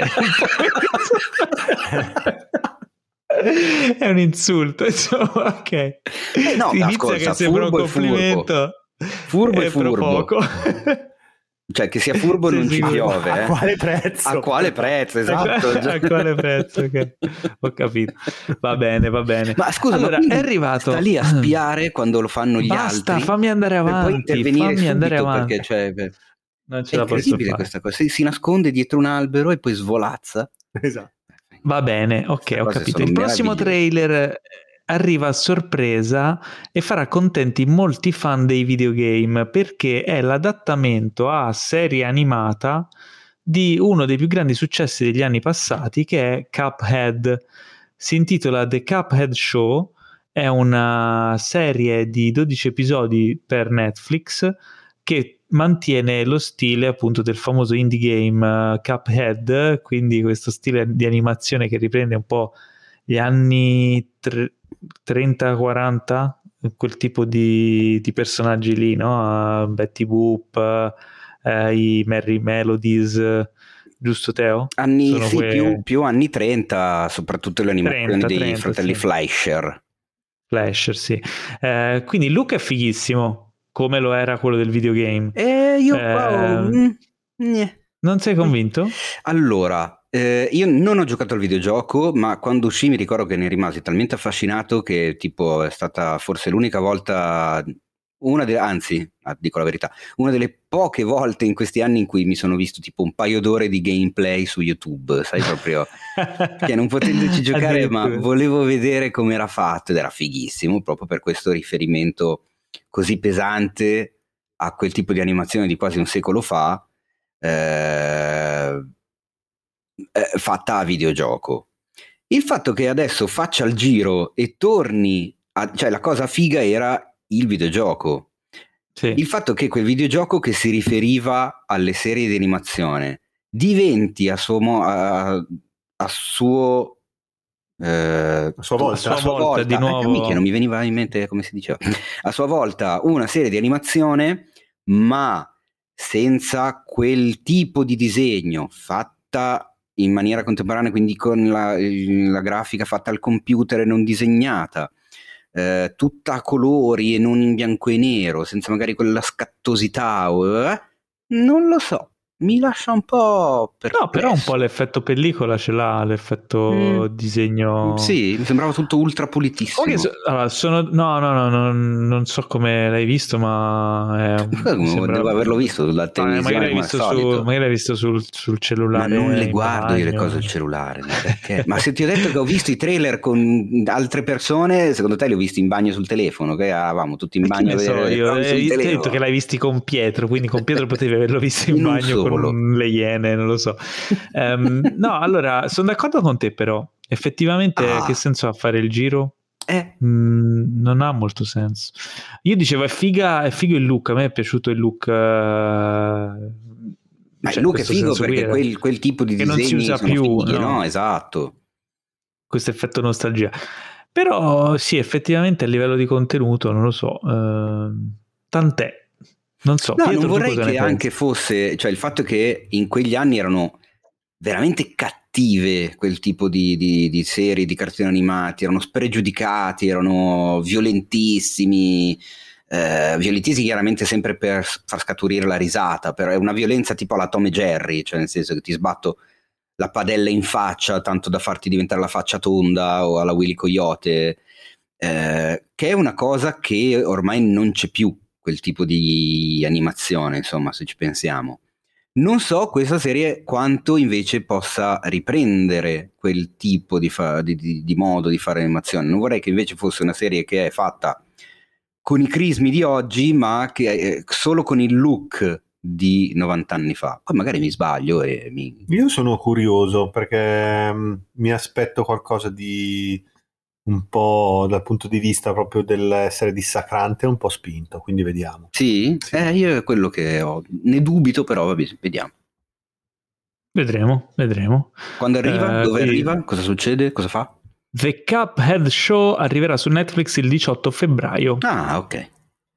è un insulto, insomma, ok. Eh no, Inizia ascolta, che sembra un furbo è furbo. complimento. Furbo è e furbo. pro poco. Cioè che sia furbo Sì, non sì, ci sì. piove. A eh. quale prezzo? A quale prezzo, esatto. A quale prezzo? Okay. Ho capito. Va bene, va bene. Ma scusa, allora, ma è arrivato. sta lì a spiare quando lo fanno gli Basta, altri. fammi andare Per poi avanti. intervenire Fammi subito andare avanti. perché cioè, beh, Non ce è la posso incredibile fare. questa cosa. Si, si nasconde dietro un albero e poi svolazza. Esatto. Va bene, ok, Queste ho cose capito. sono Il prossimo meravigliose. trailer arriva a sorpresa e farà contenti molti fan dei videogame perché è l'adattamento a serie animata di uno dei più grandi successi degli anni passati, che è Cuphead. Si intitola The Cuphead Show, è una serie di dodici episodi per Netflix che mantiene lo stile appunto del famoso indie game uh, Cuphead, quindi questo stile di animazione che riprende un po' gli anni tre, trenta quaranta, quel tipo di, di personaggi lì, no? Uh, Betty Boop, uh, i Merry Melodies, uh, giusto Teo? Anni, Sono sì, que... più, più anni trenta, soprattutto le animazioni trenta, dei trenta, fratelli sì. Fleischer. Fleischer, sì. Eh, quindi Luke è fighissimo, come lo era quello del videogame. E io Eh, oh, mm, gne. non sei convinto? Allora, eh, io non ho giocato al videogioco, ma quando uscì mi ricordo che ne rimasi talmente affascinato che tipo è stata forse l'unica volta una delle, anzi, ah, dico la verità, una delle poche volte in questi anni in cui mi sono visto tipo un paio d'ore di gameplay su YouTube, sai, proprio che non potendoci giocare, ma volevo vedere come era fatto, ed era fighissimo proprio per questo riferimento così pesante a quel tipo di animazione di quasi un secolo fa, eh, eh, fatta a videogioco. Il fatto che adesso faccia il giro e torni a, cioè la cosa figa era il videogioco, sì. Il fatto che quel videogioco che si riferiva alle serie di animazione diventi a suo mo- a, a suo eh, a sua volta, a sua, a sua volta, volta di nuovo, minchia, non mi veniva in mente come si diceva, a sua volta una serie di animazione, ma senza quel tipo di disegno fatta in maniera contemporanea, quindi con la, la grafica fatta al computer e non disegnata, eh, tutta a colori e non in bianco e nero, senza magari quella scattosità, eh? Non lo so, mi lascia un po' perplesso. No, però un po' l'effetto pellicola ce l'ha, l'effetto mm. disegno. Sì, mi sembrava tutto ultra pulitissimo. Okay, so, allora, sono, no, no, no, no, non so come l'hai visto, ma è, sembra... devo averlo visto sulla televisione. Ah, magari l'hai visto, su, magari l'hai visto sul, sul cellulare. Ma non le guardo io le cose sul cellulare, ma perché? Ma se ti ho detto che ho visto i trailer con altre persone, secondo te li ho visti in bagno sul telefono? Che eravamo tutti in bagno a vedere. So io eh, ti ho detto che l'hai visti con Pietro, quindi con Pietro potevi averlo visto in bagno con le Iene, non lo so. um, no, allora sono d'accordo con te, però effettivamente ah. che senso ha fare il giro? Eh. Mm, non ha molto senso. Io dicevo è figa, è figo il look, a me è piaciuto il look. Uh, Ma cioè, il look è figo perché quel, quel tipo di disegni non si usa più, fighi, no? no? Esatto. Questo effetto nostalgia. Però sì, effettivamente a livello di contenuto non lo so, uh, tant'è. Non so. No, Pietro, non vorrei che anche fosse, cioè il fatto che in quegli anni erano veramente cattive quel tipo di, di, di serie, di cartoni animati, erano spregiudicati, erano violentissimi, eh, violentissimi chiaramente sempre per far scaturire la risata, però è una violenza tipo alla Tom e Jerry, cioè nel senso che ti sbatto la padella in faccia tanto da farti diventare la faccia tonda, o alla Willy Coyote, eh, che è una cosa che ormai non c'è più, quel tipo di animazione, insomma, se ci pensiamo. Non so questa serie quanto invece possa riprendere quel tipo di, fa- di, di, di modo di fare animazione. Non vorrei che invece fosse una serie che è fatta con i crismi di oggi, ma che è solo con il look di novanta anni fa. Poi magari mi sbaglio e mi... Io sono curioso perché um, mi aspetto qualcosa di un po' dal punto di vista proprio dell'essere dissacrante, un po' spinto, quindi vediamo. Sì? sì. Eh, io è quello che ho, ne dubito, però vabbè, vediamo. Vedremo, vedremo. Quando arriva? Uh, Dove qui... arriva? Cosa succede? Cosa fa? The Cuphead Show arriverà su Netflix il diciotto febbraio. Ah, ok.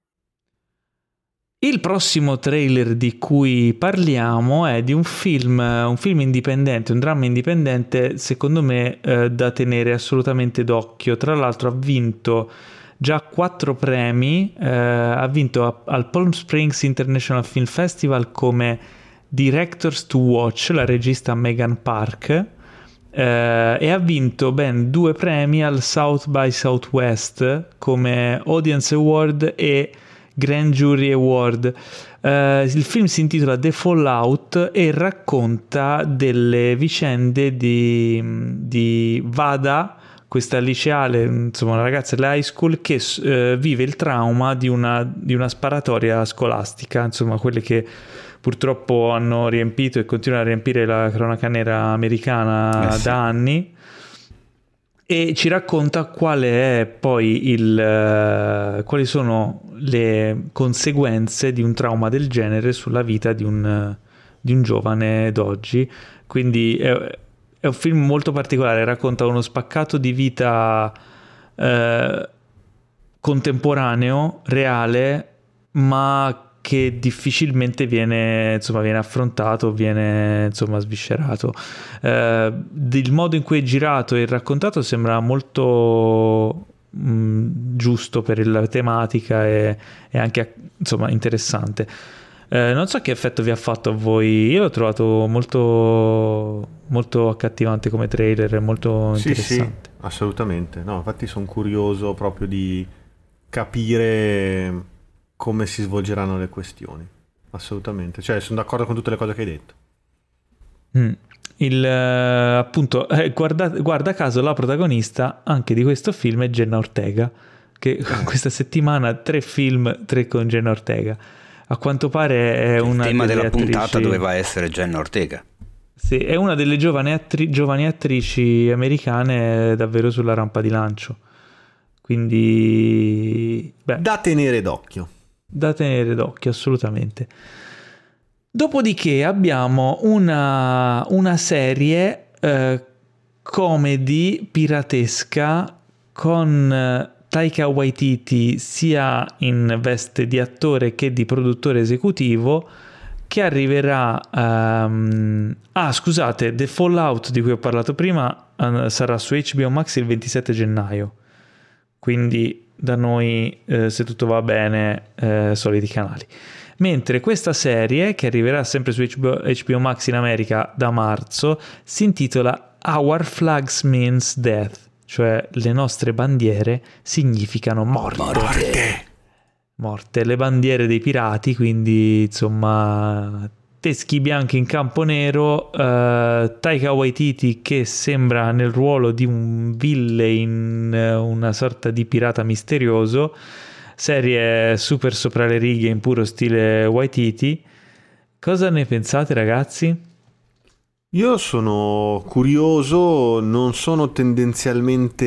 Il prossimo trailer di cui parliamo è di un film, un film indipendente, un dramma indipendente, secondo me eh, da tenere assolutamente d'occhio. Tra l'altro ha vinto già quattro premi, eh, ha vinto a, al Palm Springs International Film Festival come Directors to Watch, la regista Megan Park, eh, e ha vinto ben due premi al South by Southwest come Audience Award e Grand Jury Award. Uh, il film si intitola The Fallout e racconta delle vicende di, di Vada, questa liceale, insomma una ragazza della high school che uh, vive il trauma di una, di una sparatoria scolastica, insomma quelle che purtroppo hanno riempito e continuano a riempire la cronaca nera americana eh sì. da anni. E ci racconta quale è poi il uh, quali sono le conseguenze di un trauma del genere sulla vita di un, di un giovane d'oggi. Quindi è, è un film molto particolare, racconta uno spaccato di vita uh, contemporaneo, reale, ma che difficilmente viene, insomma, viene affrontato, viene insomma sviscerato. Eh, il modo in cui è girato e raccontato sembra molto mh, giusto per la tematica e, e anche insomma interessante. Eh, non so che effetto vi ha fatto a voi. Io l'ho trovato molto molto accattivante come trailer, molto sì, interessante. Sì, assolutamente. No, infatti sono curioso proprio di capire come si svolgeranno le questioni. Assolutamente, cioè sono d'accordo con tutte le cose che hai detto. Mm. Il, eh, appunto, eh, guarda, guarda caso la protagonista anche di questo film è Jenna Ortega, che questa settimana tre film, tre con Jenna Ortega. A quanto pare è una il tema delle della attrici... puntata doveva essere Jenna Ortega. Sì, è una delle giovani, attri... giovani attrici americane davvero sulla rampa di lancio. Quindi... Beh, da tenere d'occhio. Da tenere d'occhio, assolutamente. Dopodiché abbiamo una, una serie eh, comedy piratesca con eh, Taika Waititi sia in veste di attore che di produttore esecutivo, che arriverà... Um, ah, scusate, The Fallout di cui ho parlato prima uh, sarà su H B O Max il ventisette gennaio. Quindi da noi, eh, se tutto va bene, eh, soliti canali. Mentre questa serie, che arriverà sempre su H B O, H B O Max in America da marzo, si intitola Our Flags Means Death, cioè le nostre bandiere significano morte. Morte! Morte, le bandiere dei pirati, quindi insomma teschi bianchi in campo nero, uh, Taika Waititi che sembra nel ruolo di un villain, una sorta di pirata misterioso, serie super sopra le righe in puro stile Waititi. Cosa ne pensate, ragazzi? Io sono curioso, non sono tendenzialmente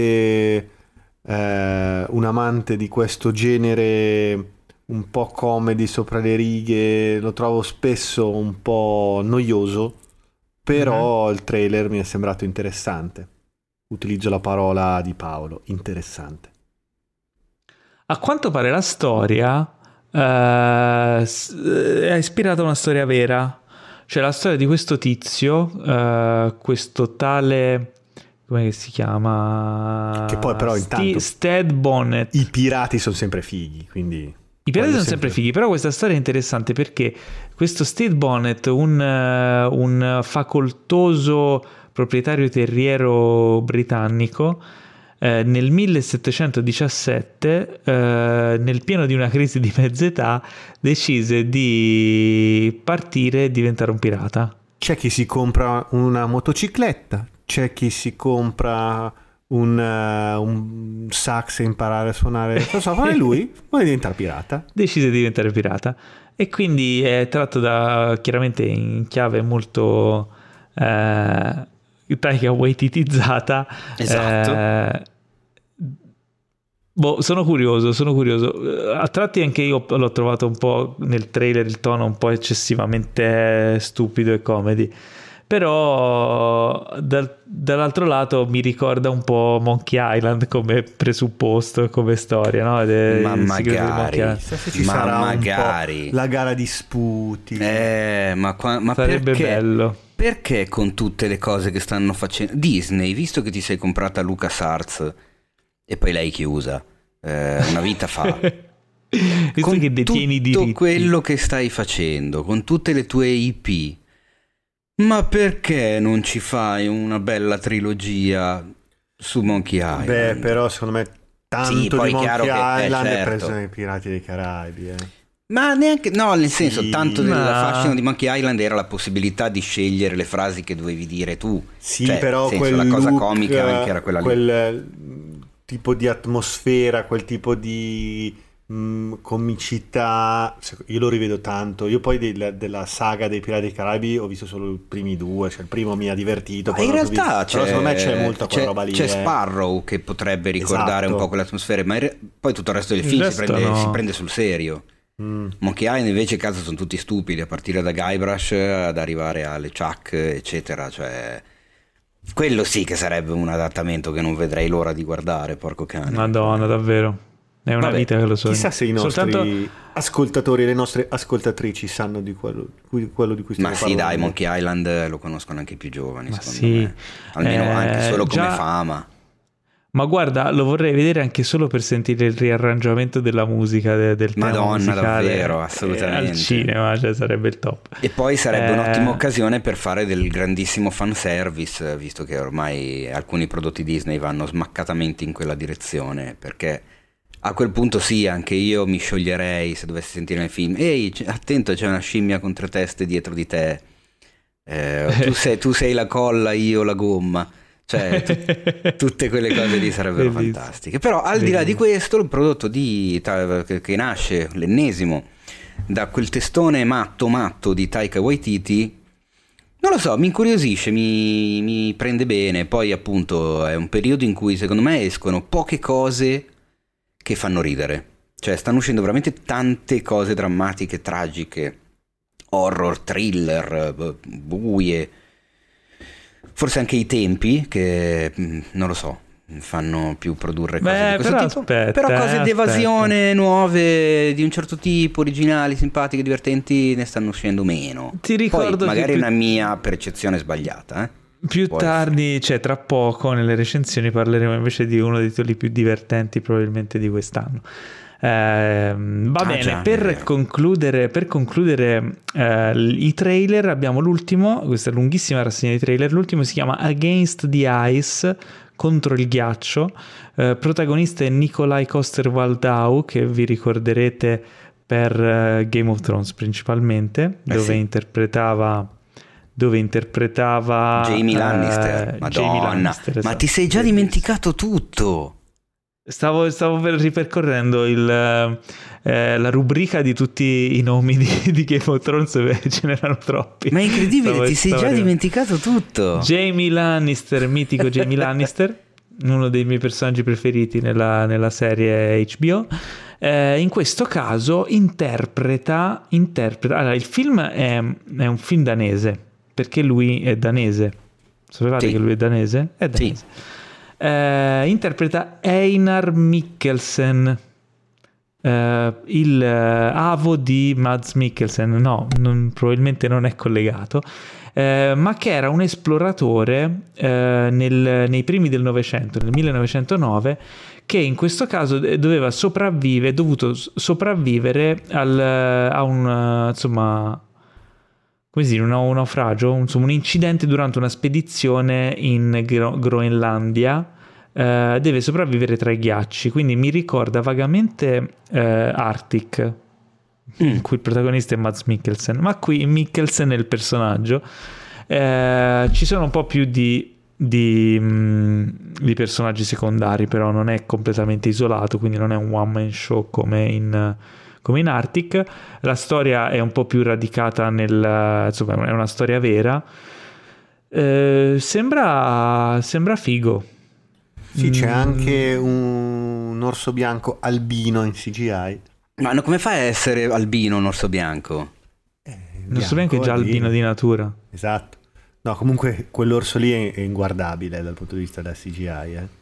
eh, un amante di questo genere un po' comedy sopra le righe, lo trovo spesso un po' noioso, però mm-hmm. il trailer mi è sembrato interessante. Utilizzo la parola di Paolo, interessante. A quanto pare la storia eh, è ispirata a una storia vera, cioè la storia di questo tizio, eh, questo tale, come si chiama? Che poi però intanto Stede Bonnet. I pirati sono sempre fighi, quindi... I pirati sono sempre fighi, però questa storia è interessante perché questo Stede Bonnet, un, un facoltoso proprietario terriero britannico, eh, nel millesettecentodiciassette, eh, nel pieno di una crisi di mezza età, decise di partire e diventare un pirata. C'è chi si compra una motocicletta, c'è chi si compra... Un, uh, un sax e imparare a suonare, non so, fare lui vuole diventare pirata, decise di diventare pirata e quindi è tratto da, chiaramente in chiave molto eh, Taika Waititizzata. Esatto. eh, boh, sono curioso sono curioso a tratti anche io l'ho trovato un po' nel trailer il tono un po' eccessivamente stupido e comedy, però dal, dall'altro lato mi ricorda un po' Monkey Island come presupposto, come storia, no? De, ma magari, se ci ma sarà magari un po' la gara di sputi, eh, ma, qua, ma sarebbe perché, bello. Perché con tutte le cose che stanno facendo Disney, visto che ti sei comprata LucasArts e poi l'hai chiusa eh, una vita fa, visto con che detieni i diritti, tutto quello che stai facendo, con tutte le tue I P, ma perché non ci fai una bella trilogia su Monkey Island? Beh, però secondo me tanto sì, poi di Monkey chiaro che, Island eh, è certo. preso nei Pirati dei Caraibi, eh. Ma neanche, no, nel senso, sì, tanto del ma... fascino di Monkey Island era la possibilità di scegliere le frasi che dovevi dire tu. Sì, cioè, però senso, quel la cosa look, comica anche era quella quel lì. tipo di atmosfera, quel tipo di mh, comicità, io lo rivedo tanto. Io poi de- della saga dei Pirati dei Caraibi ho visto solo i primi due, cioè il primo mi ha divertito. Ma in realtà visto, però secondo me c'è molta quella c'è, roba lì. C'è eh. Sparrow che potrebbe ricordare Esatto. un po' quell'atmosfera, ma in re- poi tutto il resto del Il film resto si, prende, no. si prende sul serio. Mm. Monkey Island invece cazzo sono tutti stupidi, a partire da Guybrush ad arrivare alle Chuck eccetera, cioè quello sì che sarebbe un adattamento che non vedrei l'ora di guardare, porco cane. Madonna, davvero è una Vabbè, vita che lo so. Chissà se i nostri Soltanto... ascoltatori e le nostre ascoltatrici sanno di quello, quello di cui stiamo ma sì parlando. dai, Monkey Island lo conoscono anche i più giovani, ma secondo sì. me almeno eh, anche solo come già... fama. Ma guarda, lo vorrei vedere anche solo per sentire il riarrangiamento della musica, de- del tema Madonna, musicale, davvero, assolutamente. al cinema, cioè sarebbe il top. E poi sarebbe eh... un'ottima occasione per fare del grandissimo fanservice, visto che ormai alcuni prodotti Disney vanno smaccatamente in quella direzione, perché A quel punto sì, anche io mi scioglierei se dovessi sentire nel film: ehi, c- attento, c'è una scimmia con tre teste dietro di te, eh, tu, sei, tu sei la colla, io la gomma. Cioè, tu- tutte quelle cose lì sarebbero Bellissimo. fantastiche. Però al di là di questo, il prodotto di, ta- che, che nasce, l'ennesimo, da quel testone matto matto di Taika Waititi, non lo so, mi incuriosisce, mi, mi prende bene. Poi appunto è un periodo in cui secondo me escono poche cose che fanno ridere. Cioè stanno uscendo veramente tante cose drammatiche, tragiche, horror, thriller, bu- buie. Forse anche i tempi che, mh, non lo so, fanno più produrre cose Beh, di questo però tipo. aspetta, Però cose eh, di evasione aspetta. nuove, di un certo tipo, originali, simpatiche, divertenti, ne stanno uscendo meno. Ti ricordo Poi magari che è più- una mia percezione sbagliata, eh? Più Può tardi, cioè tra poco, nelle recensioni parleremo invece di uno dei titoli più divertenti probabilmente di quest'anno. Ehm, va Ah, bene, già, è per vero. concludere, per concludere eh, i trailer abbiamo l'ultimo, questa lunghissima rassegna di trailer, l'ultimo si chiama Against the Ice, contro il ghiaccio, eh, protagonista è Nikolai Coster-Waldau, che vi ricorderete per eh, Game of Thrones principalmente, Eh dove sì. interpretava... dove interpretava Jamie Lannister, eh, Madonna, Jamie Lannister, ma esatto. ti sei già Bellissimo. dimenticato tutto. Stavo, stavo per- ripercorrendo il, eh, la rubrica di tutti i nomi di, di Game of Thrones, perché ce n'erano troppi. Ma è incredibile, Stavo- ti sei stavo già arrivando. dimenticato tutto. Jamie Lannister, mitico Jamie Lannister, uno dei miei personaggi preferiti nella, nella serie H B O. Eh, in questo caso interpreta, interpreta allora, il film è, è un film danese, perché lui è danese. Sapevate Sì. che lui è danese? È danese. Sì. Eh, interpreta Einar Mikkelsen, eh, il eh, avo di Mads Mikkelsen. No, non- probabilmente non è collegato, eh, ma che era un esploratore eh, nel- nei primi del Novecento, nel millenovecentonove, che in questo caso doveva sopravvivere, è dovuto sopravvivere al, a un, insomma, come si dice, un, un naufragio, insomma, un incidente durante una spedizione in Gro- Groenlandia. Eh, deve sopravvivere tra i ghiacci, quindi mi ricorda vagamente eh, Arctic, Mm. in cui il protagonista è Mads Mikkelsen, ma qui Mikkelsen è il personaggio. Eh, ci sono un po' più di Di, mh, di personaggi secondari, però non è completamente isolato, quindi non è un one man show come in, come in Arctic. La storia è un po' più radicata nel, insomma, è una storia vera. Eh, sembra sembra figo. Sì, c'è Mm, anche un, un orso bianco albino in C G I. Ma no, come fai a essere albino un orso bianco? non so neanche già albino di natura. Esatto. No, comunque quell'orso lì è, è inguardabile dal punto di vista della C G I, eh.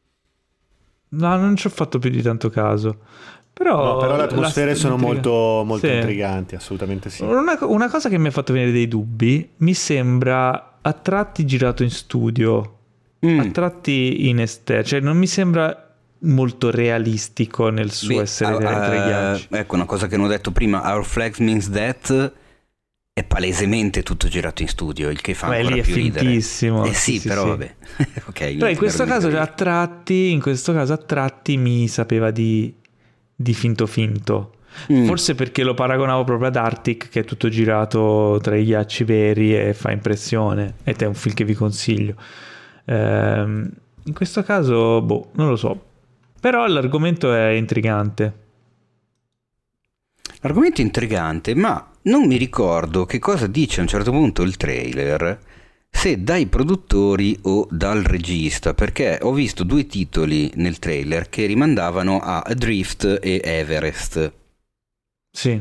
No, non ci ho fatto più di tanto caso. Però, No, però le atmosfere la- sono l'intriga- molto, molto Sì. intriganti, assolutamente sì. Una, una cosa che mi ha fatto venire dei dubbi, mi sembra a tratti girato in studio, Mm. a tratti in esterno, cioè non mi sembra molto realistico nel suo Beh, essere ah, tra, tra i eh, ghiacci. ecco una cosa che non ho detto prima: Our Flag Means Death è palesemente tutto girato in studio, il che fa Beh, ancora lì è più ridere. finchissimo. Eh sì, Sì, sì, però sì. vabbè. Ok, Però in questo caso a tratti, in questo caso a tratti mi sapeva di, di finto finto. Mm. Forse perché lo paragonavo proprio ad Arctic, che è tutto girato tra i ghiacci veri e fa impressione, ed è un film che vi consiglio. Ehm, in questo caso, boh, non lo so. Però l'argomento è intrigante. Argomento intrigante, ma non mi ricordo che cosa dice a un certo punto il trailer, se dai produttori o dal regista, perché ho visto due titoli nel trailer che rimandavano a Adrift e Everest. Sì.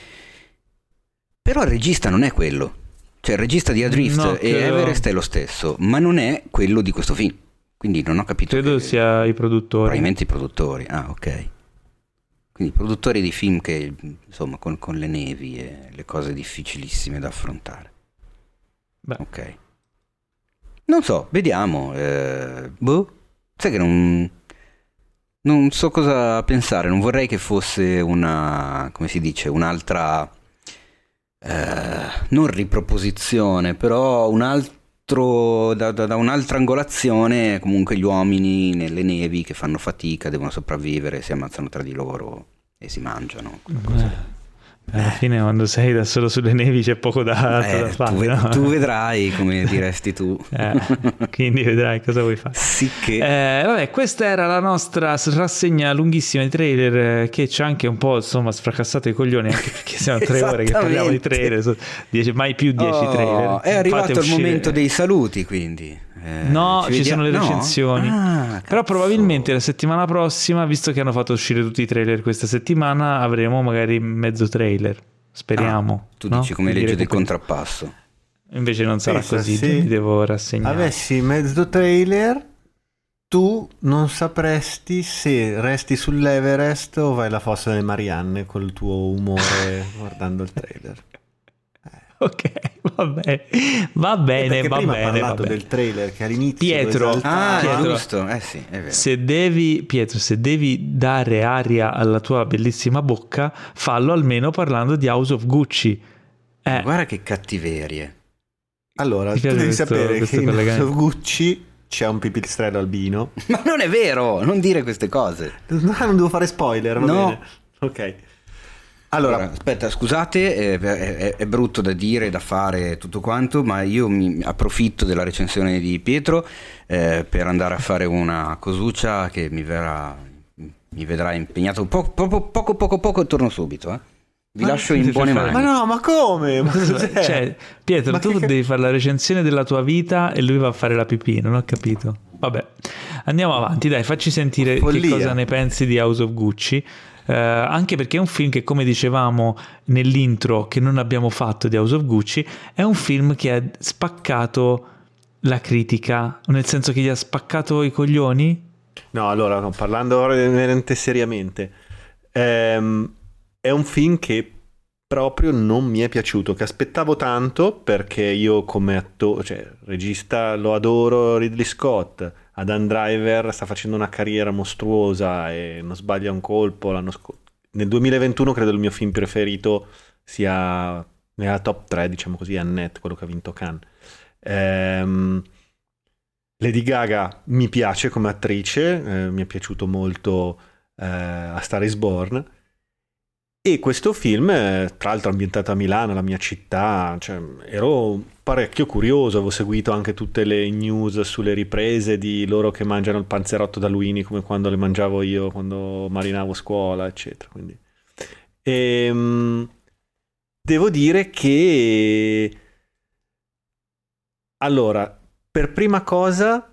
Però il regista non è quello. Cioè il regista di Adrift No, e credo- Everest è lo stesso, ma non è quello di questo film. Quindi non ho capito. Credo che- sia i produttori. Probabilmente i produttori. Ah, ok. Quindi i produttori di film che, insomma, con, con le nevi e le cose difficilissime da affrontare. Beh. Ok. Non so, vediamo. Eh, boh. Sai che non... Non so cosa pensare. Non vorrei che fosse una... come si dice? Un'altra... eh, non riproposizione, però un'altra... altro, da, da, da un'altra angolazione, comunque gli uomini nelle nevi che fanno fatica, devono sopravvivere, si ammazzano tra di loro e si mangiano. Eh, alla fine quando sei da solo sulle nevi c'è poco da, eh, da fare. Tu, no? tu vedrai, come diresti tu. Eh, quindi vedrai cosa vuoi fare. Sì che... Eh, vabbè, questa era la nostra rassegna lunghissima di trailer, che ci ha anche un po' insomma sfracassato i coglioni, anche perché siamo tre ore che parliamo di trailer, so, dieci, mai più dieci oh, trailer. È arrivato Fate il uscire... momento dei saluti, quindi. Eh, no, ci, ci sono le recensioni. No? Ah, però probabilmente la settimana prossima, visto che hanno fatto uscire tutti i trailer questa settimana, avremo magari mezzo trailer. Speriamo. Ah, tu no? dici come Quindi legge del recuper- contrappasso. Invece non sarà Pensa, così, se mi devo rassegnare. avessi mezzo trailer, tu non sapresti se resti sull'Everest o vai alla fossa delle Marianne col tuo umore guardando il trailer. Ok, va bene, va bene, va prima bene. ha parlato va bene. del trailer che all'inizio Pietro, Ah, Pietro, giusto, eh sì, è vero. Se devi, Pietro, se devi dare aria alla tua bellissima bocca, fallo almeno parlando di House of Gucci. Eh, Guarda che cattiverie. Allora, Ti tu piace devi questo- sapere questo che in collegamento? House of Gucci c'è un pipistrello albino. Ma non è vero, non dire queste cose. No, non devo fare spoiler, va No. bene. Ok. Allora, Allora, aspetta, scusate, è, è- è brutto da dire, da fare tutto quanto, ma io mi approfitto della recensione di Pietro eh, per andare a fare una cosuccia che mi verrà, mi vedrà impegnato poco, poco, poco, poco, poco e torno subito. Eh. Vi Ma lascio che in ti buone fai mani. ma no, ma come? Ma cos'è? cioè, Pietro, Ma tu che- devi fare la recensione della tua vita e lui va a fare la pipì, non ho capito. Vabbè, andiamo avanti, dai, facci sentire che Follia. cosa ne pensi di House of Gucci. Eh, anche perché è un film che, come dicevamo nell'intro che non abbiamo fatto di House of Gucci, è un film che ha spaccato la critica, nel senso che gli ha spaccato i coglioni. No, allora, no, parlando veramente seriamente, ehm, è un film che proprio non mi è piaciuto, che aspettavo tanto perché io come attore, cioè regista, lo adoro Ridley Scott. Adam Driver sta facendo una carriera mostruosa e non sbaglia un colpo. L'anno scorso, nel duemilaventuno credo il mio film preferito sia nella top tre, diciamo così, Annette, quello che ha vinto Cannes. Ehm, Lady Gaga mi piace come attrice, eh, mi è piaciuto molto eh, A Star is Born. E questo film, eh, tra l'altro ambientato a Milano, la mia città, cioè, ero parecchio curioso, avevo seguito anche tutte le news sulle riprese di loro che mangiano il panzerotto da Luini come quando le mangiavo io quando marinavo a scuola, eccetera. Quindi. E, mh, devo dire che allora, per prima cosa,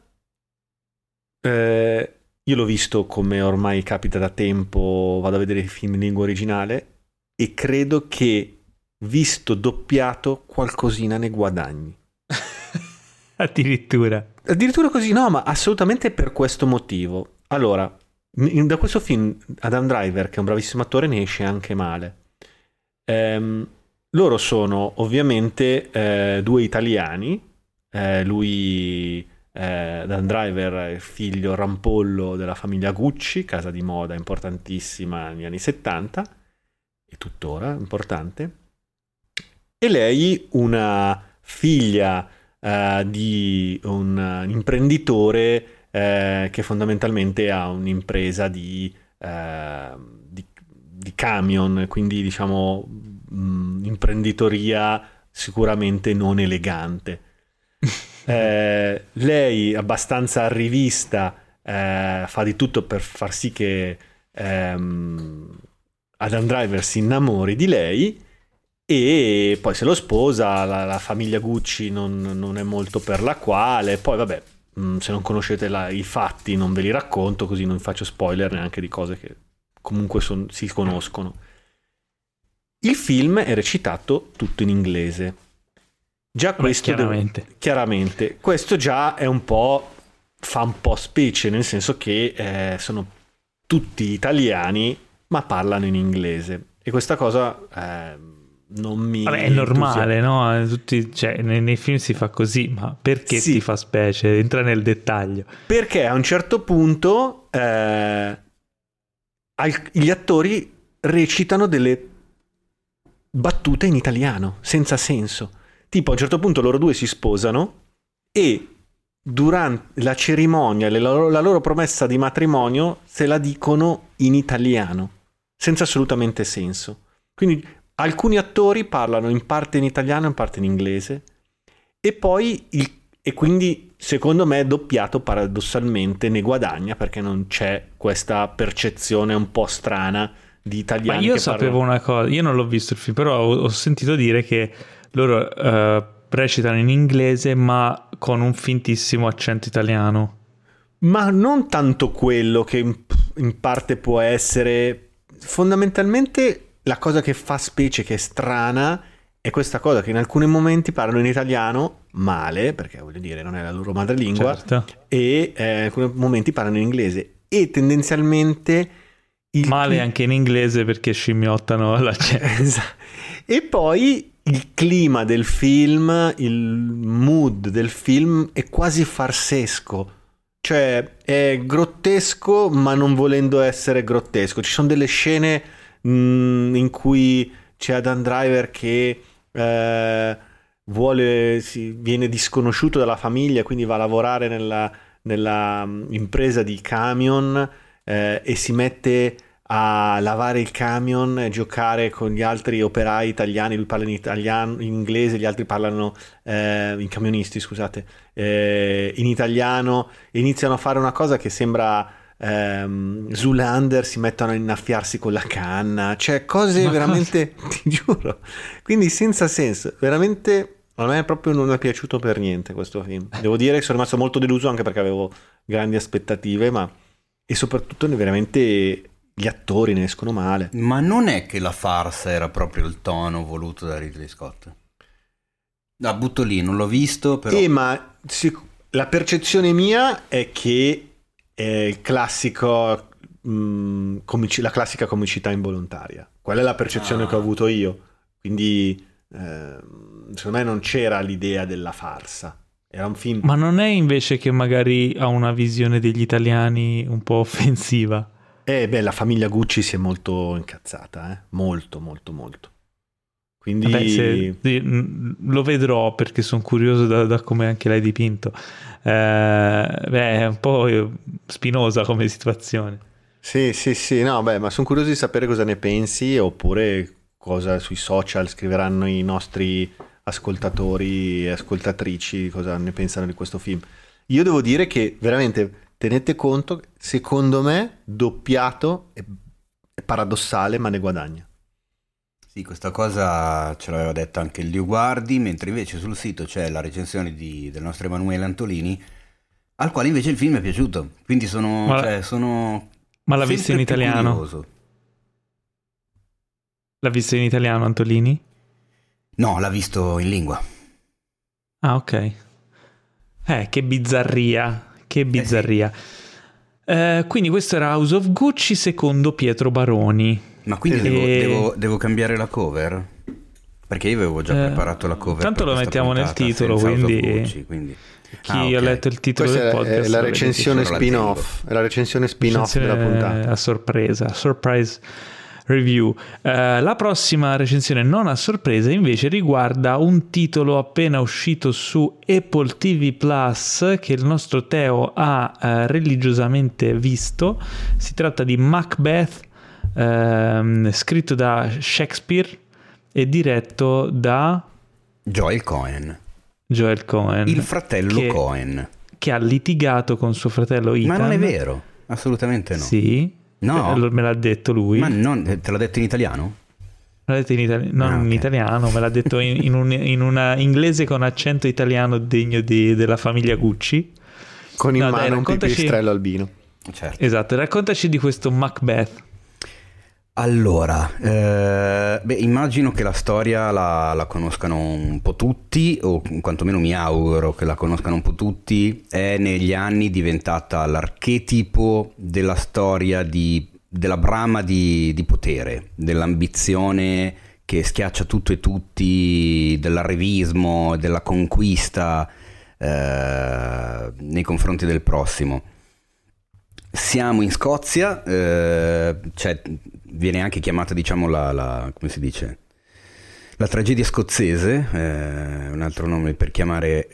eh, io l'ho visto come ormai capita da tempo, vado a vedere i film in lingua originale e credo che visto doppiato qualcosina ne guadagni. Addirittura. Addirittura così, no, ma assolutamente per questo motivo. Allora, in- da questo film Adam Driver, che è un bravissimo attore, ne esce anche male. Ehm, loro sono ovviamente eh, due italiani, eh, lui... Eh, Dan Driver è il figlio rampollo della famiglia Gucci, casa di moda importantissima negli anni settanta e tuttora importante, e lei una figlia eh, di un imprenditore eh, che fondamentalmente ha un'impresa di, eh, di, di camion, quindi diciamo mh, imprenditoria sicuramente non elegante. Eh, lei abbastanza arrivista eh, fa di tutto per far sì che ehm, Adam Driver si innamori di lei e poi se lo sposa. La, la famiglia Gucci non, non è molto per la quale, poi vabbè, mh, se non conoscete la, i fatti non ve li racconto, così non faccio spoiler neanche di cose che comunque son, si conoscono. Il film è recitato tutto in inglese. Già questo Beh, chiaramente. devo, chiaramente questo già è un po' fa un po' specie, nel senso che eh, sono tutti italiani ma parlano in inglese e questa cosa eh, non mi Vabbè, è normale, no? Tutti, cioè, nei, nei film si fa così, ma perché Sì. ti fa specie? Entra nel dettaglio. perché a un certo punto eh, al- gli attori recitano delle battute in italiano senza senso. Tipo a un certo punto loro due si sposano e durante la cerimonia, la loro, la loro promessa di matrimonio, se la dicono in italiano, senza assolutamente senso. Quindi alcuni attori parlano in parte in italiano e in parte in inglese, e poi il, e quindi secondo me doppiato paradossalmente ne guadagna, perché non c'è questa percezione un po' strana di italiani. Ma io che sapevo parlano... una cosa, io non l'ho visto il film, però ho, ho sentito dire che loro uh, recitano in inglese ma con un fintissimo accento italiano. Ma non tanto quello, che in, in parte può essere... Fondamentalmente la cosa che fa specie, che è strana, è questa cosa che in alcuni momenti parlano in italiano male, perché voglio dire non è la loro madrelingua, certo. e eh, in alcuni momenti parlano in inglese, e tendenzialmente il male cli- anche in inglese perché scimmiottano l'accento. Esatto. E poi il clima del film, il mood del film è quasi farsesco, cioè è grottesco ma non volendo essere grottesco. Ci sono delle scene mh, in cui c'è Adam Driver che eh, vuole, si, viene disconosciuto dalla famiglia, quindi va a lavorare nella, nella impresa di camion eh, e si mette a lavare il camion e giocare con gli altri operai italiani. Lui parla in italiano, in inglese, gli altri parlano eh, in camionisti, scusate, eh, in italiano, e iniziano a fare una cosa che sembra ehm, Zoolander, si mettono a innaffiarsi con la canna, cioè cose Ma veramente ti giuro, quindi senza senso, veramente. A me proprio non è piaciuto per niente questo film, devo dire che sono rimasto molto deluso, anche perché avevo grandi aspettative, ma e soprattutto veramente gli attori ne escono male. Ma non è che la farsa era proprio il tono voluto da Ridley Scott? La butto lì, non l'ho visto, però... Eh, ma sic- la percezione mia è che è il classico, mh, comici- la classica comicità involontaria. Quella è la percezione Ah. che ho avuto io. Quindi, eh, secondo me non c'era l'idea della farsa. Era un film... Ma non è invece che magari ha una visione degli italiani un po' offensiva? Eh, beh, la famiglia Gucci si è molto incazzata, eh? Molto, molto, molto. Quindi... Vabbè, se, sì, lo vedrò perché sono curioso da, da come anche l'hai dipinto. Eh, beh, è un po' spinosa come situazione. Sì, sì, sì, no, beh, ma sono curioso di sapere cosa ne pensi, oppure cosa sui social scriveranno i nostri ascoltatori e ascoltatrici, cosa ne pensano di questo film. Io devo dire che veramente tenete conto, secondo me doppiato è, è paradossale, ma ne guadagna. Sì, questa cosa ce l'aveva detta anche il Dio Guardi, mentre invece sul sito c'è la recensione di, del nostro Emanuele Antolini, al quale invece il film è piaciuto. Quindi sono... Ma, cioè, sono ma l'ha visto in sempre più italiano? curioso. L'ha visto in italiano Antolini? No, l'ha visto in lingua. Ah, ok. Eh, che bizzarria, che bizzarria. Eh sì. eh, quindi questo era House of Gucci secondo Pietro Baroni. Ma quindi E... devo, devo, devo cambiare la cover? Perché io avevo già Eh, preparato la cover. tanto per lo questa mettiamo nel puntata, titolo, senza House of quindi- Gucci, quindi... Chi Ah, ok. ha letto il titolo Questa del è, podcast è la lo recensione Ora la spin-off, è la recensione spin-off della puntata. a sorpresa, surprise review. Eh, la prossima recensione non a sorpresa invece riguarda un titolo appena uscito su Apple T V Plus che il nostro Teo ha eh, religiosamente visto. Si tratta di Macbeth, ehm, scritto da Shakespeare e diretto da Joel Cohen, Joel Cohen, il fratello che, Cohen. che ha litigato con suo fratello Ethan. Ma non è vero, assolutamente no. Sì. No. Eh, me l'ha detto lui. Ma non, te l'ha detto in italiano? Me l'ha detto in italiano, non Ah, ok. in italiano, me l'ha detto in, in, un, in una inglese con accento italiano degno di, della famiglia Gucci. Con in No, dai, mano un raccontaci- pipistrello albino. Certo. Esatto, raccontaci di questo Macbeth. Allora, eh, beh, immagino che la storia la, la conoscano un po' tutti, o quantomeno mi auguro che la conoscano un po' tutti. È negli anni diventata l'archetipo della storia di, della brama di, di potere, dell'ambizione che schiaccia tutto e tutti, dell'arrivismo, della conquista eh, nei confronti del prossimo. Siamo in Scozia, eh, cioè, viene anche chiamata, diciamo, la, la come si dice, la tragedia scozzese, eh, un altro nome per chiamare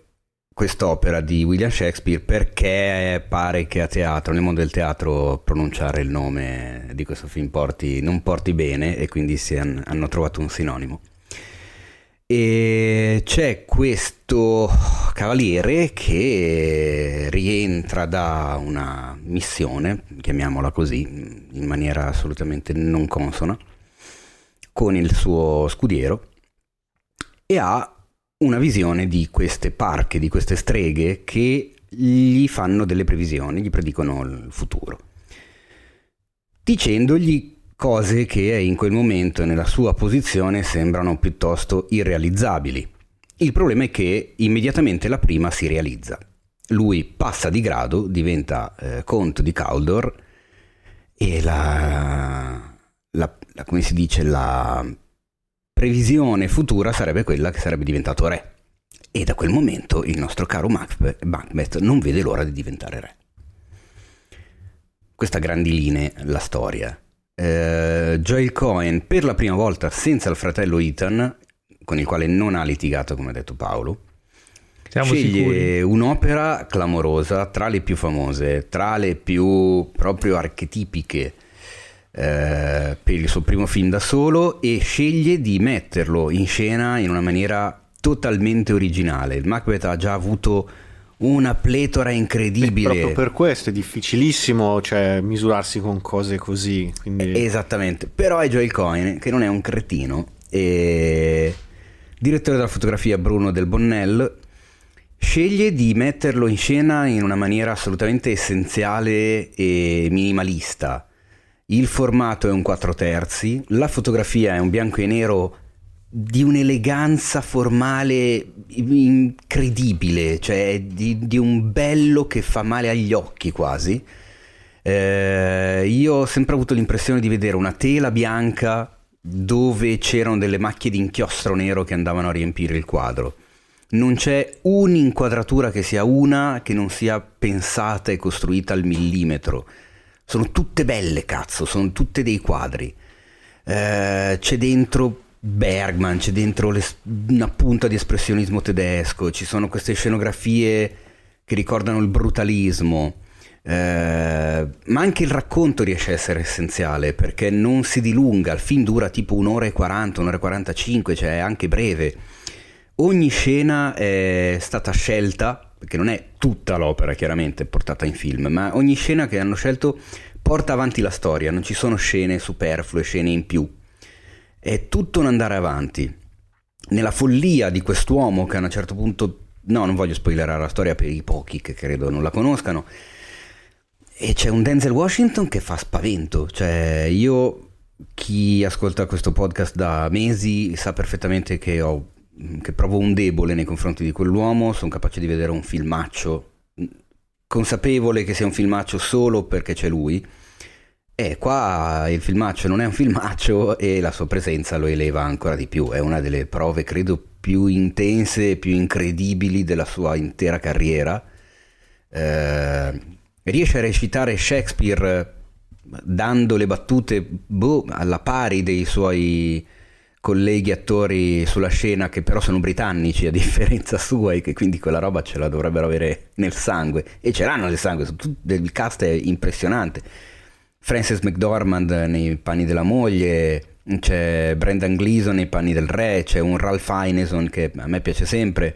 quest'opera di William Shakespeare perché pare che a teatro, nel mondo del teatro, pronunciare il nome di questo film porti, non porti bene, e quindi si han, hanno trovato un sinonimo. E c'è questo cavaliere che rientra da una missione, chiamiamola così, in maniera assolutamente non consona, con il suo scudiero, e ha una visione di queste parche, di queste streghe che gli fanno delle previsioni, gli predicono il futuro, dicendogli cose che in quel momento nella sua posizione sembrano piuttosto irrealizzabili. Il problema è che immediatamente la prima si realizza. Lui passa di grado, diventa eh, conte di Cawdor, e la, la, la come si dice, la previsione futura sarebbe quella che sarebbe diventato re, e da quel momento il nostro caro Macbeth, Macbeth non vede l'ora di diventare re. Questa a grandi linee la storia. eh, Joel Cohen, per la prima volta senza il fratello Ethan, con il quale non ha litigato, come ha detto Paolo, Siamo sceglie sicuri? un'opera clamorosa, tra le più famose, tra le più proprio archetipiche, Eh, per il suo primo film da solo, e sceglie di metterlo in scena in una maniera totalmente originale. Il Macbeth ha già avuto una pletora incredibile. E proprio per questo è difficilissimo, cioè, misurarsi con cose così. Quindi... Esattamente, però è Joel Cohen, che non è un cretino, e direttore della fotografia Bruno Del Bonnell, sceglie di metterlo in scena in una maniera assolutamente essenziale e minimalista. Il formato è un quattro terzi, la fotografia è un bianco e nero di un'eleganza formale incredibile, cioè di, di un bello che fa male agli occhi quasi. Eh, io ho sempre avuto l'impressione di vedere una tela bianca dove c'erano delle macchie di inchiostro nero che andavano a riempire il quadro. Non c'è un'inquadratura che sia una che non sia pensata e costruita al millimetro. Sono tutte belle, cazzo, sono tutte dei quadri. Eh, c'è dentro Bergman, c'è dentro le, una punta di espressionismo tedesco, ci sono queste scenografie che ricordano il brutalismo, eh, ma anche il racconto riesce a essere essenziale, perché non si dilunga, il film dura tipo un'ora e quaranta, un'ora e quarantacinque, cioè è anche breve. Ogni scena è stata scelta, perché non è tutta l'opera chiaramente portata in film, ma ogni scena che hanno scelto porta avanti la storia, non ci sono scene superflue, scene in più, è tutto un andare avanti. Nella follia di quest'uomo che a un certo punto, no, non voglio spoilerare la storia per i pochi che credo non la conoscano, e c'è un Denzel Washington che fa spavento, cioè io, chi ascolta questo podcast da mesi sa perfettamente che ho che provo un debole nei confronti di quell'uomo, sono capace di vedere un filmaccio, consapevole che sia un filmaccio solo perché c'è lui, e qua il filmaccio non è un filmaccio e la sua presenza lo eleva ancora di più. È una delle prove credo più intense e più incredibili della sua intera carriera. Eh, riesce a recitare Shakespeare dando le battute boh, alla pari dei suoi colleghi attori sulla scena, che però sono britannici a differenza sua, e che quindi quella roba ce la dovrebbero avere nel sangue, e ce l'hanno nel sangue. Il cast è impressionante. Frances McDormand nei panni della moglie, c'è Brendan Gleeson nei panni del re, c'è un Ralph Ineson che a me piace sempre.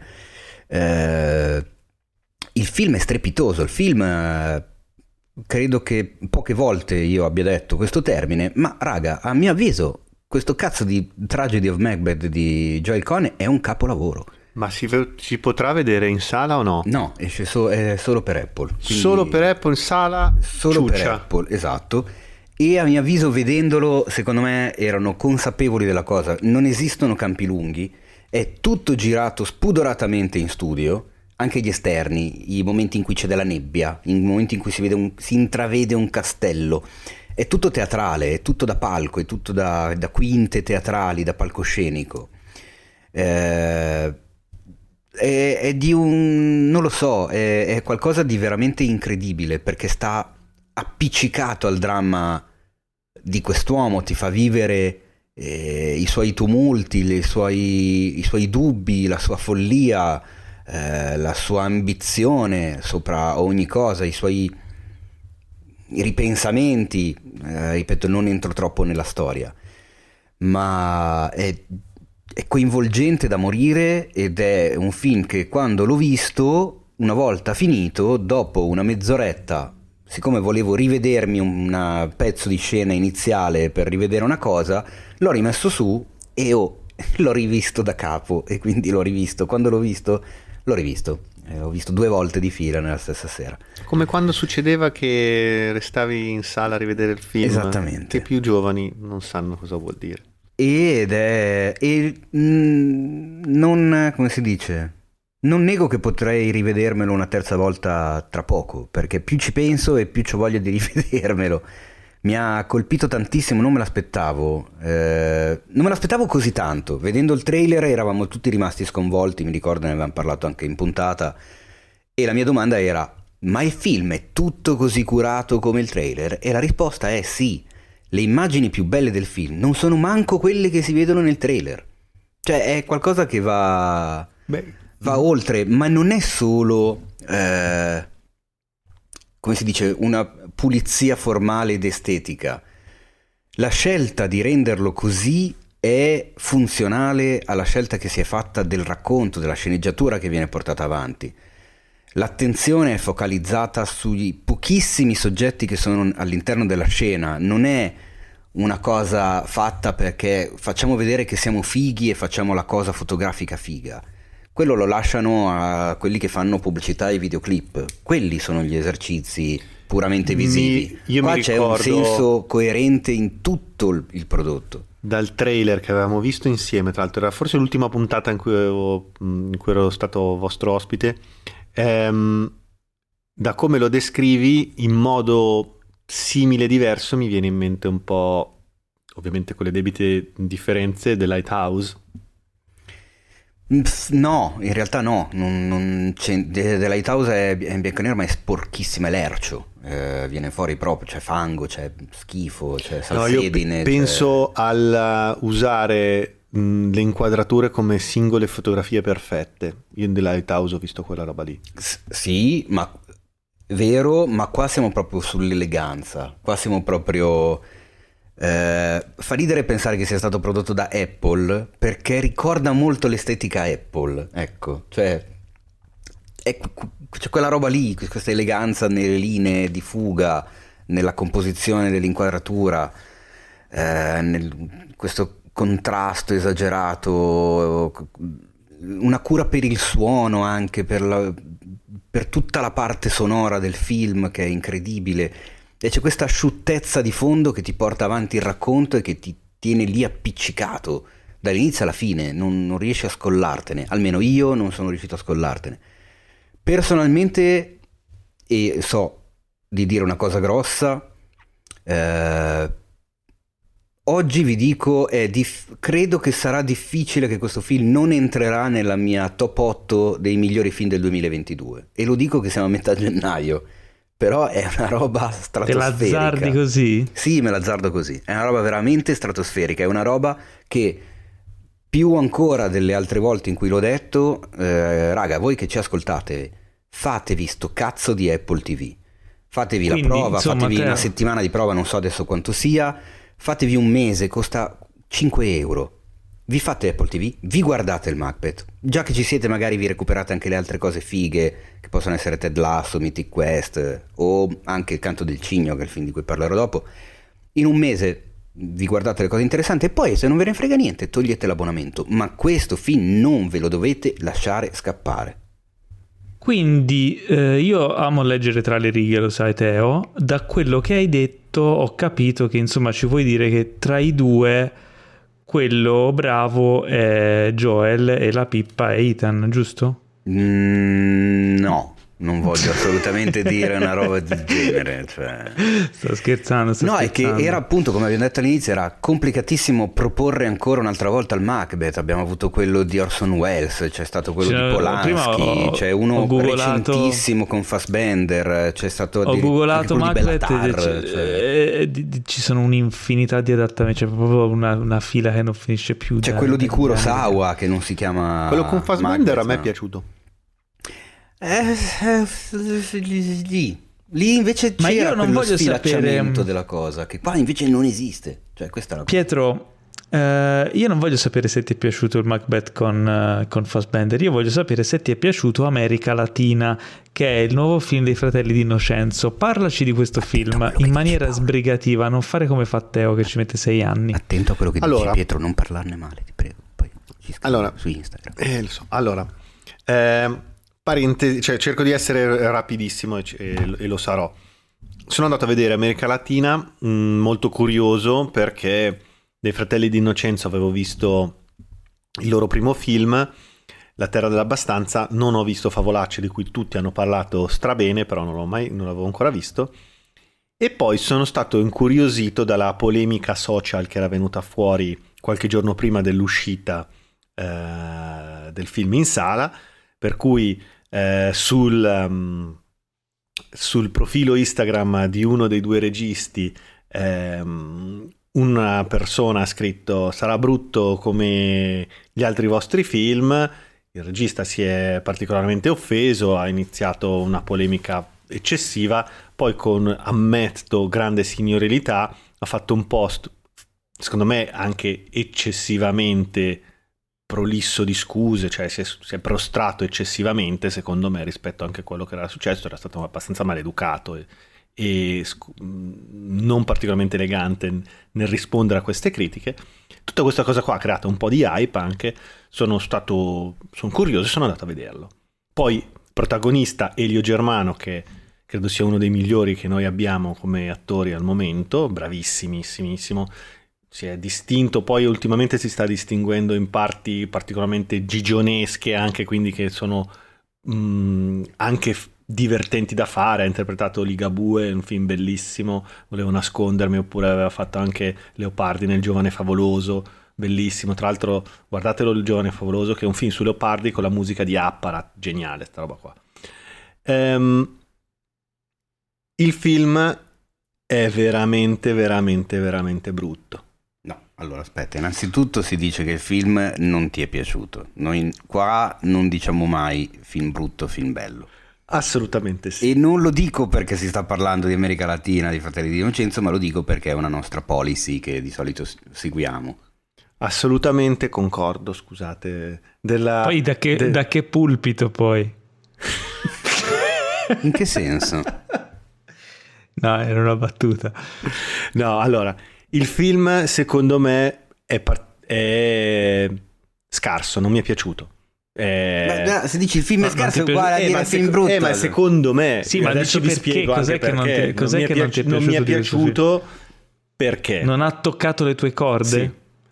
Eh, il film è strepitoso, il film eh, credo che poche volte io abbia detto questo termine, ma raga, a mio avviso questo cazzo di Tragedy of Macbeth di Joel Cohen è un capolavoro. Ma si, si potrà vedere in sala o no? No, esce so, è solo per Apple. Solo per Apple in sala? Solo ciuccia. Per Apple, esatto. E a mio avviso, vedendolo, secondo me erano consapevoli della cosa. Non esistono campi lunghi, è tutto girato spudoratamente in studio, anche gli esterni, i momenti in cui c'è della nebbia, i momenti in cui si, vede un, si intravede un castello. È tutto teatrale, è tutto da palco, è tutto da, da quinte teatrali, da palcoscenico. Eh, è, è di un... non lo so, è, è qualcosa di veramente incredibile, perché sta appiccicato al dramma di quest'uomo, ti fa vivere eh, i suoi tumulti, le suoi, i suoi dubbi, la sua follia, eh, la sua ambizione sopra ogni cosa, i suoi ripensamenti, eh, ripeto, non entro troppo nella storia, ma è, è coinvolgente da morire, ed è un film che quando l'ho visto, una volta finito, dopo una mezz'oretta, siccome volevo rivedermi un pezzo di scena iniziale per rivedere una cosa, l'ho rimesso su e oh, l'ho rivisto da capo, e quindi l'ho rivisto, quando l'ho visto, l'ho rivisto. Eh, ho visto due volte di fila nella stessa sera. Come quando succedeva che restavi in sala a rivedere il film. Esattamente. Che più giovani non sanno cosa vuol dire. Ed è... E, mh, non... come si dice? Non nego che potrei rivedermelo una terza volta tra poco, perché più ci penso e più c'ho voglia di rivedermelo. Mi ha colpito tantissimo, non me l'aspettavo, eh, non me l'aspettavo così tanto. Vedendo il trailer eravamo tutti rimasti sconvolti, mi ricordo ne avevamo parlato anche in puntata, e la mia domanda era: ma il film è tutto così curato come il trailer? E la risposta è sì. Le immagini più belle del film non sono manco quelle che si vedono nel trailer. Cioè è qualcosa che va, Beh, va oltre, ma non è solo... Eh, come si dice, una pulizia formale ed estetica. La scelta di renderlo così è funzionale alla scelta che si è fatta del racconto, della sceneggiatura che viene portata avanti. L'attenzione è focalizzata sui pochissimi soggetti che sono all'interno della scena, non è una cosa fatta perché facciamo vedere che siamo fighi e facciamo la cosa fotografica figa. Quello lo lasciano a quelli che fanno pubblicità e videoclip. Quelli sono gli esercizi puramente visivi. Mi, io Qua mi c'è ricordo, un senso coerente in tutto il, il prodotto. Dal trailer che avevamo visto insieme, tra l'altro era forse l'ultima puntata in cui, avevo, in cui ero stato vostro ospite, ehm, da come lo descrivi in modo simile, diverso, mi viene in mente un po', ovviamente con le debite differenze, The Lighthouse. No, in realtà no, non, non c'è, The Lighthouse è, è in bianco e nero, ma è sporchissima, è lercio, eh, viene fuori proprio, c'è fango, c'è schifo, c'è salsedine. No, io penso c'è... al usare mh, le inquadrature come singole fotografie perfette. Io in The Lighthouse ho visto quella roba lì. S- sì, ma vero, ma qua siamo proprio sull'eleganza, qua siamo proprio... Eh, fa ridere pensare che sia stato prodotto da Apple, perché ricorda molto l'estetica Apple, ecco, cioè è, c'è quella roba lì, questa eleganza nelle linee di fuga, nella composizione dell'inquadratura, eh, nel, questo contrasto esagerato, una cura per il suono anche, per, la, per tutta la parte sonora del film che è incredibile. E c'è questa asciuttezza di fondo che ti porta avanti il racconto e che ti tiene lì appiccicato dall'inizio alla fine, non, non riesci a scollartene, almeno io non sono riuscito a scollartene. Personalmente, e so di dire una cosa grossa, eh, oggi vi dico, è dif- credo che sarà difficile che questo film non entrerà nella mia top otto dei migliori film del duemilaventidue, e lo dico che siamo a metà gennaio. Però è una roba stratosferica. Te l'azzardi così? Sì, me l'azzardo così. È una roba veramente stratosferica. È una roba che, più ancora delle altre volte in cui l'ho detto, eh, raga, voi che ci ascoltate, fatevi sto cazzo di Apple ti vu. Fatevi Quindi, la prova, insomma, fatevi te... una settimana di prova, non so adesso quanto sia. Fatevi un mese, costa cinque euro. Vi fate Apple ti vu, vi guardate il Macbeth, già che ci siete magari vi recuperate anche le altre cose fighe che possono essere Ted Lasso, Mythic Quest o anche Il canto del cigno, che è il film di cui parlerò dopo. In un mese vi guardate le cose interessanti e poi, se non ve ne frega niente, togliete l'abbonamento, ma questo film non ve lo dovete lasciare scappare. Quindi eh, io amo leggere tra le righe, lo sai Teo, da quello che hai detto ho capito che insomma ci vuoi dire che tra i due quello bravo è Joel e la pippa è Ethan, giusto? Mm, no, non voglio assolutamente dire una roba del genere, cioè... sto scherzando sto no scherzando. È che era appunto, come abbiamo detto all'inizio, era complicatissimo proporre ancora un'altra volta il Macbeth. Abbiamo avuto quello di Orson Welles, c'è stato quello c'è, di Polanski, ho, c'è uno googolato, recentissimo con Fassbender, c'è stato ho googolato Macbeth, Bellatar, c- cioè. eh, d- d- ci sono un'infinità di adattamenti, c'è proprio una, una fila che non finisce più. C'è quello di Kurosawa che non si chiama quello con Fassbender, Macbeth, a me no. è piaciuto. Eh, eh, lì. Lì invece Ma io c'era non quello voglio sfilacciamento sapere- della cosa, che qua invece non esiste. Cioè, questa è la cosa. Pietro, eh, io non voglio sapere se ti è piaciuto il Macbeth con, eh, con Fassbender, io voglio sapere se ti è piaciuto America Latina, che è il nuovo film dei fratelli di Innocenzo. Parlaci di questo Attento a film quello che in dici, maniera Paolo. sbrigativa, non fare come fa Teo che ci mette sei anni. Attento a quello che Allora. dici, Pietro, non parlarne male, ti prego. Poi ci scrivi Allora. su Instagram. Eh, lo so. Allora, eh, parentesi, cioè, cerco di essere rapidissimo e, e- e lo sarò. Sono andato a vedere America Latina, mh, molto curioso perché dei Fratelli di Innocenzo avevo visto il loro primo film, La Terra dell'Abbastanza. Non ho visto Favolacce, di cui tutti hanno parlato strabene, però non l'ho mai, non l'avevo ancora visto. E poi sono stato incuriosito dalla polemica social che era venuta fuori qualche giorno prima dell'uscita eh, del film in sala, per cui eh, sul, um, sul profilo Instagram di uno dei due registi ehm, una persona ha scritto: sarà brutto come gli altri vostri film. Il regista si è particolarmente offeso, ha iniziato una polemica eccessiva, poi con, ammetto, grande signorilità ha fatto un post, secondo me anche eccessivamente prolisso di scuse, cioè si è, si è prostrato eccessivamente, secondo me, rispetto anche a quello che era successo. Era stato abbastanza maleducato e, e scu- non particolarmente elegante nel rispondere a queste critiche. Tutta questa cosa qua ha creato un po' di hype anche. Sono stato sono curioso e sono andato a vederlo. Poi protagonista Elio Germano, che credo sia uno dei migliori che noi abbiamo come attori al momento, bravissimissimo. Si è distinto, poi ultimamente si sta distinguendo in parti particolarmente gigionesche, anche, quindi, che sono mh, anche f- divertenti da fare. Ha interpretato Ligabue, un film bellissimo, Volevo nascondermi, oppure aveva fatto anche Leopardi nel Giovane Favoloso, bellissimo. Tra l'altro guardatelo, Il Giovane Favoloso, che è un film su Leopardi con la musica di Apparat, geniale sta roba qua. Ehm, il film è veramente veramente veramente brutto. No, allora aspetta, innanzitutto si dice che il film non ti è piaciuto. Noi qua non diciamo mai film brutto, film bello. Assolutamente sì. E non lo dico perché si sta parlando di America Latina, di Fratelli di Innocenzo, ma lo dico perché è una nostra policy che di solito s- seguiamo. Assolutamente concordo, scusate. Della, Poi da che, de- da che pulpito poi? In che senso? No, era una battuta. No, allora, il film secondo me è, par- è scarso, non mi è piaciuto. È- Ma, no, se dici il film è Ma non scarso è ti uguale a Eh, dire ma, film sec- brutto. eh, ma secondo me, Sì, ma adesso dici vi perché? spiego Cos'è anche che non ti- perché cos'è mi è che non ti è piaci- non mi è piaciuto di questo piaciuto perché Non ha toccato le tue corde? Sì.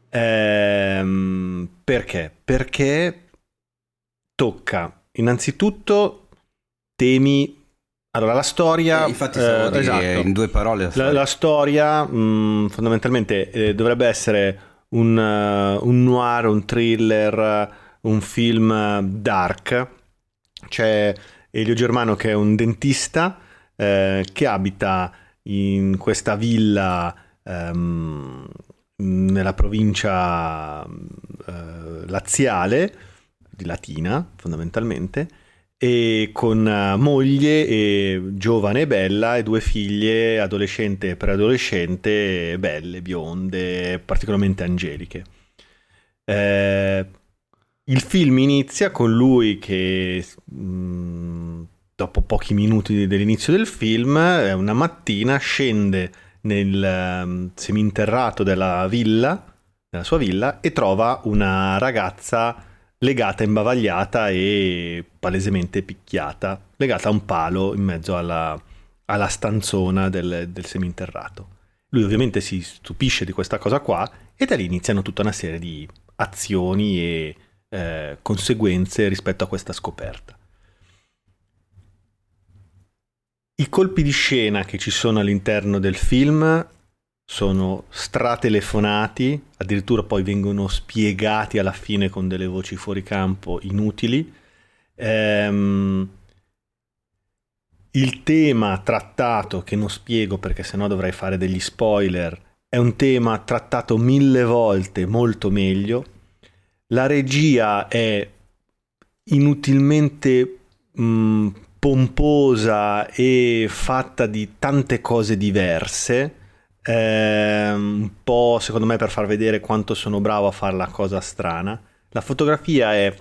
Ehm, perché? Perché tocca innanzitutto temi. Allora, la storia. Eh, infatti stavo a dire esatto. in due parole la La, storia. la storia mh, fondamentalmente eh, dovrebbe essere un, uh, un noir, un thriller, un film uh, dark. C'è Elio Germano che è un dentista eh, che abita in questa villa ehm, nella provincia eh, laziale di Latina, fondamentalmente, e con eh, moglie e giovane e bella e due figlie, adolescente e preadolescente, belle, bionde, particolarmente angeliche. Eh, il film inizia con lui che mh, dopo pochi minuti dell'inizio del film, eh, una mattina scende nel um, seminterrato della villa, della sua villa, e trova una ragazza legata, imbavagliata e palesemente picchiata, legata a un palo in mezzo alla, alla stanzona del, del seminterrato. Lui ovviamente si stupisce di questa cosa qua e da lì iniziano tutta una serie di azioni e eh, conseguenze rispetto a questa scoperta. I colpi di scena che ci sono all'interno del film sono stratelefonati, addirittura poi vengono spiegati alla fine con delle voci fuori campo inutili. Ehm, il tema trattato, che non spiego perché sennò dovrei fare degli spoiler, è un tema trattato mille volte molto meglio. La regia è inutilmente mh, pomposa e fatta di tante cose diverse, eh, un po' secondo me per far vedere quanto sono bravo a fare la cosa strana. La fotografia è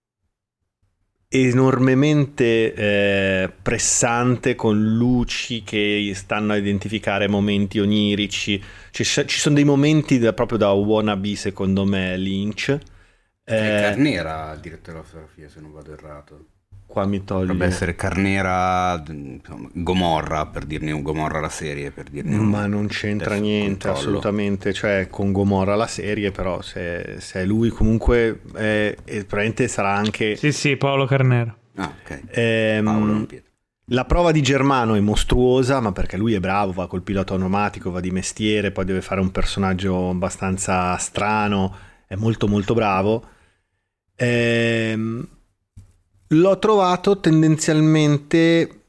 enormemente eh, pressante, con luci che stanno a identificare momenti onirici. Ci, ci sono dei momenti da, proprio da wannabe, secondo me, Lynch. Eh, Eh, Carnera il direttore della fotografia, se non vado errato. qua mi toglie. Dovrebbe essere Carnera, insomma, Gomorra, per dirne un Gomorra la serie, per dirne un... Ma non c'entra Adesso niente, controllo. assolutamente. Cioè, con Gomorra la serie, però se, se è lui comunque è, è, probabilmente sarà anche... Sì, sì, Paolo Carnera. Ah, ok. ehm, Paolo, non Pietro. La prova di Germano è mostruosa, ma perché lui è bravo, va col pilota automatico, va di mestiere, poi deve fare un personaggio abbastanza strano, è molto molto bravo. Ehm, l'ho trovato tendenzialmente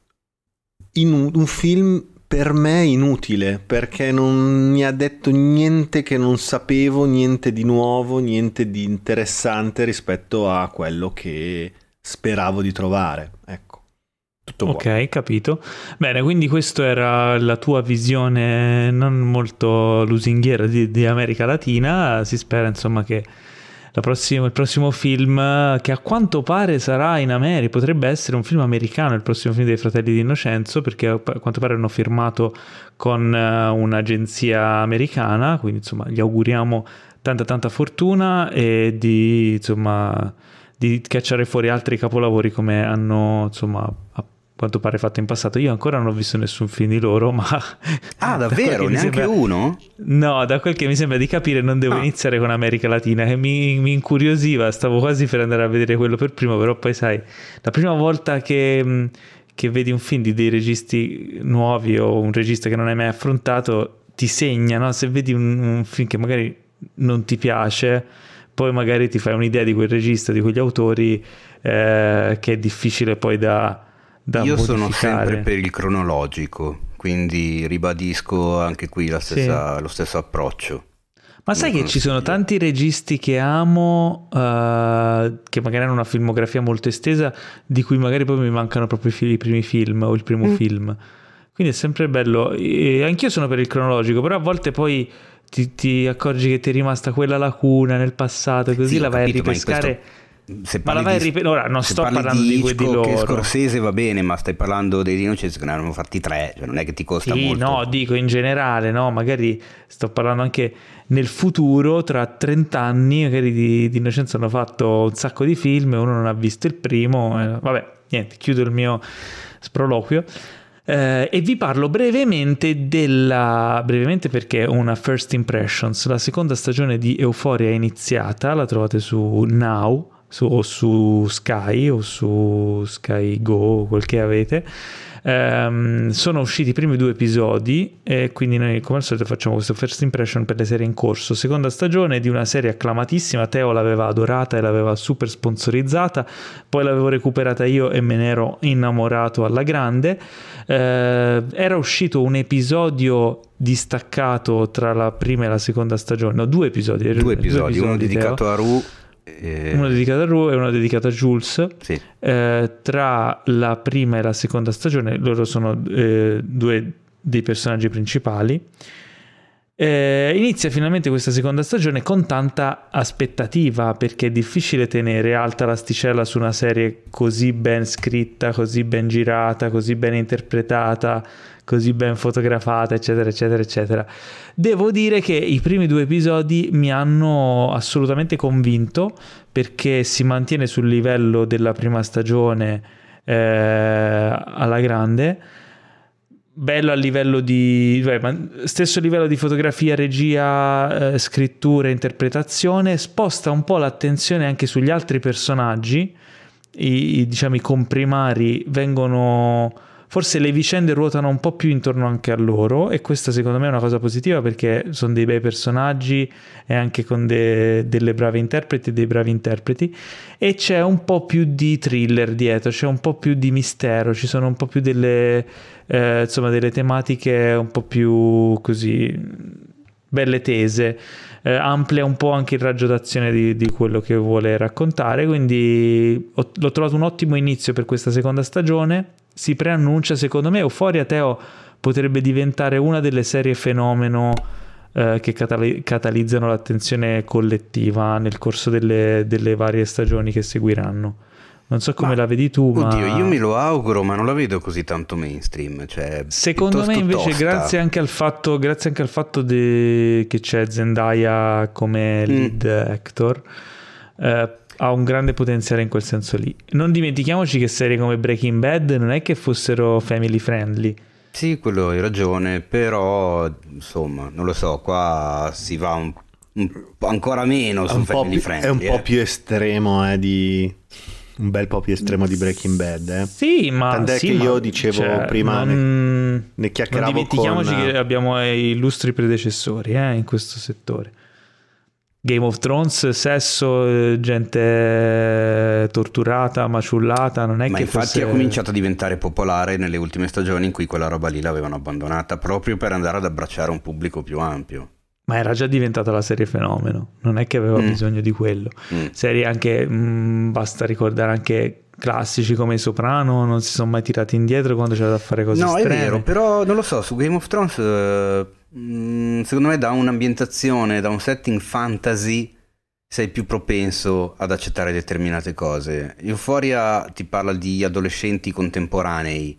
in un, un film per me inutile, perché non mi ha detto niente che non sapevo, niente di nuovo, niente di interessante rispetto a quello che speravo di trovare, ecco. Tutto Ok, qua. capito. Bene, quindi questa era la tua visione non molto lusinghiera di, di America Latina. Si spera insomma che la prossima, il prossimo film, che a quanto pare sarà in America, potrebbe essere un film americano, il prossimo film dei Fratelli di Innocenzo, perché a quanto pare hanno firmato con un'agenzia americana, quindi insomma gli auguriamo tanta tanta fortuna e di insomma di cacciare fuori altri capolavori come hanno insomma a quanto pare fatto in passato. Io ancora non ho visto nessun film di loro, ma Ah, davvero? Neanche sembra... uno? No, da quel che mi sembra di capire non devo Ah. iniziare con America Latina, che mi, mi incuriosiva, stavo quasi per andare a vedere quello per primo, però poi sai, la prima volta che, che vedi un film di dei registi nuovi o un regista che non hai mai affrontato, ti segna, no? Se vedi un, un film che magari non ti piace, poi magari ti fai un'idea di quel regista, di quegli autori, eh, che è difficile poi da, da Io modificare. sono sempre per il cronologico, quindi ribadisco anche qui la stessa, lo stesso approccio. Ma sai Come che ci sono consiglio. tanti registi che amo, eh, che magari hanno una filmografia molto estesa, di cui magari poi mi mancano proprio i, fi- i primi film o il primo Mm. film. Quindi è sempre bello. E anch'io sono per il cronologico, però a volte poi ti, ti accorgi che ti è rimasta quella lacuna nel passato, così Sì, ho la vai capito, a ma in questo- ripescare. se Ma la parli vai a di- ripe- ora non se sto parli parlando di quei di Hitchcock e loro. Scorsese va bene, ma stai parlando dei Innocenzi che ne hanno fatti tre, cioè non è che ti costa Sì, molto. no, dico in generale, no, magari sto parlando anche nel futuro, tra trenta anni, magari di, di Innocenzo hanno fatto un sacco di film e uno non ha visto il primo, eh, vabbè, niente, chiudo il mio sproloquio. Eh, e vi parlo brevemente della brevemente perché è una first impressions. La seconda stagione di Euphoria è iniziata, la trovate su Now su, o su Sky o su Sky Go, quel che avete. Um, sono usciti i primi due episodi e quindi noi come al solito facciamo questo first impression per le serie in corso. Seconda stagione di una serie acclamatissima, Teo l'aveva adorata e l'aveva super sponsorizzata, poi l'avevo recuperata io e me ne ero innamorato alla grande. Uh, era uscito un episodio distaccato tra la prima e la seconda stagione, no, due episodi, Due due episodi, episodi uno dedicato Teo. a Ru. Eh... Uno dedicato a Ru e uno dedicato a Jules. Sì. Eh, tra la prima e la seconda stagione loro sono eh, due dei personaggi principali. Eh, inizia finalmente questa seconda stagione con tanta aspettativa, perché è difficile tenere alta l'asticella su una serie così ben scritta, così ben girata, così ben interpretata, così ben fotografata, eccetera eccetera eccetera. Devo dire che i primi due episodi mi hanno assolutamente convinto, perché si mantiene sul livello della prima stagione eh, alla grande, bello a livello di beh, stesso livello di fotografia, regia, eh, scrittura, interpretazione. Sposta un po' l'attenzione anche sugli altri personaggi, i, i diciamo i comprimari vengono, forse le vicende ruotano un po' più intorno anche a loro, e questa secondo me è una cosa positiva, perché sono dei bei personaggi e anche con de, delle brave interpreti e dei bravi interpreti, e c'è un po' più di thriller dietro, c'è un po' più di mistero, ci sono un po' più delle eh, insomma delle tematiche un po' più così belle tese, eh, amplia un po' anche il raggio d'azione di, di quello che vuole raccontare, quindi ho, l'ho trovato un ottimo inizio per questa seconda stagione. Si preannuncia, secondo me Euphoria, Teo, potrebbe diventare una delle serie fenomeno eh, che catali- catalizzano l'attenzione collettiva nel corso delle, delle varie stagioni che seguiranno. Non so come ma, la vedi tu, oddio, ma... io me lo auguro, ma non la vedo così tanto mainstream. Cioè, secondo me invece tosta. grazie anche al fatto, grazie anche al fatto de... che c'è Zendaya come lead mm. actor, eh, ha un grande potenziale in quel senso lì. Non dimentichiamoci che serie come Breaking Bad non è che fossero family friendly. Sì, quello hai ragione, però insomma, non lo so, qua si va un, un ancora meno su family più, friendly. È un eh. po' più estremo eh, di... un bel po' più estremo di Breaking Bad, eh. Sì, ma tant'è sì, che ma, io dicevo cioè, prima non, ne, ne chiacchieravo non dimentichiamoci con... che abbiamo illustri predecessori eh, in questo settore. Game of Thrones, sesso, gente torturata, maciullata, non è ma che infatti fosse... ha cominciato a diventare popolare nelle ultime stagioni in cui quella roba lì l'avevano abbandonata proprio per andare ad abbracciare un pubblico più ampio. Ma era già diventata la serie fenomeno, non è che aveva mm. bisogno di quello. Mm. Serie anche, mh, basta ricordare anche classici come i Soprano, non si sono mai tirati indietro quando c'era da fare cose no, estreme. No, è vero, però non lo so, su Game of Thrones eh, mh, secondo me da un'ambientazione, da un setting fantasy sei più propenso ad accettare determinate cose. Euphoria ti parla di adolescenti contemporanei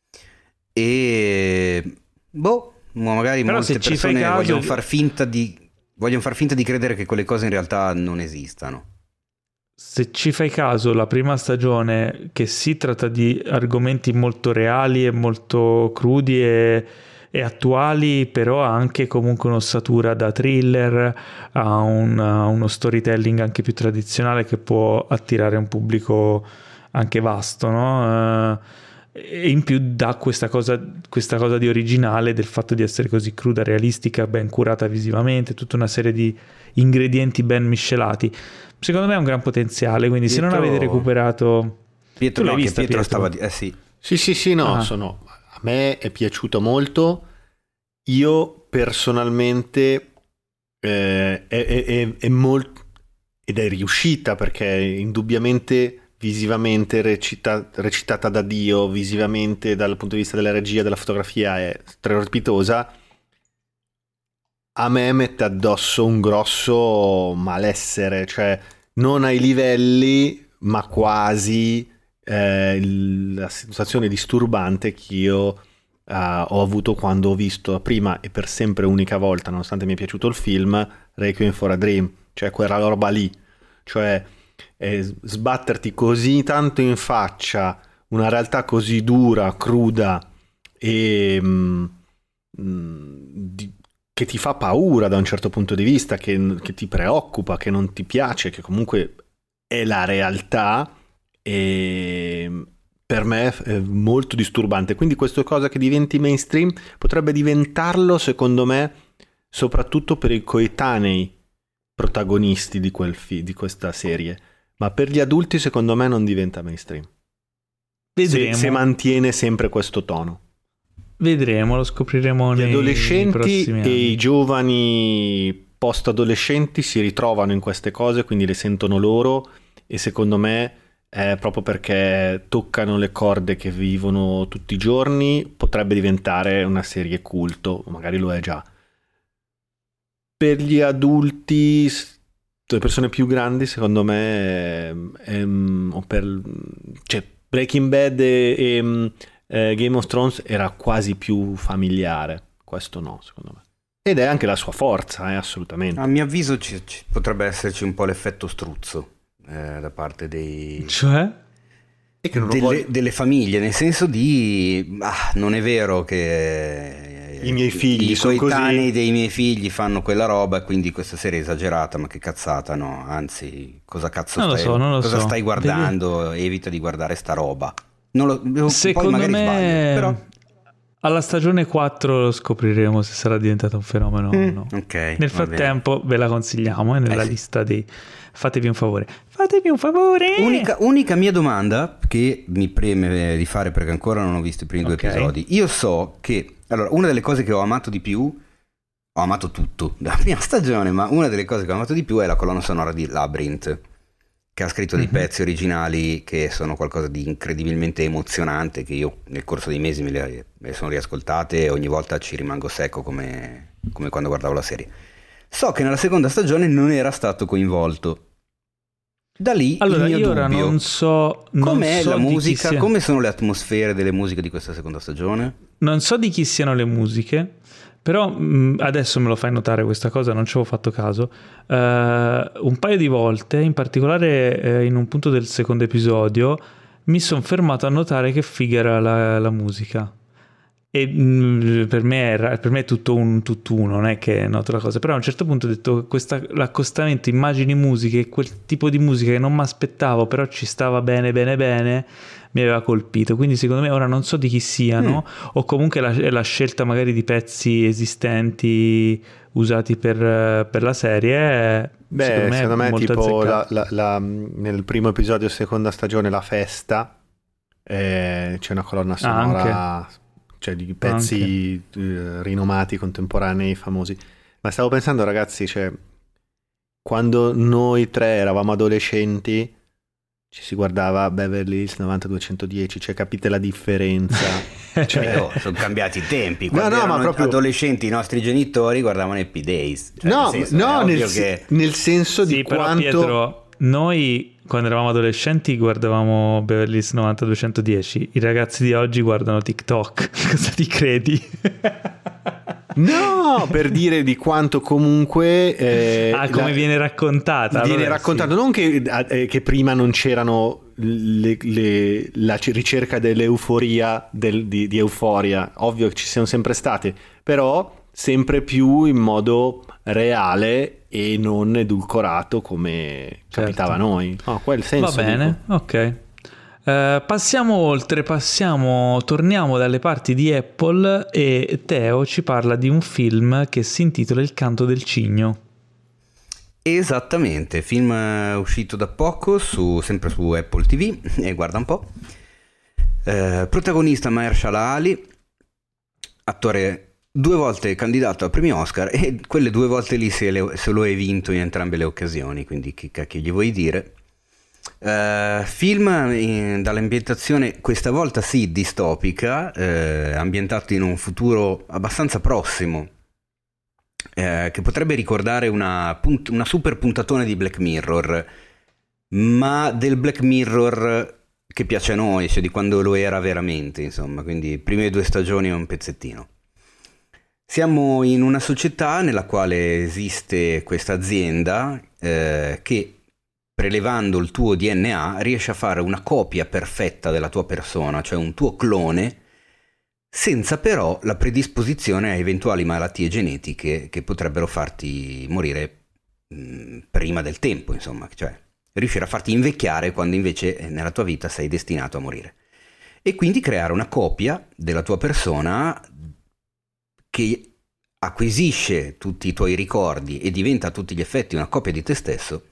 e boh, magari però molte persone caso... vogliono far finta di vogliono far finta di credere che quelle cose in realtà non esistano. Se ci fai caso, la prima stagione, che si tratta di argomenti molto reali e molto crudi e, e attuali, però ha anche comunque un'ossatura da thriller, ha un, uno storytelling anche più tradizionale che può attirare un pubblico anche vasto, no? E in più dà questa cosa, questa cosa di originale del fatto di essere così cruda, realistica, ben curata visivamente, tutta una serie di ingredienti ben miscelati. Secondo me ha un gran potenziale, quindi Pietro... se non avete recuperato... Pietro, tu l'hai no, vista, Pietro, Pietro? stava di... eh sì. Sì, sì, sì, no, ah. sono... a me è piaciuto molto. Io personalmente eh, è, è, è, è molto... ed è riuscita perché indubbiamente visivamente recita... recitata da Dio, visivamente dal punto di vista della regia, della fotografia è strepitosa. A me mette addosso un grosso malessere, cioè non ai livelli ma quasi eh, la sensazione disturbante che io eh, ho avuto quando ho visto prima e per sempre unica volta, nonostante mi è piaciuto il film, Requiem for a Dream, cioè quella roba lì, cioè eh, sbatterti così tanto in faccia una realtà così dura, cruda e mh, mh, di, che ti fa paura da un certo punto di vista, che, che ti preoccupa, che non ti piace, che comunque è la realtà, e per me è molto disturbante. Quindi questa cosa che diventi mainstream potrebbe diventarlo, secondo me, soprattutto per i coetanei protagonisti di, quel fi- di questa serie, ma per gli adulti secondo me non diventa mainstream. Se, se mantiene sempre questo tono. Vedremo, lo scopriremo gli nei adolescenti nei e i giovani post-adolescenti si ritrovano in queste cose, quindi le sentono loro, e secondo me è proprio perché toccano le corde che vivono tutti i giorni, potrebbe diventare una serie culto, magari lo è già. Per gli adulti, le persone più grandi, secondo me è, è, o per, cioè Breaking Bad e, e eh, Game of Thrones era quasi più familiare, questo no, secondo me. Ed è anche la sua forza, eh, assolutamente. A mio avviso ci, ci potrebbe esserci un po' l'effetto struzzo eh, da parte dei... Cioè? E che non delle, vuoi... delle famiglie, nel senso di... Ah, non è vero che... I miei figli i sono coetanei così... dei miei figli fanno quella roba e quindi questa serie è esagerata, ma che cazzata, no? Anzi, cosa cazzo non stai, lo so, non lo cosa so. stai guardando? Vedi? Evita di guardare sta roba. Non lo, Secondo poi magari me sbaglio, però... alla stagione quattro lo scopriremo se sarà diventato un fenomeno mm, o no. Okay, nel frattempo ve la consigliamo, è nella eh sì. lista dei... Fatevi un favore. Fatevi un favore! Unica, unica mia domanda che mi preme di fare perché ancora non ho visto i primi okay. due episodi. Io so che... Allora, una delle cose che ho amato di più ho amato tutto dalla prima stagione, ma una delle cose che ho amato di più è la colonna sonora di Labyrinth, che ha scritto dei mm-hmm. pezzi originali che sono qualcosa di incredibilmente emozionante, che io nel corso dei mesi me le, me le sono riascoltate e ogni volta ci rimango secco come, come quando guardavo la serie. So che nella seconda stagione non era stato coinvolto. Da lì allora, il mio io ora dubbio. non so non com'è so la musica, sia... come sono le atmosfere delle musiche di questa seconda stagione? Non so di chi siano le musiche, però mh, adesso me lo fai notare questa cosa, non ci avevo fatto caso. Uh, un paio di volte, in particolare eh, in un punto del secondo episodio, mi sono fermato a notare che figa era la, la musica. E mh, per me era, per me è tutto un tutt'uno, non è che noto la cosa, però a un certo punto ho detto questa, l'accostamento immagini musiche, quel tipo di musica che non mi aspettavo, però ci stava bene bene bene, mi aveva colpito. Quindi secondo me ora non so di chi siano, mm. o comunque la, la scelta magari di pezzi esistenti usati per, per la serie. Beh, secondo me, secondo me è tipo la, la, la, nel primo episodio seconda stagione, La festa, eh, c'è una colonna sonora, ah, cioè di pezzi eh, rinomati, contemporanei, famosi. Ma stavo pensando, ragazzi, cioè quando noi tre eravamo adolescenti ci si guardava Beverly Hills novanta duecentodieci, cioè capite la differenza? Cioè, oh, sono cambiati i tempi. Quando no, no, ma proprio adolescenti i nostri genitori guardavano Happy Days. Cioè, no, nel senso, no, nel, che... nel senso sì, di però, quanto... Pietro, noi quando eravamo adolescenti guardavamo Beverly Hills novanta duecentodieci, i ragazzi di oggi guardano TikTok. Cosa ti credi? No, per dire di quanto comunque eh, ah, come la, viene raccontata viene allora, raccontato, sì. Non che, eh, che prima non c'erano le, le, la ricerca dell'euforia del, di, di euforia, ovvio che ci siano sempre state, però sempre più in modo reale e non edulcorato come certo. capitava a noi. No, quel senso. Va bene, dico. ok. Uh, passiamo oltre, passiamo, torniamo dalle parti di Apple e Teo ci parla di un film che si intitola Il canto del cigno. Esattamente, film uscito da poco, su, sempre su Apple ti vu, e guarda un po'. Uh, protagonista Mahershala Ali, attore due volte candidato a premi Oscar e quelle due volte lì se, le, se lo hai vinto in entrambe le occasioni, quindi che cacchio gli vuoi dire. Uh, film in, dall'ambientazione questa volta sì distopica, uh, ambientato in un futuro abbastanza prossimo, uh, che potrebbe ricordare una, punt- una super puntatona di Black Mirror, ma del Black Mirror che piace a noi, cioè di quando lo era veramente, insomma, quindi prime due stagioni è un pezzettino. Siamo in una società nella quale esiste questa azienda uh, che prelevando il tuo D N A riesce a fare una copia perfetta della tua persona, cioè un tuo clone, senza però la predisposizione a eventuali malattie genetiche che potrebbero farti morire mh, prima del tempo, insomma, cioè riuscire a farti invecchiare quando invece nella tua vita sei destinato a morire. E quindi creare una copia della tua persona che acquisisce tutti i tuoi ricordi e diventa a tutti gli effetti una copia di te stesso,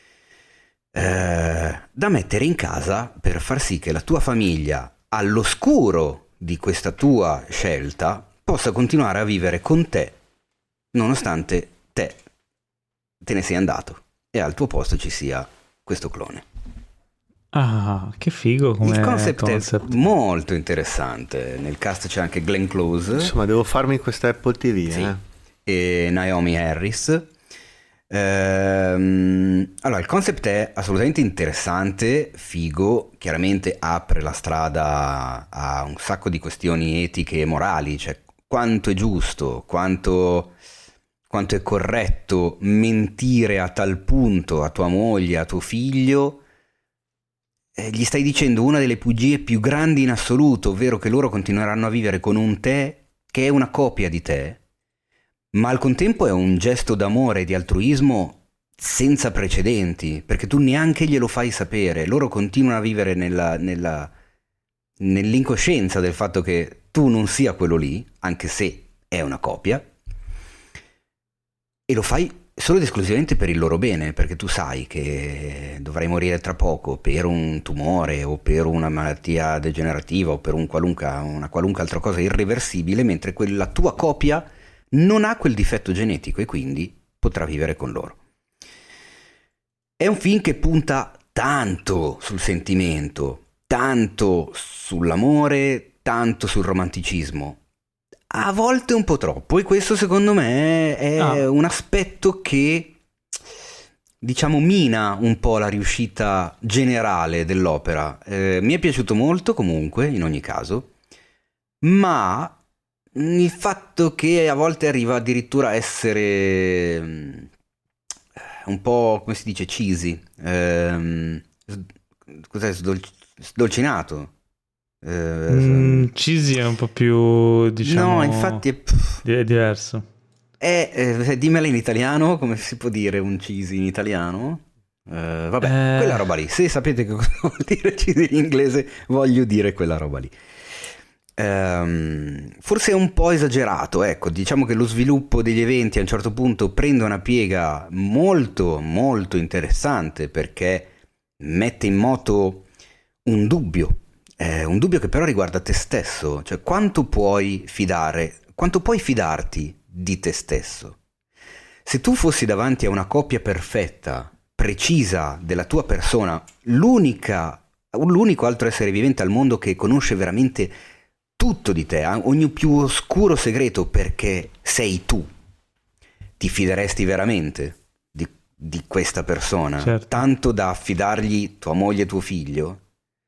Eh, da mettere in casa per far sì che la tua famiglia, all'oscuro di questa tua scelta, possa continuare a vivere con te nonostante te te ne sei andato e al tuo posto ci sia questo clone. Ah, che figo come il concept, concept è molto interessante. Nel cast c'è anche Glenn Close, insomma devo farmi questa Apple ti vu, sì. eh? E Naomi Harris. Ehm, allora il concept è assolutamente interessante, figo, chiaramente apre la strada a un sacco di questioni etiche e morali, cioè quanto è giusto, quanto, quanto è corretto mentire a tal punto a tua moglie, a tuo figlio. Eh, gli stai dicendo una delle bugie più grandi in assoluto, ovvero che loro continueranno a vivere con un te che è una copia di te, ma al contempo è un gesto d'amore e di altruismo senza precedenti, perché tu neanche glielo fai sapere, loro continuano a vivere nella, nella, nell'incoscienza del fatto che tu non sia quello lì, anche se è una copia, e lo fai solo ed esclusivamente per il loro bene, perché tu sai che dovrai morire tra poco per un tumore o per una malattia degenerativa o per un qualunque, una qualunque altra cosa irreversibile, mentre quella tua copia non ha quel difetto genetico e quindi potrà vivere con loro. È un film che punta tanto sul sentimento, tanto sull'amore, tanto sul romanticismo. A volte un po' troppo, e questo secondo me è ah. un aspetto che, diciamo, mina un po' la riuscita generale dell'opera. Eh, mi è piaciuto molto comunque, in ogni caso, ma il fatto che a volte arriva addirittura a essere un po', come si dice, cheesy, ehm, cos'è, sdol- sdolcinato. Eh, mm, cheesy è un po' più, diciamo, no, infatti è, è diverso. È, eh, dimmela in italiano, come si può dire un cheesy in italiano? Eh, vabbè, eh... quella roba lì. Se sapete che cosa vuol dire cheesy in inglese, voglio dire quella roba lì. Um, forse è un po' esagerato, ecco, diciamo che lo sviluppo degli eventi a un certo punto prende una piega molto molto interessante, perché mette in moto un dubbio, eh, un dubbio che però riguarda te stesso, cioè quanto puoi fidare, quanto puoi fidarti di te stesso. Se tu fossi davanti a una coppia perfetta, precisa della tua persona, l'unica, l'unico altro essere vivente al mondo che conosce veramente tutto di te, ogni più oscuro segreto, perché sei tu, ti fideresti veramente di, di questa persona, certo, tanto da affidargli tua moglie e tuo figlio?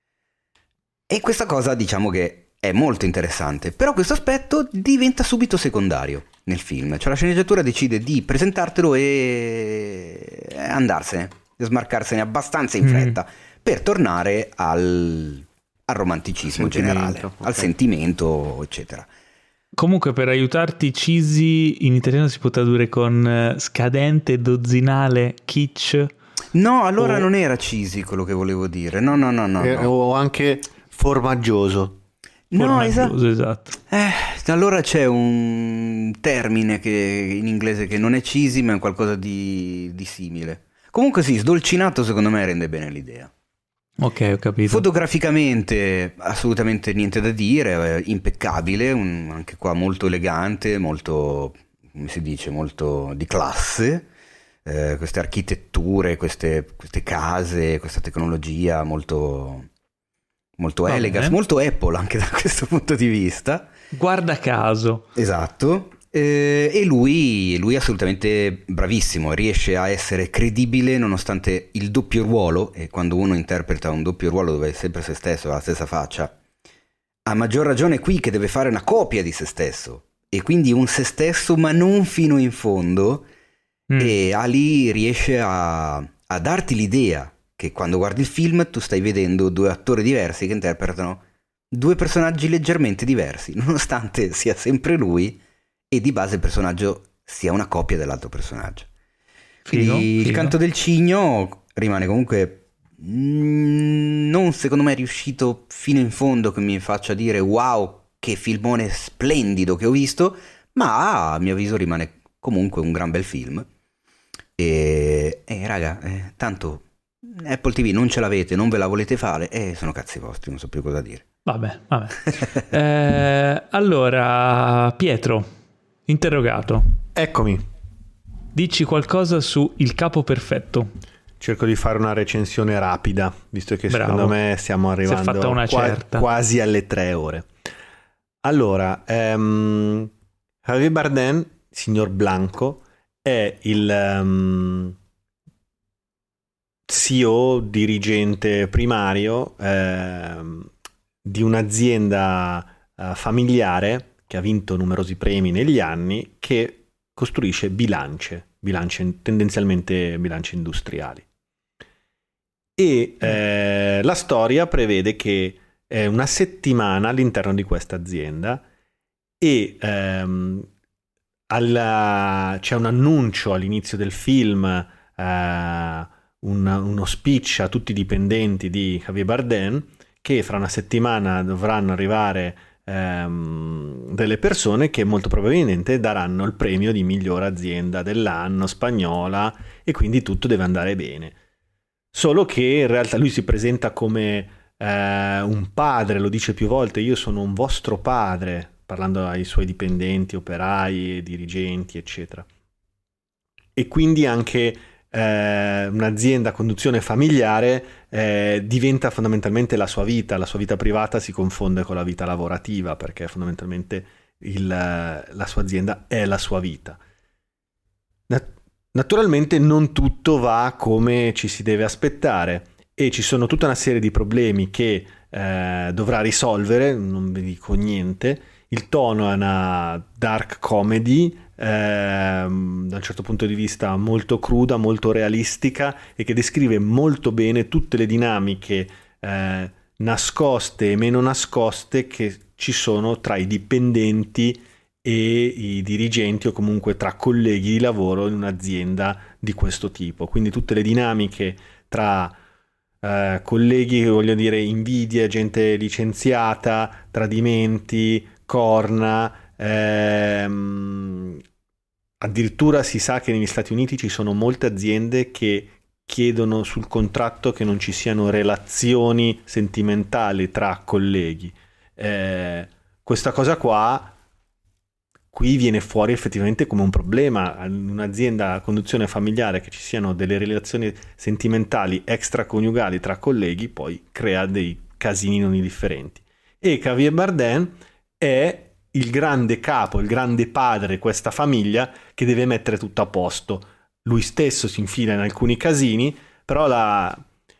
E questa cosa, diciamo che è molto interessante, però questo aspetto diventa subito secondario nel film, cioè la sceneggiatura decide di presentartelo e andarsene, smarcarsene abbastanza in fretta, mm. per tornare al al romanticismo generale, okay, al sentimento, eccetera. Comunque, per aiutarti, cheesy in italiano si può tradurre con scadente, dozzinale, kitsch. No, allora o... non era cheesy quello che volevo dire. No, no, no, no. Eh, no. O anche formaggioso. No, formaggioso, esatto. esatto. Eh, allora c'è un termine che in inglese che non è cheesy, ma è qualcosa di, di simile. Comunque sì, sdolcinato secondo me rende bene l'idea. Ok, ho capito. Fotograficamente assolutamente niente da dire, impeccabile, un, anche qua molto elegante, molto, come si dice, molto di classe, eh, queste architetture, queste, queste case, questa tecnologia molto, molto elegant, molto Apple anche da questo punto di vista. Guarda caso. Esatto. Eh, e lui, lui è assolutamente bravissimo, riesce a essere credibile nonostante il doppio ruolo, e quando uno interpreta un doppio ruolo dove è sempre se stesso, ha la stessa faccia, a maggior ragione qui che deve fare una copia di se stesso, e quindi un se stesso ma non fino in fondo, mm. e Ali riesce a, a darti l'idea che quando guardi il film tu stai vedendo due attori diversi che interpretano due personaggi leggermente diversi, nonostante sia sempre lui e di base il personaggio sia una copia dell'altro personaggio. Figo, Quindi figo. Il canto del cigno rimane comunque mm, non secondo me riuscito fino in fondo che mi faccia dire wow che filmone splendido che ho visto, ma a mio avviso rimane comunque un gran bel film. E, e raga, eh, tanto Apple ti vu non ce l'avete, non ve la volete fare, e eh, sono cazzi vostri, non so più cosa dire. Vabbè, vabbè. eh, allora Pietro, interrogato. Eccomi. Dici qualcosa su Il capo perfetto. Cerco di fare una recensione rapida, visto che Bravo. Secondo me stiamo arrivando si è fatta una qua- certa. quasi alle tre ore. Allora, um, Javier Bardem, signor Blanco, è il um, C E O, dirigente primario um, di un'azienda uh, familiare che ha vinto numerosi premi negli anni, che costruisce bilance, bilance tendenzialmente bilance industriali. E eh, la storia prevede che è una settimana all'interno di questa azienda e ehm, alla, c'è un annuncio all'inizio del film, eh, un, uno speech a tutti i dipendenti di Javier Bardem che fra una settimana dovranno arrivare delle persone che molto probabilmente daranno il premio di miglior azienda dell'anno spagnola, e quindi tutto deve andare bene. Solo che in realtà lui si presenta come eh, un padre, lo dice più volte: io sono un vostro padre, parlando ai suoi dipendenti, operai, dirigenti, eccetera. E quindi anche eh, un'azienda a conduzione familiare eh, diventa fondamentalmente la sua vita, la sua vita privata si confonde con la vita lavorativa, perché fondamentalmente il, la sua azienda è la sua vita. Nat- naturalmente non tutto va come ci si deve aspettare e ci sono tutta una serie di problemi che eh, dovrà risolvere, non vi dico niente. Il tono è una dark comedy, eh, da un certo punto di vista molto cruda, molto realistica e che descrive molto bene tutte le dinamiche eh, nascoste e meno nascoste che ci sono tra i dipendenti e i dirigenti o comunque tra colleghi di lavoro in un'azienda di questo tipo. Quindi tutte le dinamiche tra eh, colleghi, voglio dire, invidie, gente licenziata, tradimenti, corna, ehm, addirittura si sa che negli Stati Uniti ci sono molte aziende che chiedono sul contratto che non ci siano relazioni sentimentali tra colleghi. Eh, questa cosa qua qui viene fuori effettivamente come un problema. In un'azienda a conduzione familiare che ci siano delle relazioni sentimentali extraconiugali tra colleghi poi crea dei casini non indifferenti. E Javier Bardem è il grande capo, il grande padre di questa famiglia che deve mettere tutto a posto. Lui stesso si infila in alcuni casini, però la,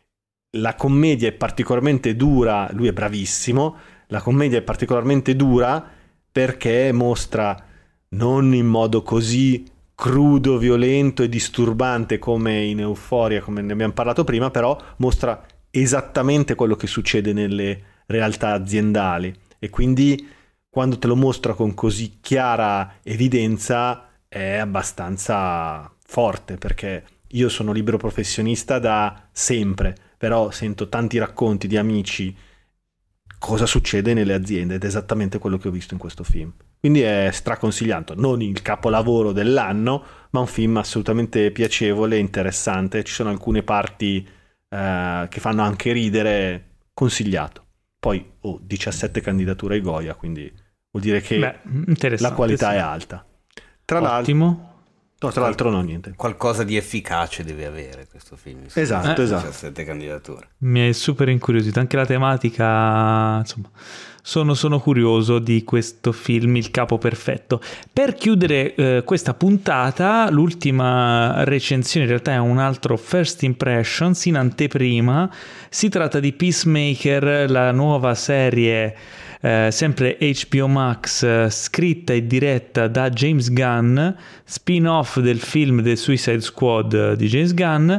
la commedia è particolarmente dura, lui è bravissimo, la commedia è particolarmente dura perché mostra, non in modo così crudo, violento e disturbante come in Euphoria, come ne abbiamo parlato prima, però mostra esattamente quello che succede nelle realtà aziendali e quindi quando te lo mostra con così chiara evidenza è abbastanza forte, perché io sono libero professionista da sempre, però sento tanti racconti di amici cosa succede nelle aziende ed è esattamente quello che ho visto in questo film. Quindi è straconsigliato, non il capolavoro dell'anno, ma un film assolutamente piacevole e interessante. Ci sono alcune parti eh, che fanno anche ridere, consigliato. Poi ho oh, diciassette candidature ai Goya, quindi vuol dire che Beh, la qualità sì. è alta. Tra Ottimo. l'altro, no, tra l'altro no, niente. Qualcosa di efficace deve avere questo film. Esatto, eh. esatto. diciassette candidature. Mi è super incuriosito, anche la tematica, insomma, sono, sono curioso di questo film, Il capo perfetto. Per chiudere eh, questa puntata, l'ultima recensione in realtà è un altro First Impressions in anteprima. Si tratta di Peacemaker, la nuova serie Eh, sempre H B O Max, eh, scritta e diretta da James Gunn, spin-off del film The Suicide Squad eh, di James Gunn.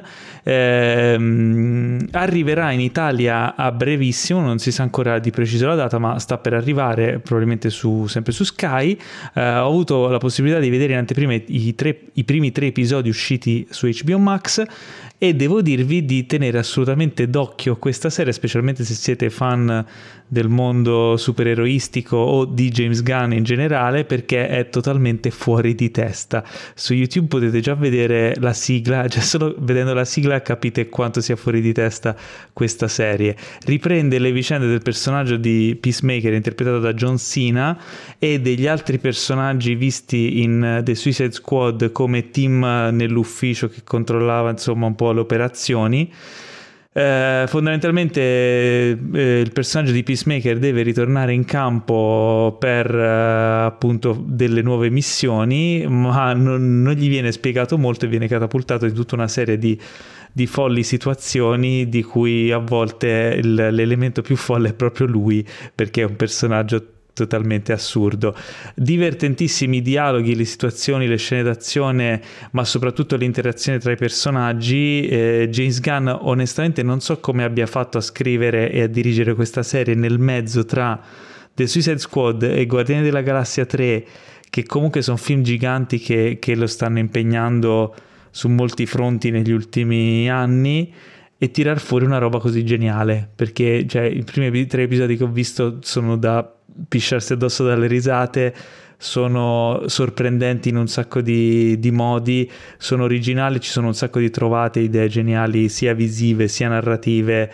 Eh, arriverà in Italia a brevissimo, non si sa ancora di preciso la data, ma sta per arrivare probabilmente su, sempre su Sky. Eh, ho avuto la possibilità di vedere in anteprima i, tre, i primi tre episodi usciti su H B O Max e devo dirvi di tenere assolutamente d'occhio questa serie, specialmente se siete fan del mondo supereroistico o di James Gunn in generale, perché è totalmente fuori di testa. Su YouTube potete già vedere la sigla, già solo vedendo la sigla capite quanto sia fuori di testa questa serie. Riprende le vicende del personaggio di Peacemaker interpretato da John Cena e degli altri personaggi visti in The Suicide Squad come team nell'ufficio che controllava insomma un po' le operazioni. Eh, fondamentalmente eh, il personaggio di Peacemaker deve ritornare in campo per eh, appunto delle nuove missioni, ma non, non gli viene spiegato molto e viene catapultato in tutta una serie di, di folli situazioni di cui a volte il, l'elemento più folle è proprio lui, perché è un personaggio totalmente assurdo. Divertentissimi dialoghi, le situazioni, le scene d'azione, ma soprattutto l'interazione tra i personaggi. eh, James Gunn onestamente non so come abbia fatto a scrivere e a dirigere questa serie nel mezzo tra The Suicide Squad e Guardiani della Galassia tre, che comunque sono film giganti che, che lo stanno impegnando su molti fronti negli ultimi anni, e tirar fuori una roba così geniale, perché cioè, i primi tre episodi che ho visto sono da pisciarsi addosso dalle risate, sono sorprendenti in un sacco di, di modi, sono originali, ci sono un sacco di trovate, idee geniali sia visive sia narrative.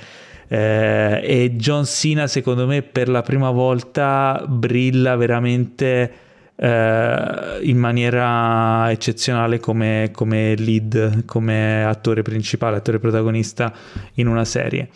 eh, e John Cena secondo me per la prima volta brilla veramente eh, in maniera eccezionale come, come lead, come attore principale, attore protagonista in una serie,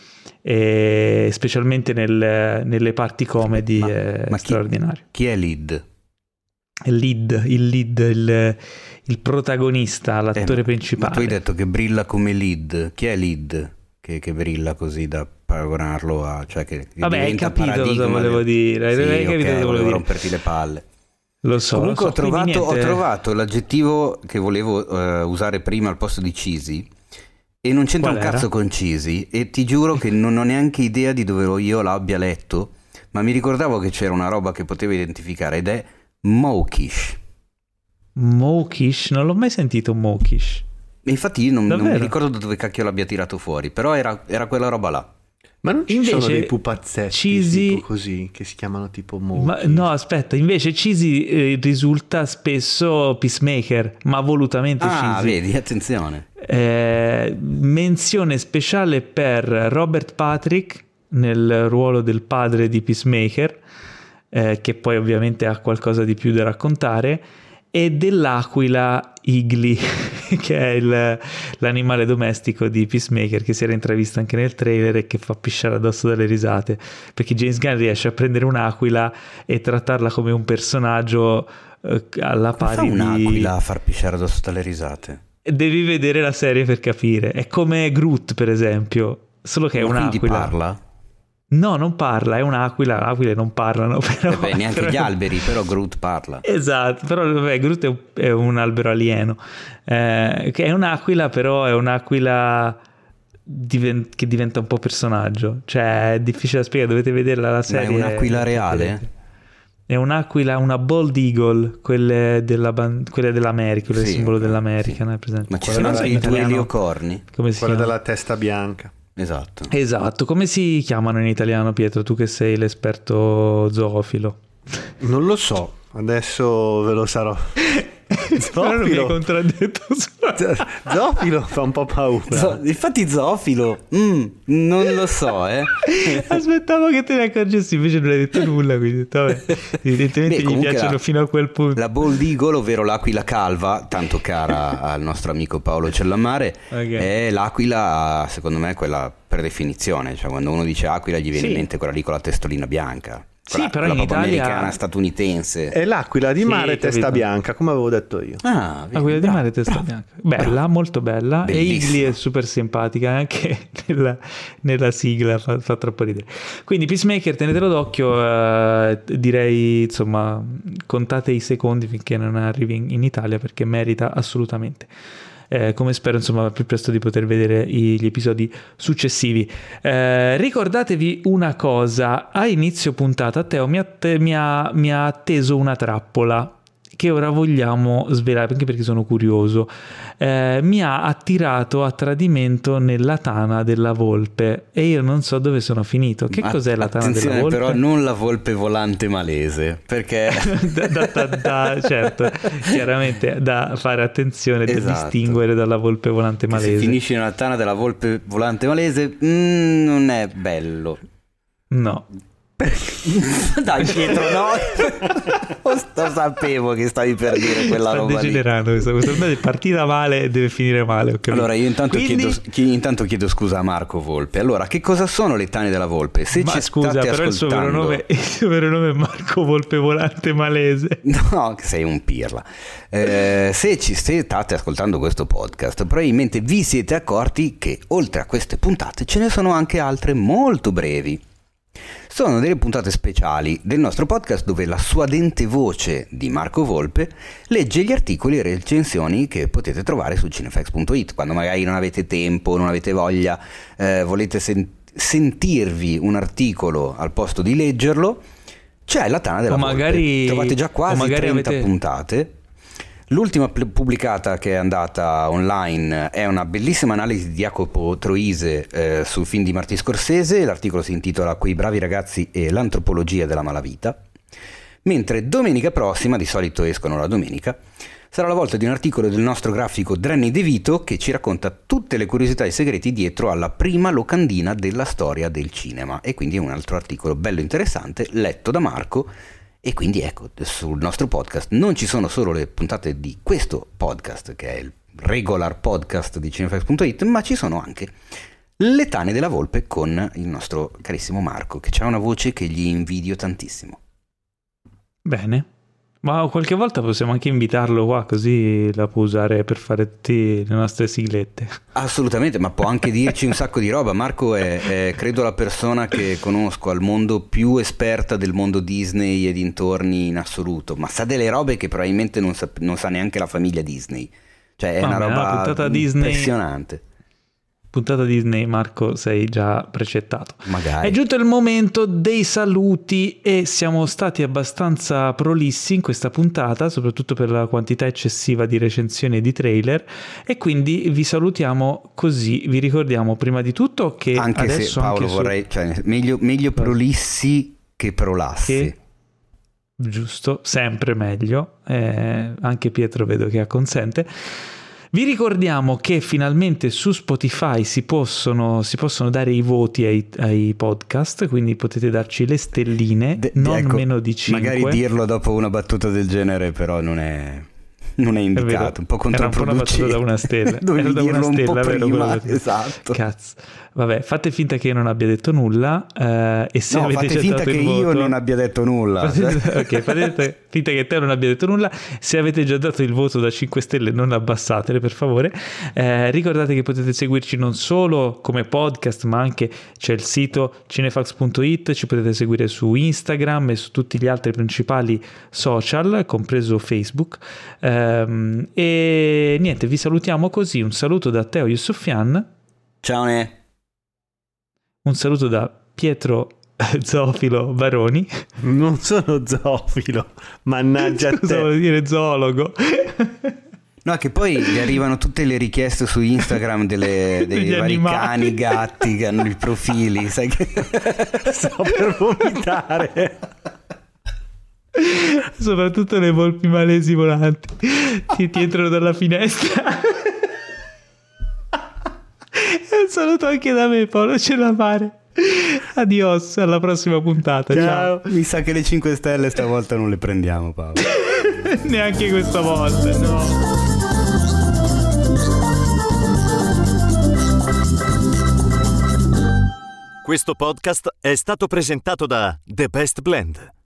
e specialmente nel, nelle parti comedy. Ma, è ma straordinario. Chi, chi è lead? Il lead, il lead, il, il protagonista, l'attore eh, principale. Ma tu hai detto che brilla come lead. Chi è lead che, che brilla così da paragonarlo a... Cioè che, che Vabbè, hai capito cosa volevo dire. Sì, hai capito okay, cosa volevo dire. romperti le palle. Lo so. Comunque lo so, ho, trovato, ho niente... trovato l'aggettivo che volevo uh, usare prima al posto di cheesy e non c'entra Qual un era? cazzo con cheesy, e ti giuro che non ho neanche idea di dove io l'abbia letto, ma mi ricordavo che c'era una roba che potevo identificare ed è mawkish. Mawkish? Non l'ho mai sentito mawkish. E infatti io non, non mi Davvero? ricordo da dove cacchio l'abbia tirato fuori, però era, era quella roba là. Ma non ci Invece, sono dei pupazzetti cheesy- tipo così che si chiamano tipo Mo? Ma, no, aspetta, invece cheesy eh, risulta spesso Peacemaker, ma volutamente Ah, cheesy. vedi, attenzione. Eh, menzione speciale per Robert Patrick nel ruolo del padre di Peacemaker, eh, che poi ovviamente ha qualcosa di più da raccontare, e dell'aquila Igli, che è il, l'animale domestico di Peacemaker, che si era intravisto anche nel trailer e che fa pisciare addosso dalle risate, perché James Gunn riesce a prendere un'aquila e trattarla come un personaggio eh, alla Come fa pari di... un'aquila a far pisciare addosso dalle risate? Devi vedere la serie per capire. È come Groot, per esempio, solo che è Ma quindi un'aquila. parla? No, non parla, è un'aquila. Le aquile non parlano, però. Eh beh, neanche però... gli alberi, però Groot parla. Esatto, però vabbè, Groot è un, è un albero alieno. Eh, che è un'aquila, però è un'aquila diven- che diventa un po' personaggio. Cioè, è difficile da spiegare, dovete vederla la Ma serie. è un'aquila reale? È un'aquila, una bald eagle, quelle, della ban- quelle dell'America, quelle Sì, simbolo ok, deli'America, sì. no? È presente? Ma ci Quella sono là anche in i due italiano- eliocorni? Come si Quella chiama? della testa bianca. Esatto. Esatto, come si chiamano in italiano, Pietro? Tu che sei l'esperto zoofilo. Non lo so, adesso ve lo sarò. Però non mi hai contraddetto. Zoofilo fa un po' paura. Zo- infatti zoofilo, mm, non lo so, eh. Aspettavo che te ne accorgessi, invece non hai detto nulla, quindi ho detto, vabbè, evidentemente Beh, gli comunque piacciono la- fino a quel punto. La bald eagle, ovvero l'aquila calva, tanto cara al nostro amico Paolo Cellammare, Ok. è l'aquila, secondo me, quella per definizione. Cioè, quando uno dice aquila gli viene Sì. in mente quella lì con la testolina bianca. Sì, Quella, però quella in proprio Italia- americana, statunitense. È l'aquila di Sì, mare testa capito. bianca, come avevo detto io. Ah, vedi, Ah, quella di bravo, mare testa bravo. bianca. Bella, molto bella. Bellissima. E Igli è super simpatica anche nella, nella sigla, fa, fa troppo ridere. Quindi Peacemaker, tenetelo d'occhio, eh, direi, insomma, contate i secondi finché non arrivi in, in Italia, perché merita assolutamente. Eh, come spero, insomma, più presto di poter vedere i- gli episodi successivi. Eh, ricordatevi una cosa: a inizio puntata Teo mi ha, te- mi ha- mi ha atteso una trappola che ora vogliamo svelare, anche perché sono curioso. Eh, mi ha attirato a tradimento nella tana della volpe e io non so dove sono finito. Che Ma cos'è la tana della attenzione, volpe? però non la volpe volante malese, perché da, da- da- da- certo, chiaramente da fare attenzione, da Esatto. distinguere dalla volpe volante se malese. finisci nella tana della volpe volante malese, mm, non è bello. No. Dai Pietro, no. Lo sapevo che stavi per dire quella Sta roba lì. degenerando questa cosa. È partita male e deve finire male. ho capito. Allora io intanto, Quindi- chiedo, chi- intanto chiedo scusa a Marco Volpe. Allora, che cosa sono le tane della volpe? Se Ma ci scusa, state però il suo, vero ascoltando, nome, il suo vero nome è Marco Volpe Volante Malese. no, che sei un pirla. Eh, se ci state ascoltando questo podcast, probabilmente vi siete accorti che oltre a queste puntate ce ne sono anche altre molto brevi. Sono delle puntate speciali del nostro podcast dove la suadente voce di Marco Volpe legge gli articoli e recensioni che potete trovare su cinefax punto it. Quando magari non avete tempo, non avete voglia, eh, volete sen- sentirvi un articolo al posto di leggerlo, c'è la tana della O volpe. magari- Trovate già o quasi magari trenta avete- puntate. L'ultima pl- pubblicata che è andata online è una bellissima analisi di Jacopo Troise eh, sul film di Martin Scorsese. L'articolo si intitola Quei bravi ragazzi e l'antropologia della malavita. Mentre domenica prossima, di solito escono la domenica, sarà la volta di un articolo del nostro grafico Drenny De Vito che ci racconta tutte le curiosità e i segreti dietro alla prima locandina della storia del cinema, e quindi è un altro articolo bello interessante letto da Marco. E quindi ecco, sul nostro podcast non ci sono solo le puntate di questo podcast che è il regular podcast di Cinefax punto it, ma ci sono anche le Tane della Volpe con il nostro carissimo Marco, che ha una voce che gli invidio tantissimo. Bene, ma qualche volta possiamo anche invitarlo qua, così la può usare per fare tutte le nostre siglette. Assolutamente, ma può anche dirci un sacco di roba. Marco è, è credo la persona che conosco al mondo più esperta del mondo Disney e dintorni in assoluto, ma sa delle robe che probabilmente non sa, non sa neanche la famiglia Disney. Cioè è Ma una roba puntata Disney, impressionante. Puntata Disney, Marco, sei già precettato. Magari. È giunto il momento dei saluti e siamo stati abbastanza prolissi in questa puntata, soprattutto per la quantità eccessiva di recensioni e di trailer, e quindi vi salutiamo così. Vi ricordiamo prima di tutto che anche adesso se Paolo anche vorrei, su... cioè, meglio, meglio prolissi che prolassi. Che... Giusto, sempre meglio, eh, anche Pietro vedo che acconsente. Vi ricordiamo che finalmente su Spotify si possono, si possono dare i voti ai, ai podcast, quindi potete darci le stelline, De- non ecco, meno di cinque. Magari dirlo dopo una battuta del genere però non è, non è indicato, è un po' controproducente. Era un po' una battuta da una stella. Dovevi Era da dirlo una stella, un po' vero, prima, vero? esatto. Cazzo. Vabbè, fate finta che io non abbia detto nulla, eh, e se no, avete fate già finta dato che il io voto, non abbia detto nulla. Fate, ok, fate finta che te non abbia detto nulla. Se avete già dato il voto da cinque stelle non abbassatele per favore. Eh, ricordate che potete seguirci non solo come podcast, ma anche c'è il sito cinefax punto it, ci potete seguire su Instagram e su tutti gli altri principali social, compreso Facebook. Ehm, e niente, vi salutiamo così. Un saluto da Teo Yusufian. Ciao Ne. Un saluto da Pietro Zoofilo Baroni. Non sono zoofilo, mannaggia Scusa, te. vuol dire zoologo. No, che poi gli arrivano tutte le richieste su Instagram delle, dei Degli vari animali. cani, gatti che hanno i profili, sai che... Sto per vomitare. Soprattutto le volpi malesi volanti ti, ti entrano dalla finestra. E un saluto anche da me, Paolo Cellamare. Adios, alla prossima puntata. Ciao. Mi sa che le cinque stelle stavolta non le prendiamo, Paolo. Neanche questa volta, no. Questo podcast è stato presentato da The Best Blend,